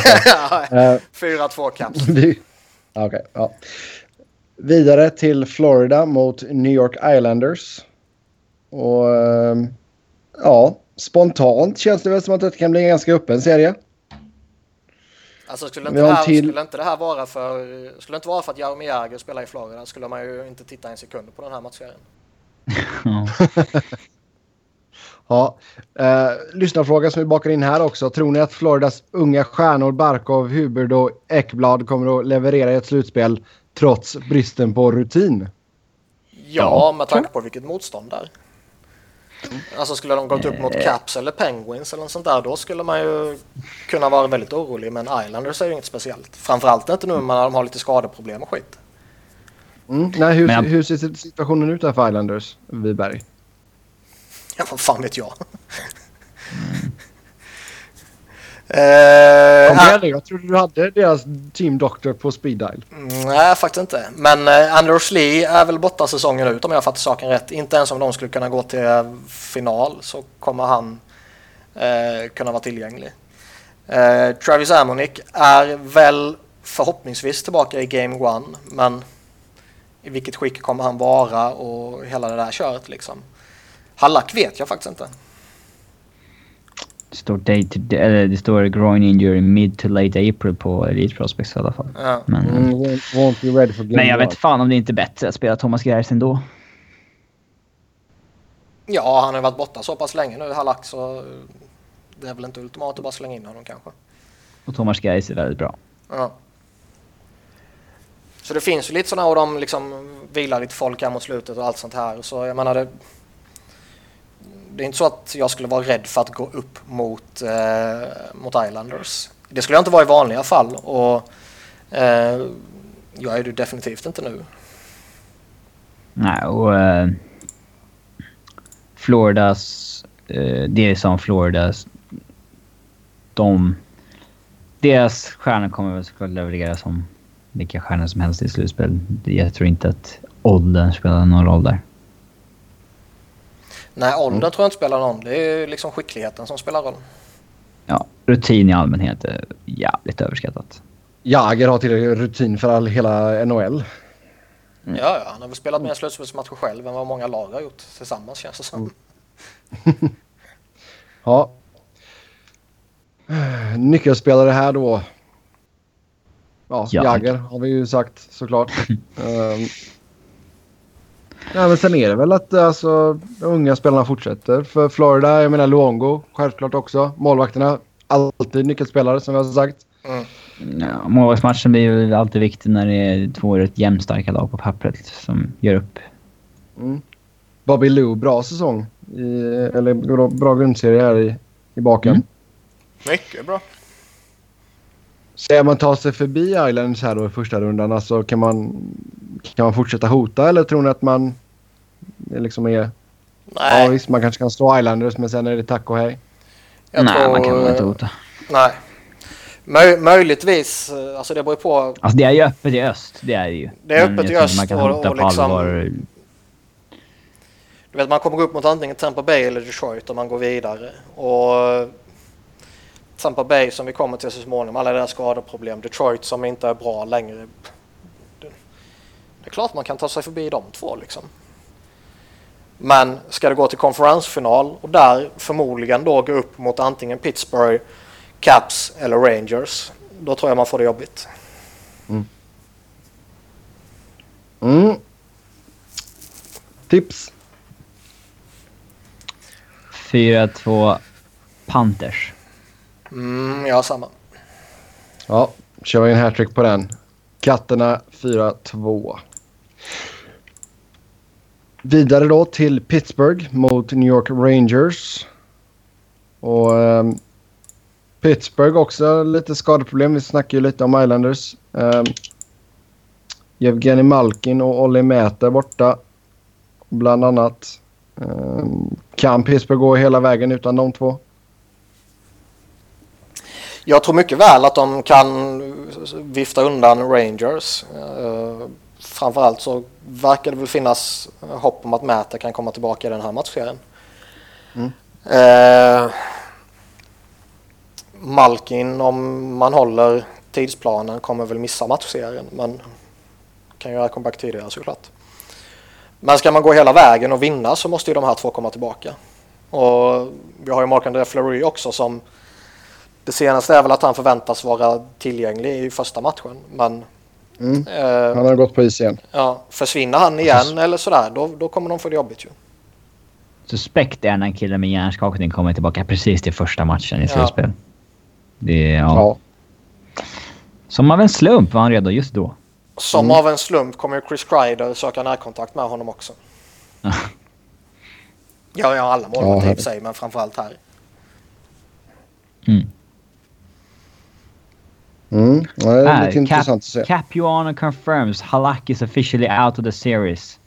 4-2 Caps. Okej, ja. Vidare till Florida mot New York Islanders. Och spontant känns det väl som att det kan bli en ganska öppen serie. Alltså skulle inte det här vara för att Jaromir Jagr spelar i Florida, skulle man ju inte titta en sekund på den här matchserien. Ja, lyssnarfråga som vi bakar in här också. Tror ni att Floridas unga stjärnor Barkov, Hubert och Ekblad kommer att leverera i ett slutspel trots bristen på rutin? Ja, med tanke på vilket motstånd där. Alltså skulle de gått upp mot Caps eller Penguins eller något sånt där, då skulle man ju kunna vara väldigt orolig, men Islanders är ju inget speciellt. Framförallt inte nu när de har lite skadeproblem och skit. Nej, hur ser situationen ut där för Islanders, Wiberg? Ja, vad fan vet jag. Jag trodde du hade deras team doctor på speed dial. Nej, faktiskt inte. Men Anders Lee är väl borta säsongen ut om jag fattar saken rätt. Inte ens om de skulle kunna gå till final så kommer han kunna vara tillgänglig. Travis Amonic är väl förhoppningsvis tillbaka i Game 1, men i vilket skick kommer han vara och hela det där köret liksom. Halak vet jag faktiskt inte. Det står groin injury mid to late April på Elite Prospects i alla fall. Ja. Men jag vet fan om det är inte är bättre att spela Thomas Greiss ändå. Ja, han har varit borta så pass länge nu, Halak, så det är väl inte ultimat att bara slänga in honom kanske. Och Thomas Greiss är väldigt bra. Ja. Så det finns ju lite sådana, och de liksom vilar lite folk här mot slutet och allt sånt här. Så jag menar, det är inte så att jag skulle vara rädd för att gå upp mot Islanders. Det skulle jag inte vara i vanliga fall, och jag är det definitivt inte nu. Nej, och Floridas, det är som Floridas, deras stjärnor kommer väl såklart leverera som vilka stjärnor som helst i slutspel. Jag tror inte att åldern spelar någon roll där. Nej, åldern tror jag inte spelar någon. Det är liksom skickligheten som spelar roll. Ja, rutin i allmänhet är jävligt överskattat. Jäger har tillräcklig rutin för hela NHL. Ja, han har väl spelat mer slutspelsmatcher själv än vad många lag har gjort tillsammans, känns det som. Ja. Nyckelspelare här då. Ja, Jäger har vi ju sagt såklart. Ja, men sen är det väl att alltså, de unga spelarna fortsätter. För Florida, jag menar Luongo, självklart också. Målvakterna, alltid nyckelspelare som vi har sagt. Ja, målvaktsmatchen blir ju alltid viktig när det är två rätt jämnstarka lag på pappret som gör upp. Bobby Lou, bra säsong. Eller bra grundserie här i baken. Mycket bra. Ska man ta sig förbi Islanders här då i första rundan? Alltså kan man fortsätta hota, eller tror ni att man liksom är... Nej. Ja visst, man kanske kan slå Islanders, men sen är det tack och hej. Nej, man kan inte hota. Nej. Möjligtvis, alltså det beror på... Alltså det är ju öppet i öst, det är det ju. Det är öppet i öst, man kan hota och på liksom... allvar. Du vet, man kommer upp mot antingen Tampa Bay eller Detroit om man går vidare. Och Tampa Bay som vi kommer till så småningom, alla deras skadeproblem. Detroit som inte är bra längre. Det är klart man kan ta sig förbi de två liksom. Men ska det gå till konferensfinal och där förmodligen då gå upp mot antingen Pittsburgh, Caps eller Rangers, då tror jag man får det jobbigt. Tips? 4-2 Panthers. Ja, samma. Ja, kör vi en hattrick på den. Katterna 4-2. Vidare då till Pittsburgh mot New York Rangers. Och Pittsburgh också lite skadeproblem. Vi snackar ju lite om Islanders. Evgeni Malkin och Olli Mäter borta. Bland annat. Kan Pittsburgh gå hela vägen utan de två? Jag tror mycket väl att de kan vifta undan Rangers. Framförallt så verkar det väl finnas hopp om att Mäter kan komma tillbaka i den här matchserien. Malkin, om man håller tidsplanen, kommer väl missa matchserien, men kan göra comeback tidigare såklart. Men ska man gå hela vägen och vinna så måste ju de här två komma tillbaka. Och vi har ju Marc-André Fleury också, som det senaste är väl att han förväntas vara tillgänglig i första matchen, men han har gått på is igen. Ja, försvinner han igen eller sådär, då kommer de få det jobbigt ju. Suspekt är när en kille med hjärnskakning kommer tillbaka precis till första matchen i slutspel. Det är, som av en slump var han redo just då. Som av en slump kommer Chris Kreider söka närkontakt med honom också. Ja, alla målvakter i sig, men framförallt här. Det är lite intressant att se. Capuano confirms Halak is officially out of the series.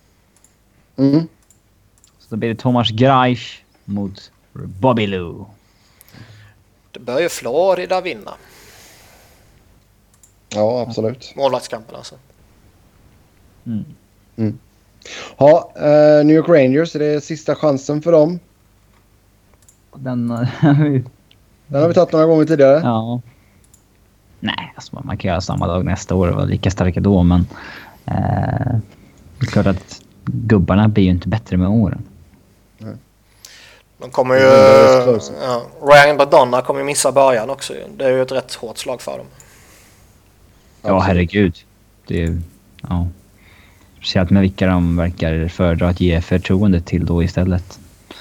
Så då blir det Thomas Greisch mot Bobby Lou. Det bör ju Florida vinna. Ja, absolut. Målvaktskampen alltså. Ja, New York Rangers, är det sista chansen för dem? Den har vi tagit några gånger tidigare. Ja. Nej, alltså man kan göra samma dag nästa år och vara lika starka då, men det är klart att gubbarna blir ju inte bättre med åren. De kommer ju... Ryan Badonna kommer ju missa början också. Det är ju ett rätt hårt slag för dem. Ja, herregud. Det är speciellt med vilka de verkar föredra att ge förtroende till då istället.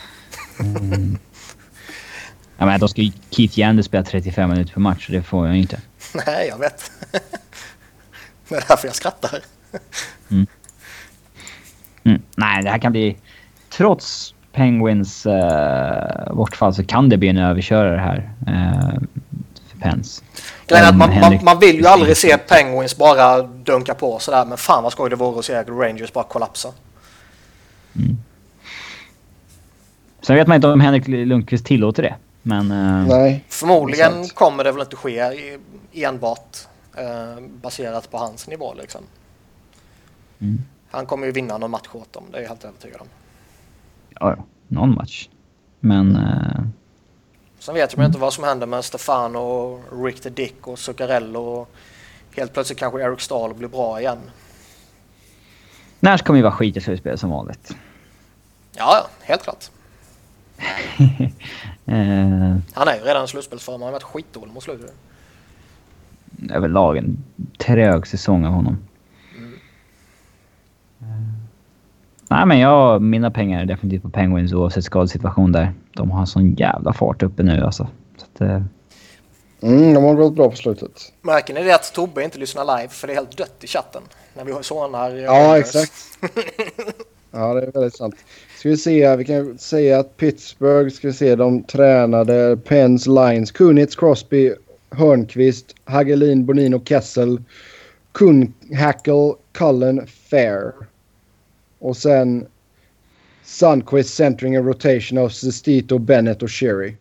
Ja, men då ska ju Keith Yandel spela 35 minuter per match, så det får jag ju inte. Nej, jag vet. Det är därför jag skrattar. Nej, det här kan bli... Trots Penguins bortfall så kan det bli en överkörare här för Pens. Man vill ju aldrig se Penguins bara dunka på sådär, men fan vad skoj det vore att se Rangers bara kollapsa. Sen vet man inte om Henrik Lundqvist tillåter det. Men, nej, förmodligen kommer det väl inte ske enbart baserat på hans nivå liksom. Han kommer ju vinna någon match åt dem, det är jag helt övertygad om. Ja, någon match. Men... Sen vet man inte vad som händer med Stefan och Rick the Dick och Zuccarello. Och helt plötsligt kanske Eric Stahl blir bra igen. Nash kommer ju vara skit i slutspel som vanligt. Ja, helt klart. Han är ju redan slutspelsform. Han har varit skitdålig mot slutet. Överlag en trög säsong av honom. Nej, men mina pengar är definitivt på Penguins oavsett skadesituation där. De har sån jävla fart uppe nu alltså. Så att, de har gått bra på slutet. Märker ni det att Tobbe inte lyssnar live för det är helt dött i chatten när vi har sådana. Ja, exakt. Ja, det är väldigt sant. Ska vi se, vi kan säga att Pittsburgh, ska vi se, de tränade Pens, Lines, Kunitz, Crosby, Hörnqvist, Hagelin, Bonino, Kessel, Hackle, Cullen, Fair. Och sen Sundqvist centering a rotation of Sestito, Bennett och Sherry.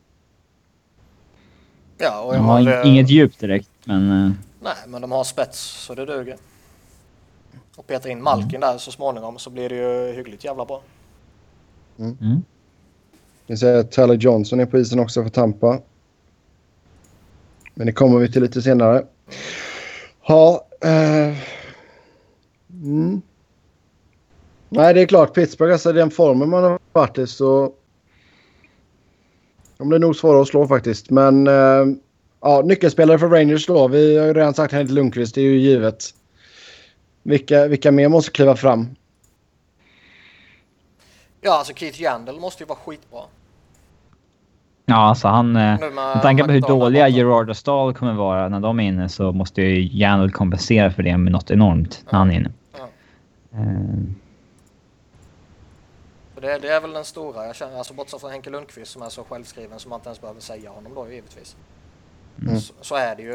Ja, och de har inget djup direkt, men... Nej, men de har spets så det duger. Och petar in Malkin där så småningom så blir det ju hyggligt jävla bra. Vi säger att Tyler Johnson är på isen också för Tampa. Men det kommer vi till lite senare. Ja, Nej, det är klart. Pittsburgh, alltså den formen man har varit i så... De blir nog svåra att slå faktiskt. Men ja, nyckelspelare för Rangers då. Vi har ju redan sagt Henrik Lundqvist, det är ju givet. Vilka mer måste kliva fram? Ja, alltså Keith Yandel måste ju vara skitbra. Ja, alltså han... Med tanke på hur dåliga Gerard och Stahl kommer vara när de är inne så måste ju Yandel kompensera för det med något enormt när han är inne. Ja. Det är väl den stora, jag känner, alltså bortsett från Henke Lundqvist som är så självskriven som man inte ens behöver säga honom då givetvis. Så är det ju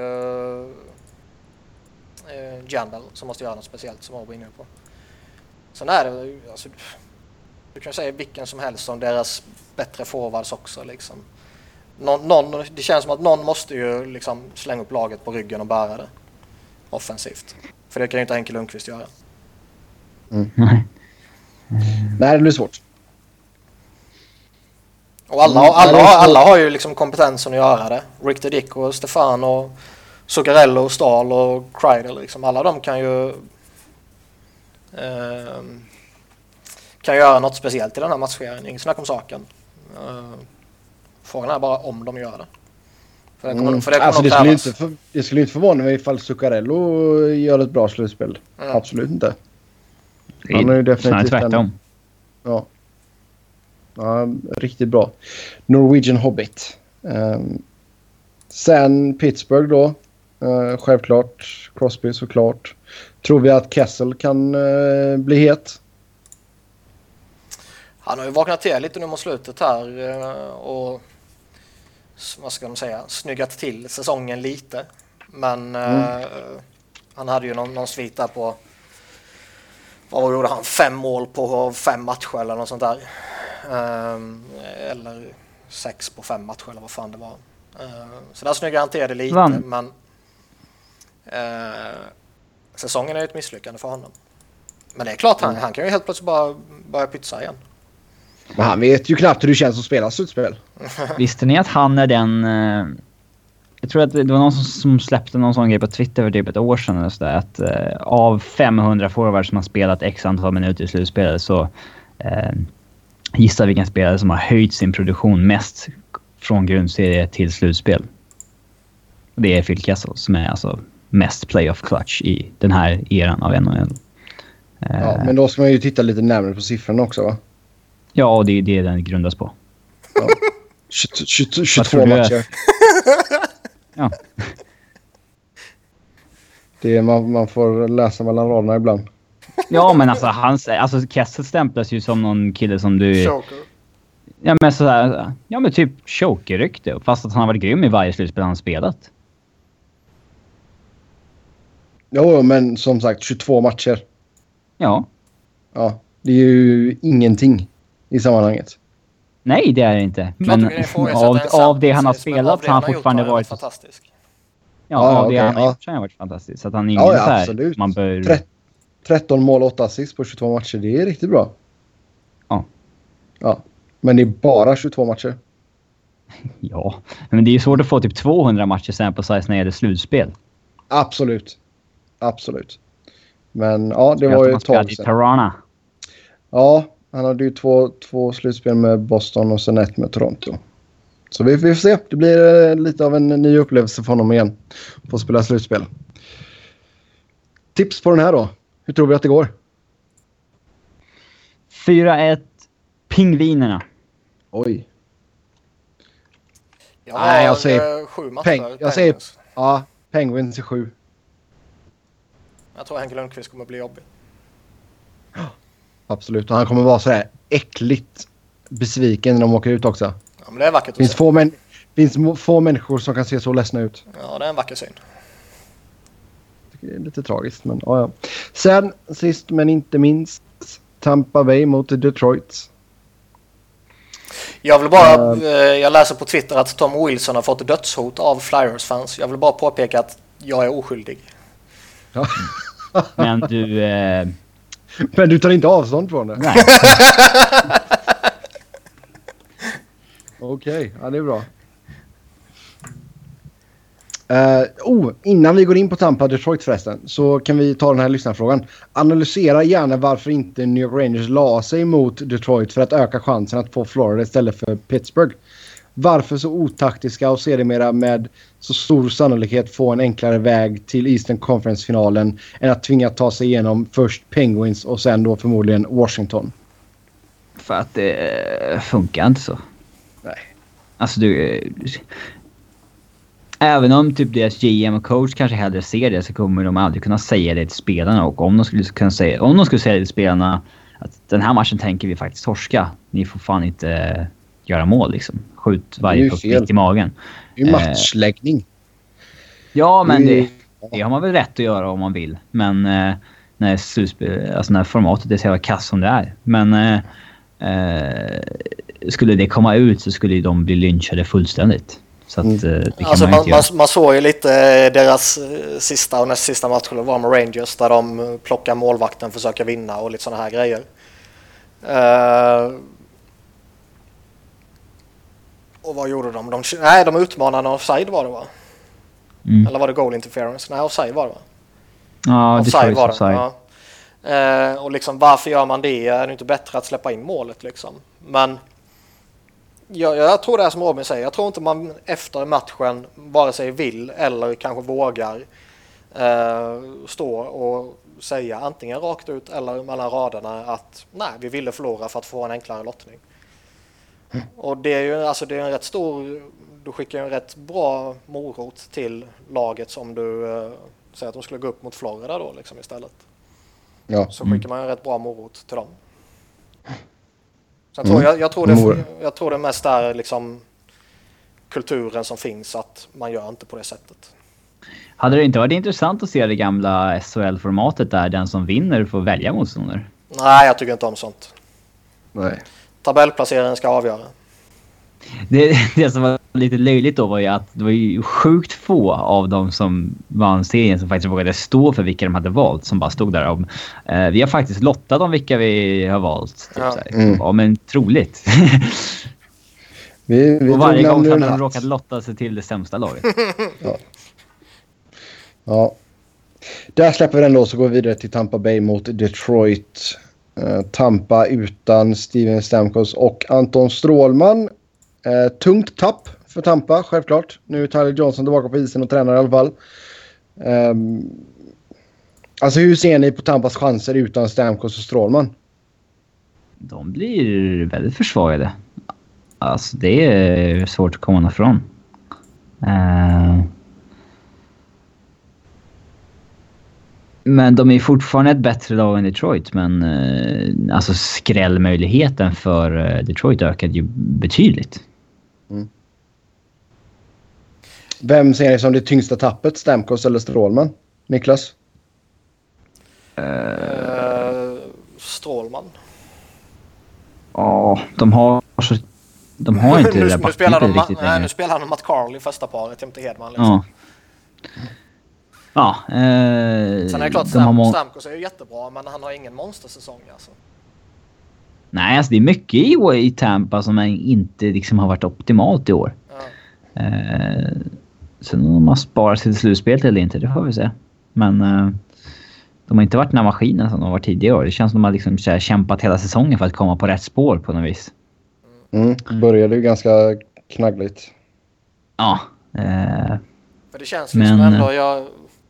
Jandal som måste göra något speciellt som jag var inne på. Sen är det alltså, du kan säga vilken som helst om deras bättre forwards också liksom. Det känns som att någon måste ju liksom slänga upp laget på ryggen och bära det offensivt. För det kan ju inte Henke Lundqvist göra. Nej, det blir svårt. Och alla har ju liksom kompetensen att göra det. Rick the Dick och Stefan och Zuccarello och Stahl och Kreider liksom. Alla de kan ju göra något speciellt i den här matchserien. Inget snack om saken. Frågan är bara om de gör det. Det skulle inte förvåna mig ifall Zuccarello gör ett bra slutspel. Absolut inte. Han är ju definitivt tvärtom. Ja, riktigt bra. Norwegian Hobbit. Sen Pittsburgh då. Självklart. Crosby såklart. Tror vi att Kessel kan bli het? Han har ju vaknat till lite nu mot slutet här och vad ska man säga, snyggat till säsongen lite. Men han hade ju någon svit där på, vad gjorde han? 5 mål på 5 matcher eller något sånt där. Eller 6 på 5 matcher eller vad fan det var. Så där snyggar han till det lite. Men säsongen är ju ett misslyckande för honom. Men det är klart, han kan ju helt plötsligt bara börja pytsa igen. Men han vet ju knappt hur det känns att spela slutspel. Visste ni att han är den... Jag tror att det var någon som släppte någon sån grej på Twitter för typ ett år sedan. Eller så där, att av 500 forwards som har spelat x antal minuter i slutspelet så gissa vilken spelare som har höjt sin produktion mest från grundserie till slutspel. Det är Phil Kessel som är alltså mest playoff clutch i den här eran av NHL. Ja, men då ska man ju titta lite närmare på siffrorna också, va? Ja, och det är det den grundas på. Ja. 22 matcher. Ja. Det är, man får läsa mellan raderna ibland. Ja, men alltså Kessel stämplas ju som någon kille som du... Joker. Ja, men sådär... Ja, men typ choker-rykte. Fast att han har varit grym i varje slutspel han spelat. Jo, men som sagt 22 matcher. Ja. Ja, det är ju ingenting i sammanhanget. Nej, det är det inte. Men av det han har spelat har han fortfarande varit... fantastisk. Ja, av det han har gjort så har han varit fantastisk. Så att han är ingen så här... Absolut. Man bör... 13 mål, 8 assist på 22 matcher. Det är riktigt bra. Ja. Ja, men det är bara 22 matcher. Ja, men det är ju svårt att få typ 200 matcher sen på size när det gäller slutspel. Absolut. Absolut. Men ja, det var ju ett tag sedan. Toronto. Ja, han hade ju två slutspel med Boston och sen ett med Toronto. Så vi får se. Det blir lite av en ny upplevelse för honom igen. Få spela slutspel. Tips på den här då. Hur tror vi att det går? 4-1 Pingvinerna. Oj. Jag säger 7 matcher. Jag säger Penguins i 7. Jag tror Henke Lundqvist kommer bli jobbig. Absolut. Och han kommer vara så här äckligt besviken när de åker ut också. Ja, men det är vackert att se. Finns få människor som kan se så ledsna ut. Ja, det är en vacker syn. Det är lite tragiskt, men ja. Sen, sist men inte minst, Tampa Bay mot Detroit. Jag vill bara... jag läser på Twitter att Tom Wilson har fått dödshot av Flyers-fans. Jag vill bara påpeka att jag är oskyldig. Ja. Men du... Men du tar inte avstånd från det? Nej. Okej, ja det är bra. Innan vi går in på Tampa Detroit förresten så kan vi ta den här lyssnarfrågan. Analysera gärna varför inte New York Rangers la sig mot Detroit för att öka chansen att få Florida istället för Pittsburgh. Varför så otaktiska och sedermera med så stor sannolikhet få en enklare väg till Eastern Conference-finalen än att tvinga ta sig igenom först Penguins och sen då förmodligen Washington? För att det funkar inte så. Nej. Alltså även om typ deras GM och coach kanske hellre ser det så kommer de aldrig kunna säga det till spelarna. Och om de skulle säga det till spelarna att den här matchen tänker vi faktiskt torska. Ni får fan inte göra mål liksom. Skjut varje puck mitt i magen. Det är ju matchläggning. Ja, men det har man väl rätt att göra om man vill. Men när formatet är så jävla kass som det är. Men skulle det komma ut så skulle de bli lynchade fullständigt. Så att, det kan alltså man såg ju lite deras sista och näst sista match var med Rangers där de plockar målvakten, försöker vinna och lite sådana här grejer. Och vad gjorde de? De utmanade offside var det va? Eller var det goal interference? Nej, offside var det va? Ja, offside var det. Ja. Och liksom varför gör man det? Är det inte bättre att släppa in målet liksom? Men jag tror det är som Robin säger. Jag tror inte man efter matchen vare sig vill eller kanske vågar stå och säga antingen rakt ut eller mellan raderna att nej, vi ville förlora för att få en enklare lottning. Och det är ju alltså det är en rätt stor, du skickar en rätt bra morot till laget som du säger att de skulle gå upp mot Florida då liksom istället. Ja. Så skickar man en rätt bra morot till dem. Så jag tror det mest är liksom kulturen som finns att man gör inte på det sättet. Hade det inte varit intressant att se det gamla SHL-formatet där den som vinner får välja motståndare? Nej, jag tycker inte om sånt. Nej. Tabellplaceringen ska avgöra. Det som var lite löjligt då var ju att det var ju sjukt få av dem som vann serien som faktiskt vågade stå för vilka de hade valt, som bara stod där om vi har faktiskt lottat om vilka vi har valt. Typ, ja, men troligt. Vi och varje gång hade de råkat lotta sig till det sämsta laget. Ja. Där släpper vi den då, så går vi vidare till Tampa Bay mot Detroit. Tampa utan Steven Stamkos och Anton Strålman. Tungt tapp för Tampa, självklart. Nu är Tyler Johnson tillbaka på isen och tränar i alla fall. Alltså hur ser ni på Tampas chanser utan Stamkos och Strålman? De blir väldigt försvagade. Alltså det är svårt att komma ifrån. Men de är fortfarande ett bättre lag än Detroit. Men alltså skrällmöjligheten för Detroit ökade ju betydligt. Mm. Vem ser ni som det tyngsta tappet? Stamkos eller Strålman? Niklas? Strålman. Ja, de har inte det där nu spelar de riktigt längre. nu spelar de Matt Carl i första paret jämte Hedman liksom. Ja. Ja, sen är det klart Stamkos är ju jättebra, men han har ingen monstersäsong alltså. Nej, alltså det är mycket i Tampa som inte liksom har varit optimalt i år. Ja. Sen om man sparar till slutspelet eller inte, det får vi se. Men de har inte varit den här maskinen som de var tidigare år. Det känns som de har liksom kämpat hela säsongen för att komma på rätt spår på något vis. Började ju ganska knaggligt. Ja. För det känns liksom ändå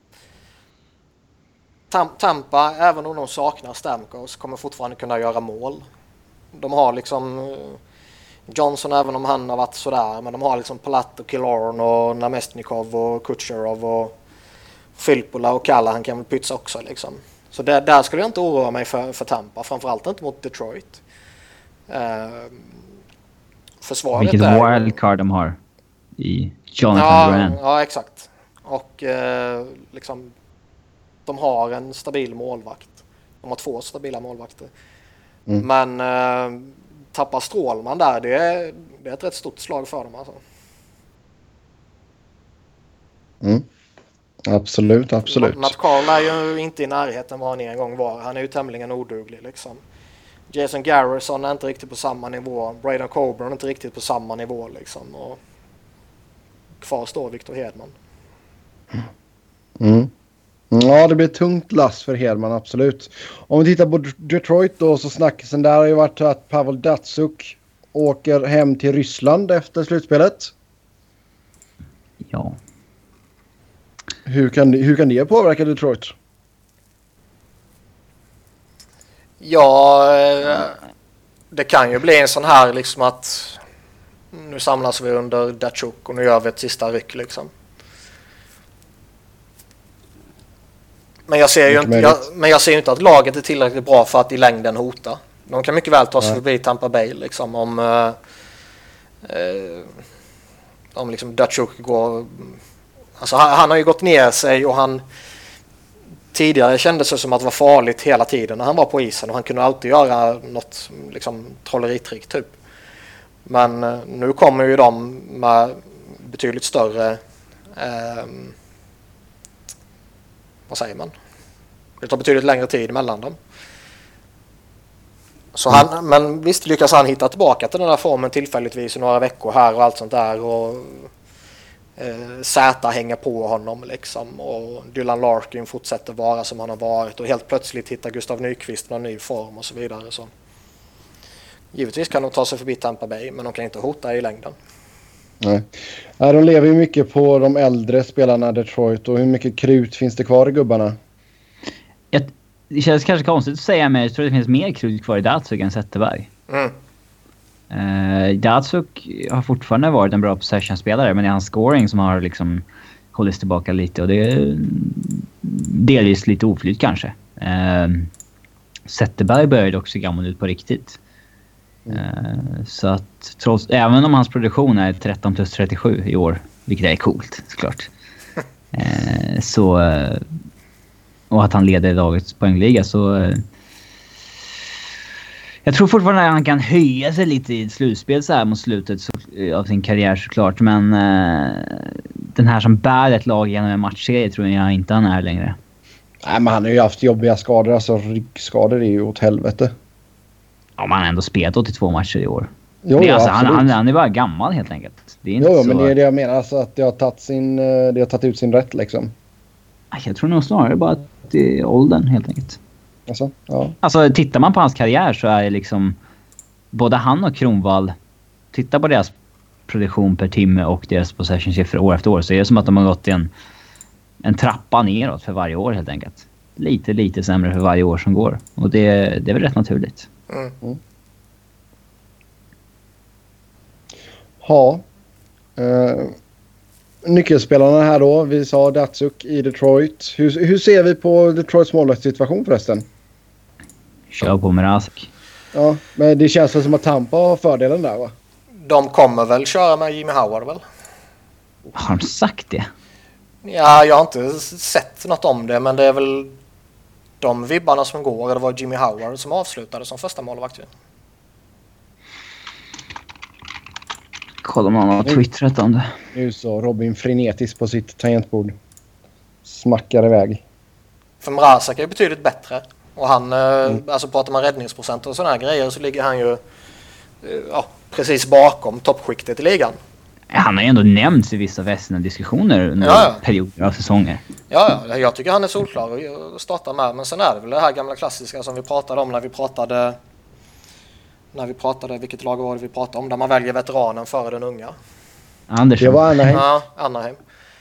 Tampa, även om de saknar Stamkos, kommer fortfarande kunna göra mål. De har liksom Johnson, även om han har varit sådär, men de har liksom Palat och Killorn och Namestnikov och Kucherov och Filppula och Kalla, han kan väl pytsa också liksom. Så där skulle jag inte oroa mig för Tampa, framförallt inte mot Detroit. Försvaret vilket wildcard de har i Jonathan Duran. Ja, exakt. Och liksom de har en stabil målvakt. De har 2 stabila målvakter. Men tappar Strålman där, det är ett rätt stort slag för dem alltså. Absolut. Matt Carl är ju inte i närheten vad han en gång var. Han är ju tämligen oduglig liksom. Jason Garrison är inte riktigt på samma nivå. Braden Coburn är inte riktigt på samma nivå liksom. Och kvar står Victor Hedman. Ja, det blir ett tungt lass för Hedman, absolut. Om vi tittar på Detroit då, så snackisen där har ju varit att Pavel Datsyuk åker hem till Ryssland efter slutspelet. Ja. Hur kan det påverka Detroit? Ja, det kan ju bli en sån här liksom att nu samlas vi under Datsyuk och nu gör vi ett sista ryck liksom. Men jag ser ju inte att laget är tillräckligt bra för att i längden hota. De kan mycket väl ta sig förbi Tampa Bay liksom om liksom Datsyuk går. Alltså han har ju gått ner sig och han tidigare kändes det som att det var farligt hela tiden när han var på isen och han kunde alltid göra något liksom trolleritrick typ. Men nu kommer ju de med betydligt större vad säger man? Det tar betydligt längre tid mellan dem. Så men visst lyckas han hitta tillbaka till den där formen tillfälligtvis i några veckor här och allt sånt där och Zäta hänger på honom liksom och Dylan Larkin fortsätter vara som han har varit och helt plötsligt hittar Gustav Nyqvist någon ny form och så vidare. Så givetvis kan de ta sig förbi Tampa Bay, men de kan inte hota i längden. Nej. De lever ju mycket på de äldre spelarna Detroit, och hur mycket krut finns det kvar i gubbarna? Det känns kanske konstigt att säga, men jag tror det finns mer krut kvar i Datsyuk än Zetterberg. Datsyuk har fortfarande varit en bra possession-spelare, men det är hans scoring som har liksom hållits tillbaka lite, och det är delvis lite oflyt kanske. Zetterberg började också gammal ut på riktigt. Så att även om hans produktion är 13 plus 37 i år, vilket är coolt såklart, och att han leder lagets poängliga, så jag tror fortfarande att han kan höja sig lite i slutspel så här mot slutet av sin karriär såklart, men den här som bär ett lag genom en matchserie tror jag inte han är längre. Nej, men han har ju haft jobbiga skador, alltså ryggskador är ju åt helvete. Ja, man har ändå spelat 82 matcher i år. Jo, alltså, han är bara gammal helt enkelt. Det är inte så... men det är det jag menar, alltså att det har tagit ut sin rätt liksom. Jag tror nog snarare bara att det är åldern helt enkelt. Alltså tittar man på hans karriär så är det liksom både han och Kronwall, titta på deras produktion per timme och deras possession-siffror år efter år, så är det som att de har gått i en trappa neråt för varje år helt enkelt. Lite sämre för varje år som går, och det är väl rätt naturligt. Ja. nyckelspelarna här då. Vi sa Datsuk i Detroit. Hur ser vi på Detroits målvaktssituation förresten? Kör på Mrazek. Ja, men det känns väl som att Tampa har fördelen där, va? De kommer väl köra med Jimmy Howard väl? Har de sagt det? Ja, jag har inte sett något om det, men det är väl de vibbarna som går. Det var Jimmy Howard som avslutade som första målvakt. Kolla om någon har twittrat om det. Nu så Robin frenetisk på sitt tangentbord. Smackar iväg. För Mrazek är betydligt bättre. Och han, alltså pratar man räddningsprocent och sådana här grejer, så ligger han ju precis bakom toppskiktet i ligan. Han har ju ändå nämnts i vissa Vesna-diskussioner under perioder av säsonger. Ja, jag tycker han är solklar att starta med. Men sen är det väl det här gamla klassiska som vi pratade om när vi pratade, vilket lag var det vi pratade om, där man väljer veteranen före den unga. Andersson. Det var Anaheim. Ja, Anaheim.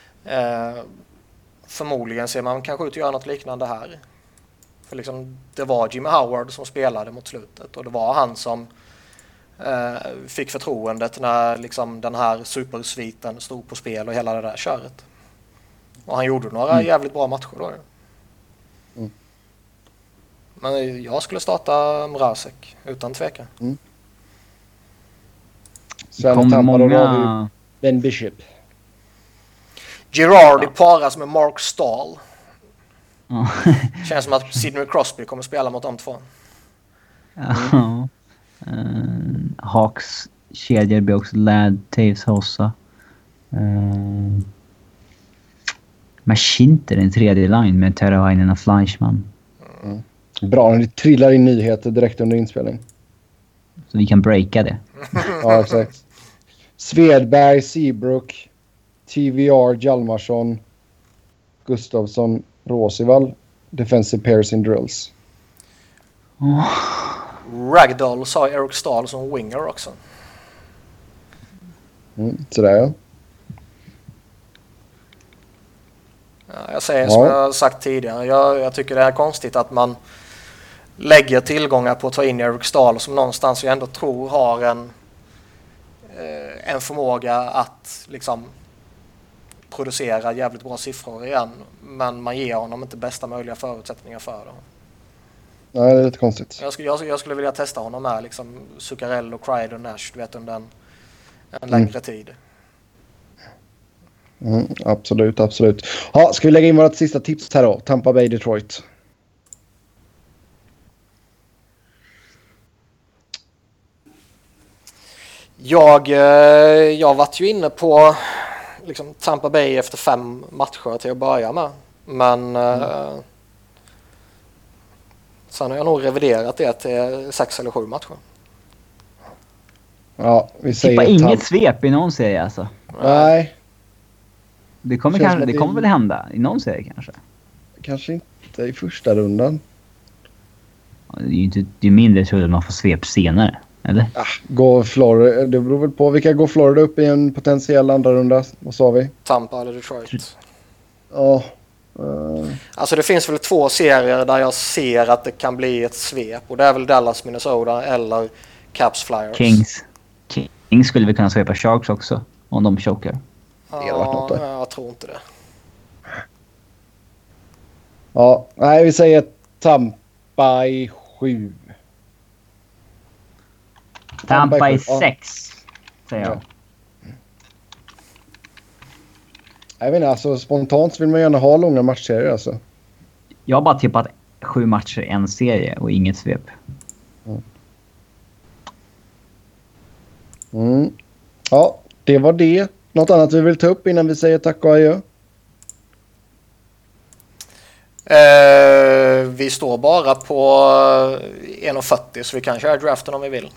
Förmodligen ser man kanske ut att göra något liknande här. För liksom, det var Jimmy Howard som spelade mot slutet, och det var han som fick förtroendet när liksom den här supersviten stod på spel och hela det där köret. Och han gjorde några jävligt bra matcher då. Men jag skulle starta Mrazek utan tvekan. Sen kommer Tampa då har många... vi Ben Bishop. Girardi paras med Mark Stahl. Ja. Känns som att Sidney Crosby kommer spela mot de två. Ja. Hawks kedjor blir också Ladd, Taves, Hossa. Machinter en tredje line med Teravainen och Fleischmann. Bra, när det trillar in nyheter direkt under inspelning. Så vi kan breaka det. Ja, exakt. Svedberg, Seabrook, TVR, Hjalmarsson, Gustafsson, Rosivall, defensive pairs in drills. Ragdoll sa Eric Stahl som winger också. Sådär ja. Ja, jag säger som jag sagt tidigare. Jag tycker det är konstigt att man lägger tillgångar på att ta in Eric Stahl, som någonstans jag ändå tror har en förmåga att liksom producera jävligt bra siffror igen, men man ger honom inte bästa möjliga förutsättningar för det. Nej, det är lite konstigt. Jag skulle vilja testa honom med liksom Zuccarello, Kreider och Nash, du vet, under en längre tid. Absolut, absolut. Ja, ska vi lägga in vårt sista tips här då? Tampa Bay, Detroit. Jag varit ju inne på liksom Tampa Bay efter 5 matcher till att börja med. Men sen har jag nog reviderat det till 6 eller 7 matcher. Ja, vi säger Tippa inget svep i någon serie alltså. Nej. Det kommer väl hända i någon serie kanske. Kanske inte i första rundan. Det är ju inte, det är mindre troligt att man får svep senare, eller? Går Florida, det beror väl på vilka går Florida upp i en potentiell andra runda. Vad sa vi? Tampa eller Detroit. Ja. Alltså det finns väl 2 serier där jag ser att det kan bli ett svep, och det är väl Dallas, Minnesota eller Caps, Flyers. Kings skulle vi kunna svepa Sharks också om de chokar. Ja, jag tror inte det. Ja, nej, vi säger Tampa i 7. Tampa i 6, säger jag. Jag vet inte, alltså spontant vill man gärna ha långa matchserier alltså. Jag har bara tippat 7 matcher i en serie och inget svep. Ja, det var det. Något annat vi vill ta upp innan vi säger tack och adjö? Vi står bara på 1,40 så vi kan köra draften om vi vill.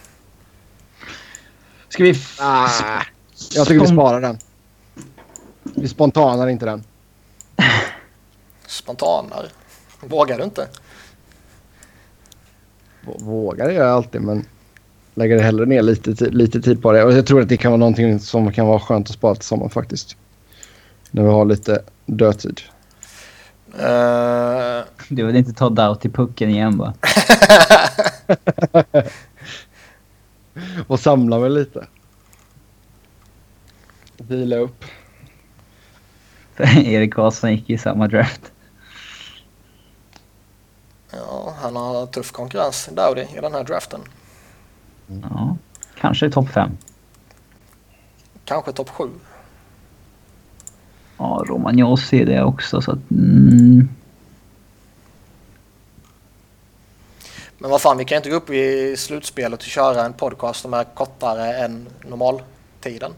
Ska vi... Jag tycker vi sparar den. Vi spontanar inte den. Spontanar? Vågar du inte? Vågar jag alltid, men lägger det hellre ner lite tid på det. Och jag tror att det kan vara någonting som kan vara skönt att spara till sommar faktiskt. När vi har lite dödtid. Du vill inte ta Doubt i pucken igen va? Och samla mig lite. Vila upp. Erik Karlsson gick i samma draft. Ja, han har tuff konkurrens, Dowdy, i den här draften. Ja, kanske topp 5. Kanske topp 7. Ja, Romagnosi är det också. Så att, Men vad fan, vi kan inte gå upp i slutspelet och köra en podcast som är kortare än normaltiden.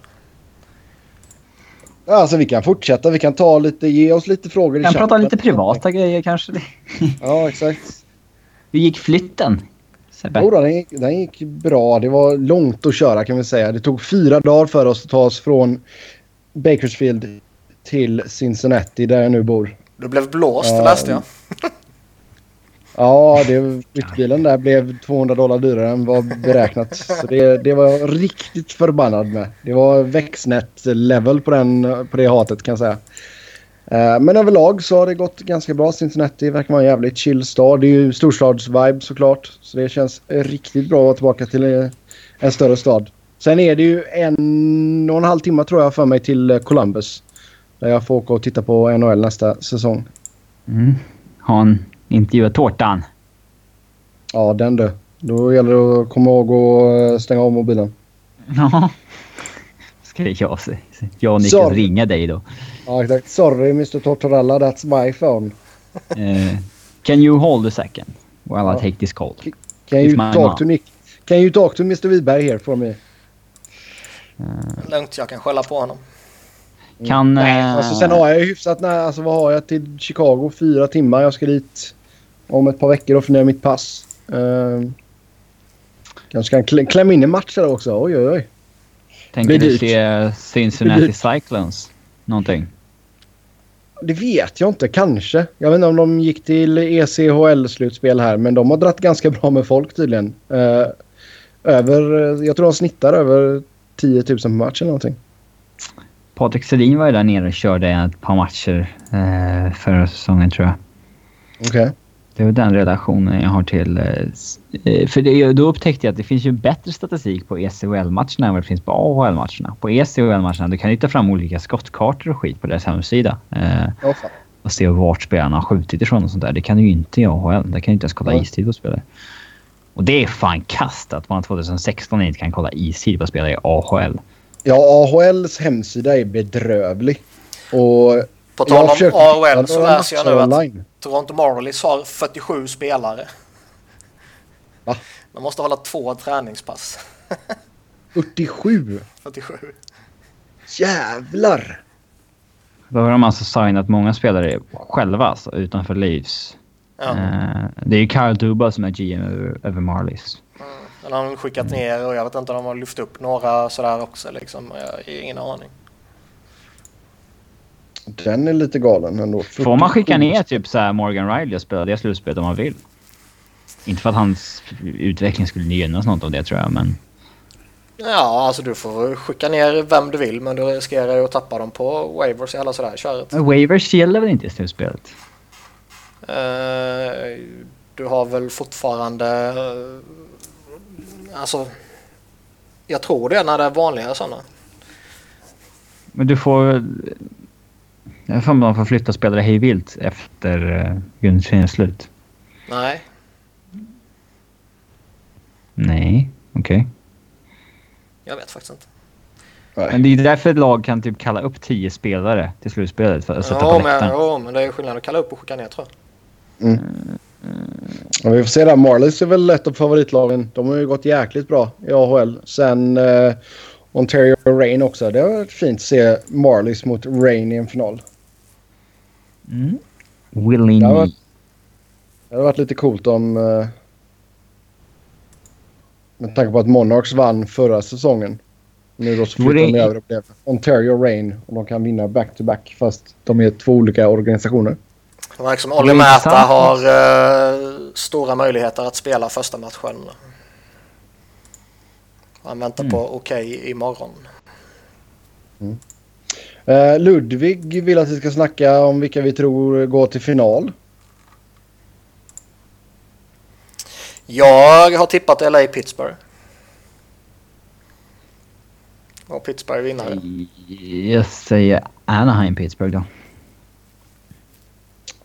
Ja, alltså vi kan fortsätta. Vi kan ta lite, ge oss lite frågor i kan chatten. prata lite privata grejer kanske. Ja, exakt. Hur gick flytten? Jodå, den gick bra. Det var långt att köra kan vi säga. Det tog 4 dagar för oss att ta oss från Bakersfield till Cincinnati där jag nu bor. Du blev blåst, läste jag. Ja, flyttbilen där blev $200 dyrare än vad beräknat. Så det var riktigt förbannad med. Det var växtnät-level på det hatet kan jag säga. Men överlag så har det gått ganska bra. Cincinnati verkar vara en jävligt chill stad. Det är ju storstadsvibe såklart. Så det känns riktigt bra att vara tillbaka till en större stad. Sen är det ju 1,5 timme tror jag för mig till Columbus. Där jag får åka och titta på NHL nästa säsong. Han intervjuat tårtan. Ja, den du. Då gäller det att komma ihåg att stänga av mobilen. Ja. Ska jag och Niklas ringa dig då? Ja, exakt. Sorry, Mr. Tortorella, that's my phone. Can you hold a second while I take this call? Can you talk to Mr. Wiberg here for me? Lugnt, jag kan skälla på honom. Sen har jag hyfsat vad har jag till Chicago? 4 timmar. Jag ska dit om ett par veckor och fundera mitt pass. Kanske kan klämma in en match där också. Oj. Tänker du se Cincinnati Cyclones någonting? Det vet jag inte, kanske. Jag vet inte om de gick till ECHL-slutspel här, men de har dratt ganska bra med folk tydligen. Jag tror de snittar över 10 000 på match eller någonting. Patrik Sedin var ju där nere och körde ett par matcher förra säsongen tror jag. Okej. Det var den relationen jag har till... För då upptäckte jag att det finns ju bättre statistik på ECHL-matcherna än vad det finns på AHL-matcherna. På ECHL-matcherna du kan ju ta fram olika skottkartor och skit på deras hemsida. Och se vart spelarna har skjutit ifrån och sånt där. Det kan du ju inte i AHL. Där kan du inte ens kolla istid på spelare. Och det är fan kast att man 2016 inte kan kolla istid på spelare i AHL. Ja, AHLs hemsida är bedrövlig. Och på tal om AHL så läser jag nu att Toronto Marlies har 47 spelare. Va? De måste hålla 2 träningspass. 47? 47. Jävlar! Då har de alltså signat många spelare själva alltså, utanför Leafs. Ja. Det är ju Kyle Dubas som är GM över Marlies. Den har de skickat ner och jag vet inte om de har lyft upp några sådär också. Liksom. Jag har ingen aning. Den är lite galen ändå. Får man skicka ner typ så här Morgan Riley och spela det slutspelet om man vill? Inte för att hans utveckling skulle gynnas något av det tror jag, men... Ja, alltså du får skicka ner vem du vill, men du riskerar ju att tappa dem på waivers eller sådär köret. Men waivers gäller väl inte i slutspelet? Du har väl fortfarande... alltså... Jag tror det när det är vanliga sådana. Men du får... Jag får att man får flytta spelare hej vilt efter grundserien slut. Nej. Nej, okej. Okay. Jag vet faktiskt inte. Men det är därför ett lag kan typ kalla upp 10 spelare till slutspelet för att sätta på läktaren. Ja, men det är skillnad att kalla upp och skicka ner tror jag. Ja, vi får se där. Marlies är väl ett av favoritlagen. De har ju gått jäkligt bra i AHL. Sen Ontario Reign också. Det har varit fint att se Marlies mot Reign i en final. Willing. Det har varit lite coolt om... med tanke på att Monarchs vann förra säsongen. Nu då så flyttar de över och blev Ontario Reign. Och de kan vinna back-to-back fast de är 2 olika organisationer. Det verkar som Olli Märta har stora möjligheter att spela första matchen. Han väntar på okej imorgon. Ludvig vill att vi ska snacka om vilka vi tror går till final. Jag har tippat LA Pittsburgh. Och Pittsburgh vinnare. Jag säger Anaheim Pittsburgh då.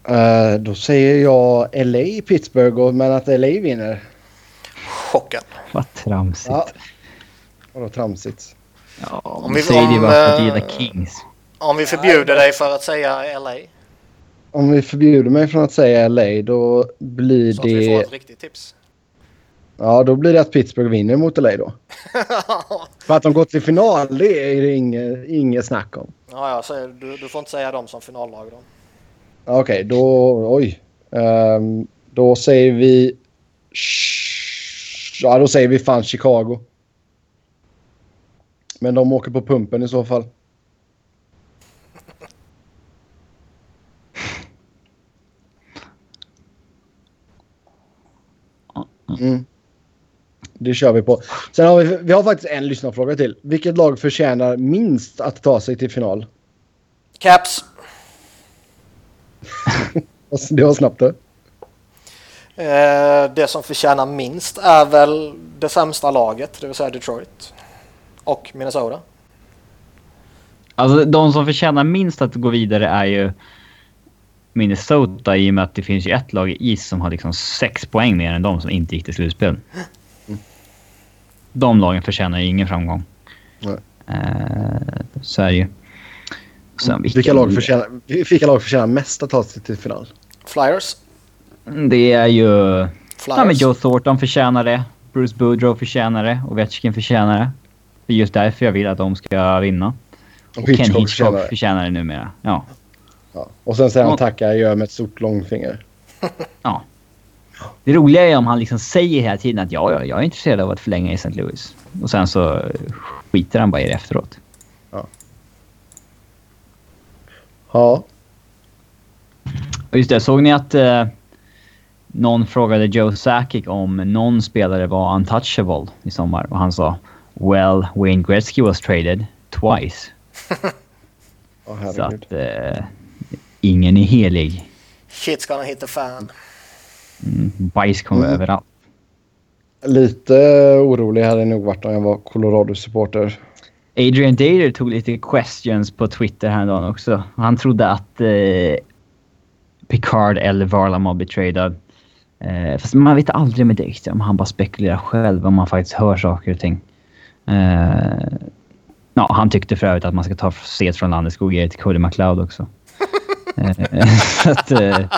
Då säger jag LA, Pittsburgh, men att LA vinner. Chocken. Vad tramsigt. Ja. Vadå tramsigt? Ja, om vi säger det bara för att gilla Kings. Om vi förbjuder dig för att säga LA. Om vi förbjuder mig från att säga LA, då blir så det... Så att vi får ett riktigt tips. Ja, då blir det att Pittsburgh vinner mot LA då. För att de gått till final, det är det inget snack om. Ja, så du får inte säga dem som finallag då. Okej, då... Oj. Då säger vi... Ja, då säger vi fan Chicago. Men de åker på pumpen i så fall. Mm. Det kör vi på. Sen har vi har faktiskt en lyssnarfråga till. Vilket lag förtjänar minst att ta sig till final? Caps. Det var snabbt det. Det som förtjänar minst är väl det sämsta laget, det vill säga Detroit. Och Minnesota. Alltså de som förtjänar minst att gå vidare är ju Minnesota, i och med att det finns ju ett lag i East som har liksom 6 poäng mer än de som inte gick till slutspel. De lagen förtjänar ju ingen framgång. Nej. Så är det ju. Vilka lag förtjänar mest att ta sig till final? Flyers. Det är ju... Flyers. Ja, men Joe Thornton förtjänar det. Bruce Boudreau förtjänar det. Och Ovechkin förtjänar det. Det är just därför jag vill att de ska vinna. Och Ken Hitchcock förtjänar det numera. Ja. Och sen säger han tackar gör med ett stort långfinger. Ja. Det roliga är om han liksom säger hela tiden att jag är intresserad av att förlänga i St. Louis. Och sen så skiter han bara i det efteråt. Ja. Och just det, såg ni att någon frågade Joe Sakic om någon spelare var untouchable i sommar? Och han sa, well, Wayne Gretzky was traded twice. Så att ingen är helig. Shit's gonna hit the fan. Bajs kommer överallt. Lite orolig hade jag nog varit om jag var Colorado-supporter. Adrian Dader tog lite questions på Twitter här dagen också. Han trodde att Picard eller Varlamov blir tradad. Fast man vet aldrig med det. Om han bara spekulerar själv, om man faktiskt hör saker och ting. Han tyckte för övrigt att man ska ta set från Landeskog till Cody McLeod också. Så att...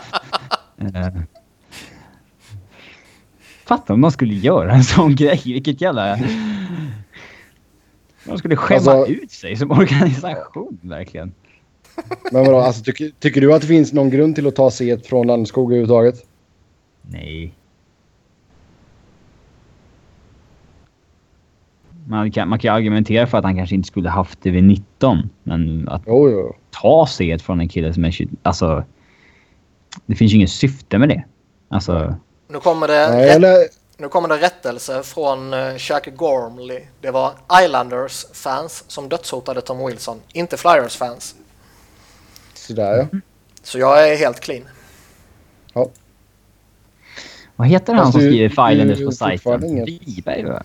fatta om de skulle göra en sån grej. Vilket jävla... De skulle skämma ut sig som organisation, verkligen. Men vadå, alltså, tycker du att det finns någon grund till att ta set från Landeskog överhuvudtaget? Nej. Man kan argumentera för att han kanske inte skulle haft det vid 19. Men att ta set från en kille som är 20... Alltså, det finns ju inget syfte med det. Alltså... Nu kommer det rättelse från Shaq Gormley. Det var Islanders-fans som dödshotade Tom Wilson, inte Flyers-fans. Sådär, ja. Så jag är helt clean. Ja. Vad heter han som skriver för Islanders på sajten? Wiberg, va?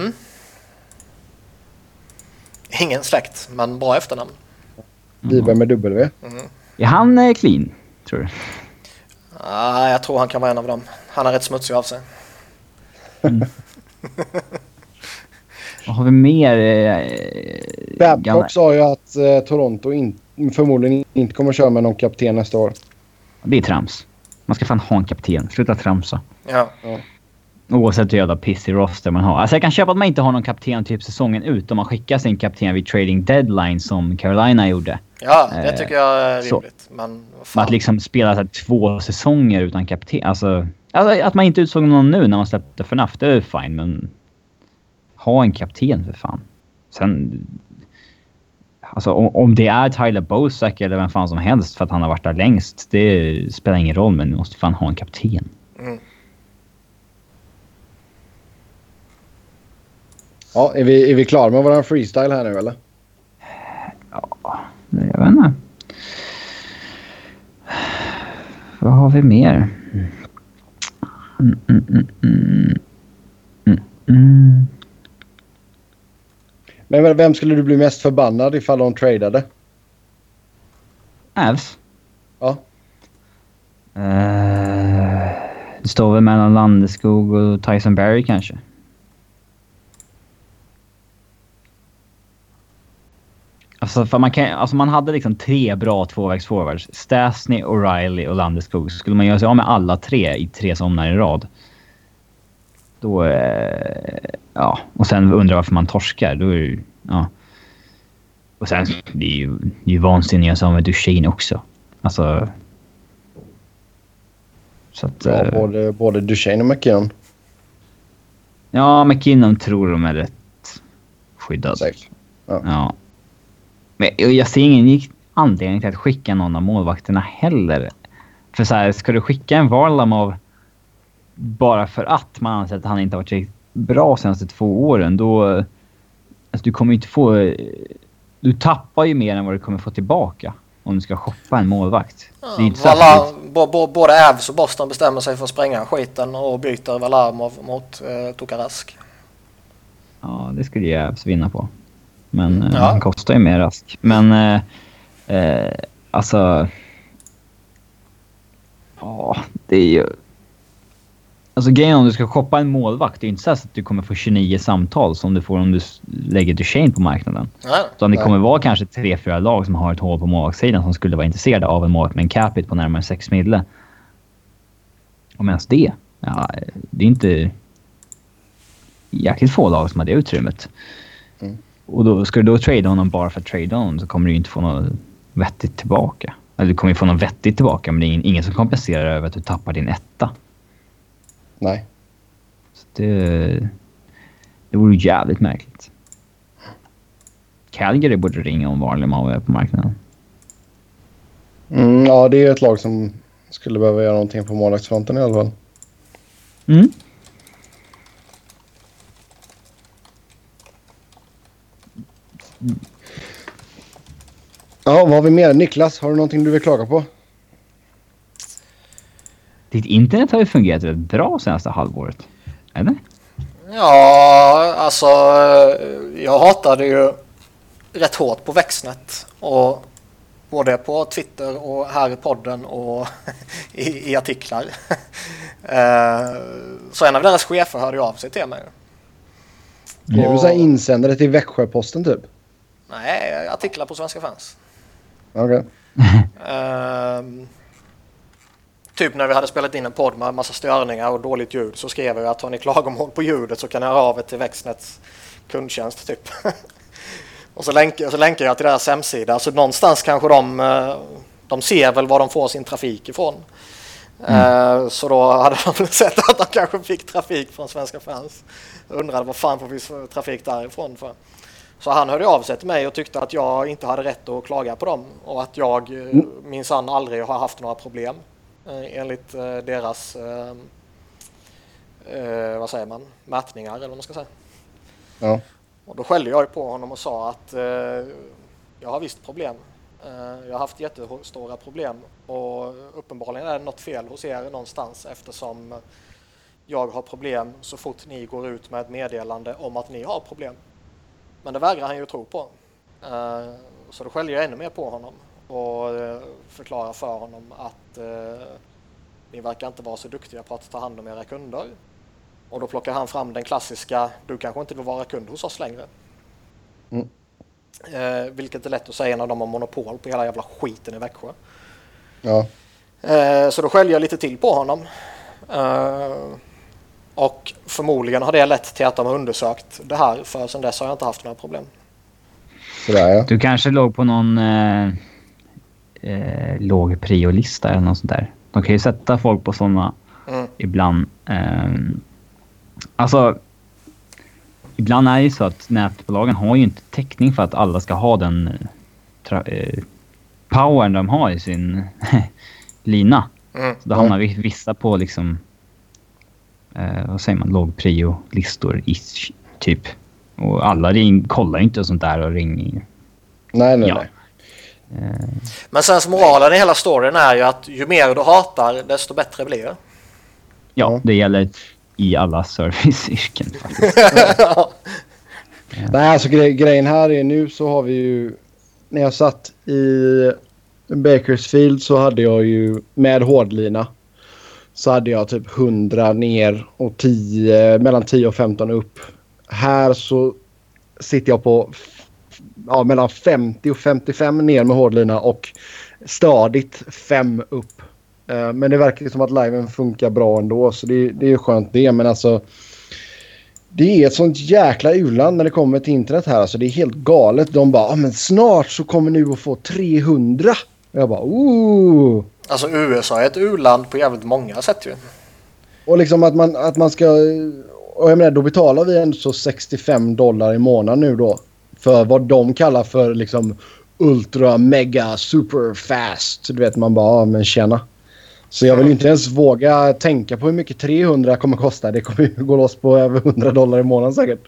Ingen släkt, men bra efternamn. Wiberg med W. Är han clean, tror du? Jag tror han kan vara en av dem. Han är rätt smutsig av sig. Vad har vi mer? Babcock sa ju att Toronto förmodligen inte kommer att köra med någon kapten nästa år. Det är trams. Man ska fan ha en kapten. Sluta tramsa. Ja. Oavsett hur jävla pissig roster man har. Alltså jag kan köpa att man inte har någon kapten typ säsongen ut. Om man skickar sin kapten vid trading deadline som Carolina gjorde. Ja, det tycker jag är rimligt. Men att liksom spela så här 2 säsonger utan kapten. Alltså att man inte utsåg någon nu när man släppte FNAF, det är fine. Men ha en kapten för fan. Sen... Alltså om det är Tyler Bozak eller vem fan som helst för att han har varit där längst. Det spelar ingen roll, men du måste fan ha en kapten. Ja, är vi klara med våran freestyle här nu eller? Ja, jag vet inte. Vad har vi mer? Men vem skulle du bli mest förbannad ifall de tradade? Avs? Ja. Det står väl mellan Landeskog och Tyson Barrie kanske. Alltså, för man hade liksom 3 bra tvåvägsforwards. Stastny, O'Reilly och Landeskog. Så skulle man göra sig av med alla 3 i 3 somnar i rad. Då, ja. Och sen undrar varför man torskar. Då är det, ja. Och sen, det är ju vansinnigt att göra sig av med Duchene också. Alltså... Så att, ja, både Duchene och McKinnon. Ja, McKinnon tror de är rätt skyddad. Safe. Ja. Men jag ser ingen anledning till att skicka någon av målvakterna heller. För så här, ska du skicka en Varlamov bara för att man anser att han inte har varit riktigt bra de senaste 2 åren, då... Alltså, du kommer inte få... Du tappar ju mer än vad du kommer få tillbaka om du ska shoppa en målvakt. Ja, det är inte både Avs och Boston bestämmer sig för att spränga skiten och byter Varlamov mot Tokarask. Ja, det skulle ju Avs vinna på. Men han kostar ju mer Rask. Men alltså... Ja, det är ju... Alltså grejen om du ska shoppa en målvakt, det är inte så att du kommer få 29 samtal som du får om du lägger Duchene på marknaden. Utan det kommer vara kanske 3-4 lag som har ett hål på målvaktssidan som skulle vara intresserade av en målvakt med en capita på närmare 6 mille. Och medan det är inte jäkligt få lag som har det utrymmet. Och då ska du då trade honom bara för att trade honom, så kommer du inte få något vettigt tillbaka. Eller du kommer ju få något vettigt tillbaka, men det är ingen som kompenserar över att du tappar din etta. Nej. Så det vore jävligt märkligt. Calgary borde ringa om Varlamov är på marknaden. Ja, det är ett lag som skulle behöva göra någonting på målvaktsfronten i alla fall. Ja, vad har vi mer? Niklas, har du någonting du vill klaga på? Ditt internet har ju fungerat rätt bra senaste halvåret. Eller? Ja, alltså jag hatade ju rätt hårt på Växnet. Och både på Twitter och här i podden och i artiklar. Så en av deras chefer hörde av sig till mig. Det är väl så här insändare till Växjöposten typ? Nej, artiklar på Svenska Fans. Okej. Typ när vi hade spelat in en podd med massa störningar och dåligt ljud, så skrev jag att har ni klagomål på ljudet så kan ni höra av er till Växnets kundtjänst typ. Och så länkar jag till deras hemsida, så någonstans kanske de ser väl var de får sin trafik ifrån. Så då hade de sett att de kanske fick trafik från Svenska Fans. Undrade vad fan får vi trafik därifrån för. Så han hörde av sig till mig och tyckte att jag inte hade rätt att klaga på dem och att jag minsann aldrig har haft några problem enligt deras vad säger man, mätningar eller vad man ska säga. Ja. Och då skällde jag på honom och sa att jag har visst problem. Jag har haft jättestora problem och uppenbarligen är det något fel hos er någonstans, eftersom jag har problem så fort ni går ut med ett meddelande om att ni har problem. Men det vägrar han ju tro på. Så då skällde jag ännu mer på honom och förklarar för honom att ni verkar inte vara så duktiga på att ta hand om era kunder. Och då plockar han fram den klassiska, du kanske inte vill vara kund hos oss längre. Vilket är lätt att säga när de har monopol på hela jävla skiten i Växjö. Ja. Så då skällde jag lite till på honom. Och förmodligen har det lett till att de har undersökt det här, för sedan dess har jag inte haft några problem. Sådär, ja. Du kanske låg på någon låg priolista eller något sånt där. De kan ju sätta folk på sådana ibland. Alltså, ibland är det ju så att nätbolagen har ju inte täckning för att alla ska ha den powern de har i sin lina. Så då hamnar vissa på liksom vad säger man, låg prio-listor typ. Och alla kollar inte och sånt där och ringer. Nej. Men sen så moralen i hela storyn är ju att ju mer du hatar, desto bättre blir det. Ja, det gäller i alla serviceyrken faktiskt. Nej, alltså grejen här är nu så har vi ju, när jag satt i Bakersfield så hade jag ju med hårdlina. Så hade jag typ 100 ner och mellan 10 och 15 upp. Här så sitter jag på mellan 50 och 55 ner med hårdlina och stadigt 5 upp. Men det verkar som att liven funkar bra ändå, så det är ju skönt det. Men alltså, det är ett sånt jäkla urland när det kommer till internet här. Alltså det är helt galet. De bara, men snart så kommer nu att få 300. Jag bara, ooh. Alltså USA är ett urland på jävligt många sätt ju. Och liksom att man ska... Och jag menar, då betalar vi ändå så $65 i månaden nu då. För vad de kallar för liksom ultra mega super fast. Så du vet, man bara, men tjena. Så jag vill inte ens våga tänka på hur mycket 300 kommer kosta. Det kommer ju gå loss på över $100 i månaden säkert.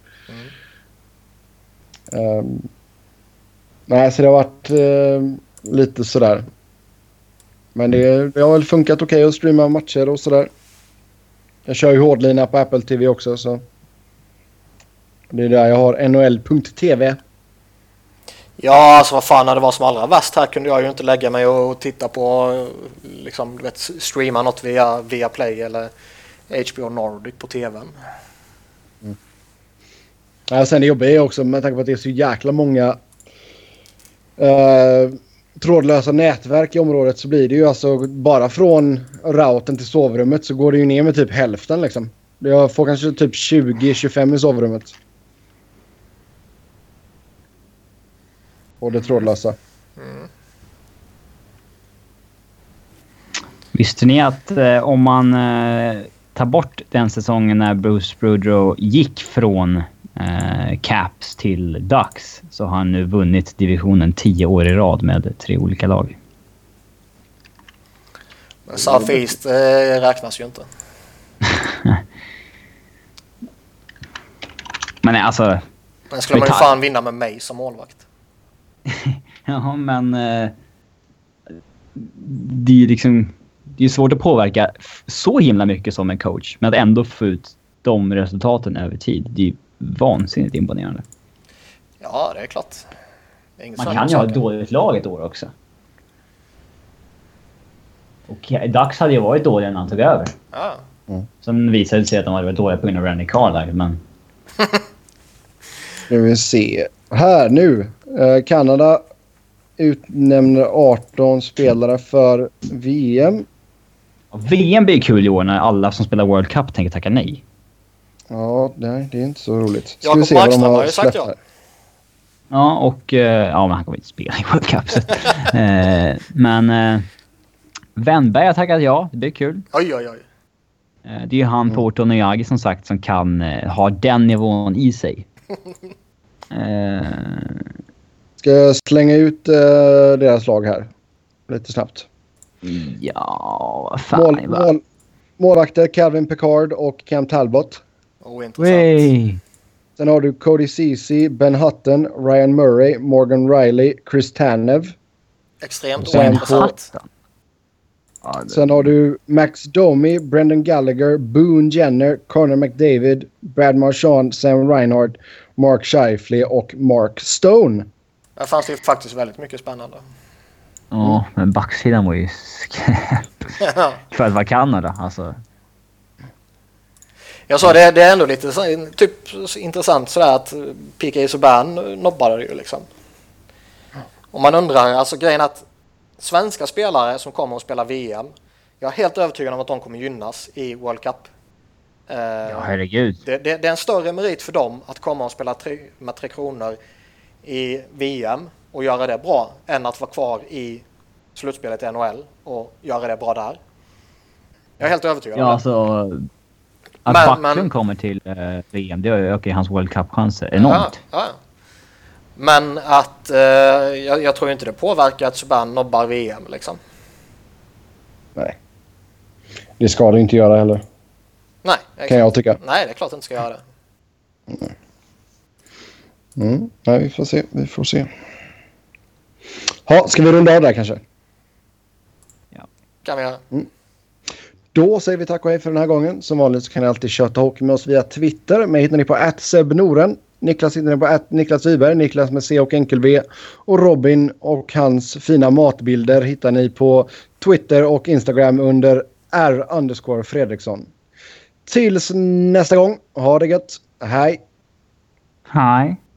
Nej, så det har varit lite sådär. Men det har väl funkat okej att streama matcher och sådär. Jag kör ju hårdlina på Apple TV också, så det är där jag har NHL.tv. Ja, alltså vad fan, när det var som allra värst här kunde jag ju inte lägga mig och titta på liksom, du vet, streama något via Play eller HBO Nordic på tvn. Ja, sen det jobbiga är också med tanke på att det är så jäkla många trådlösa nätverk i området, så blir det ju alltså bara från routern till sovrummet så går det ju ner med typ hälften liksom. Jag får kanske typ 20-25 i sovrummet. Och det trådlösa. Visste ni att om man tar bort den säsongen när Bruce Boudreau gick från Caps till Ducks, så har han nu vunnit divisionen 10 år i rad med 3 olika lag. Men South East räknas ju inte. Men alltså... Men skulle man ju fan vinna med mig som målvakt. Ja, men... det är ju liksom... Det är svårt att påverka så himla mycket som en coach, men att ändå få ut de resultaten över tid. Det är ju vansinnigt imponerande. Ja, det är klart. Det är man kan ju ha ett dåligt lag ett år också. Och Ducks hade ju varit dåliga när han tog över. Ja. Sen visade det sig att de hade varit dåliga på grund av Randy Carlyle, men... Nu vill se. Här nu. Kanada utnämner 18 spelare för VM. VM blir kul i år när alla som spelar World Cup tänker tacka nej. Ja, nej, det är inte så roligt. Jakob Markström har ju sagt ja. Ja, och ja, men han kommer inte spela i World Cup. Så. Men Wennberg har tackat ja. Det blir kul. Oj. Det är ju han på Porto Nojagi som sagt som kan ha den nivån i sig. Ska jag slänga ut deras lag här? Lite snabbt. Ja, vad fan. Målvakter Calvin Pickard och Cam Talbot. Intressant. Sen har du Cody Ceci, Ben Hutton, Ryan Murray, Morgan Riley, Chris Tanev. Extremt ointressant. Sen har du Max Domi, Brendan Gallagher, Boone Jenner, Connor McDavid, Brad Marchand, Sam Reinhardt, Mark Scheifele och Mark Stone. Där fanns det faktiskt väldigt mycket spännande. Ja, men backsidan var ju skräp. För att vara Kanada, alltså. Jag sa det är ändå lite typ intressant sådär att P.K. Subban nobbade det ju liksom. Och man undrar, alltså grejen att svenska spelare som kommer att spela VM, jag är helt övertygad om att de kommer gynnas i World Cup. Ja, herregud. Det är en större merit för dem att komma och spela med 3 kronor i VM och göra det bra än att vara kvar i slutspelet i NHL och göra det bra där. Jag är helt övertygad om det. Alltså, att Backlund kommer till VM, det ökar hans World Cup-chanser enormt. Ja. Men att jag tror inte det påverkar att Subban nobbar VM liksom. Nej. Det ska det inte göra heller. Nej, kan jag tycka. Nej, det är klart att inte ska göra det. Nej, vi får se. Ja, ska vi runda av där kanske? Ja. Kan vi göra. Då säger vi tack och hej för den här gången. Som vanligt så kan ni alltid köta hockey med oss via Twitter. Mig hittar ni på @sebnoren. Niklas hittar ni på Niklas Wiberg, Niklas med C och enkel V. Och Robin och hans fina matbilder hittar ni på Twitter och Instagram under R_Fredriksson. Tills nästa gång, ha det gött. Hej! Hej!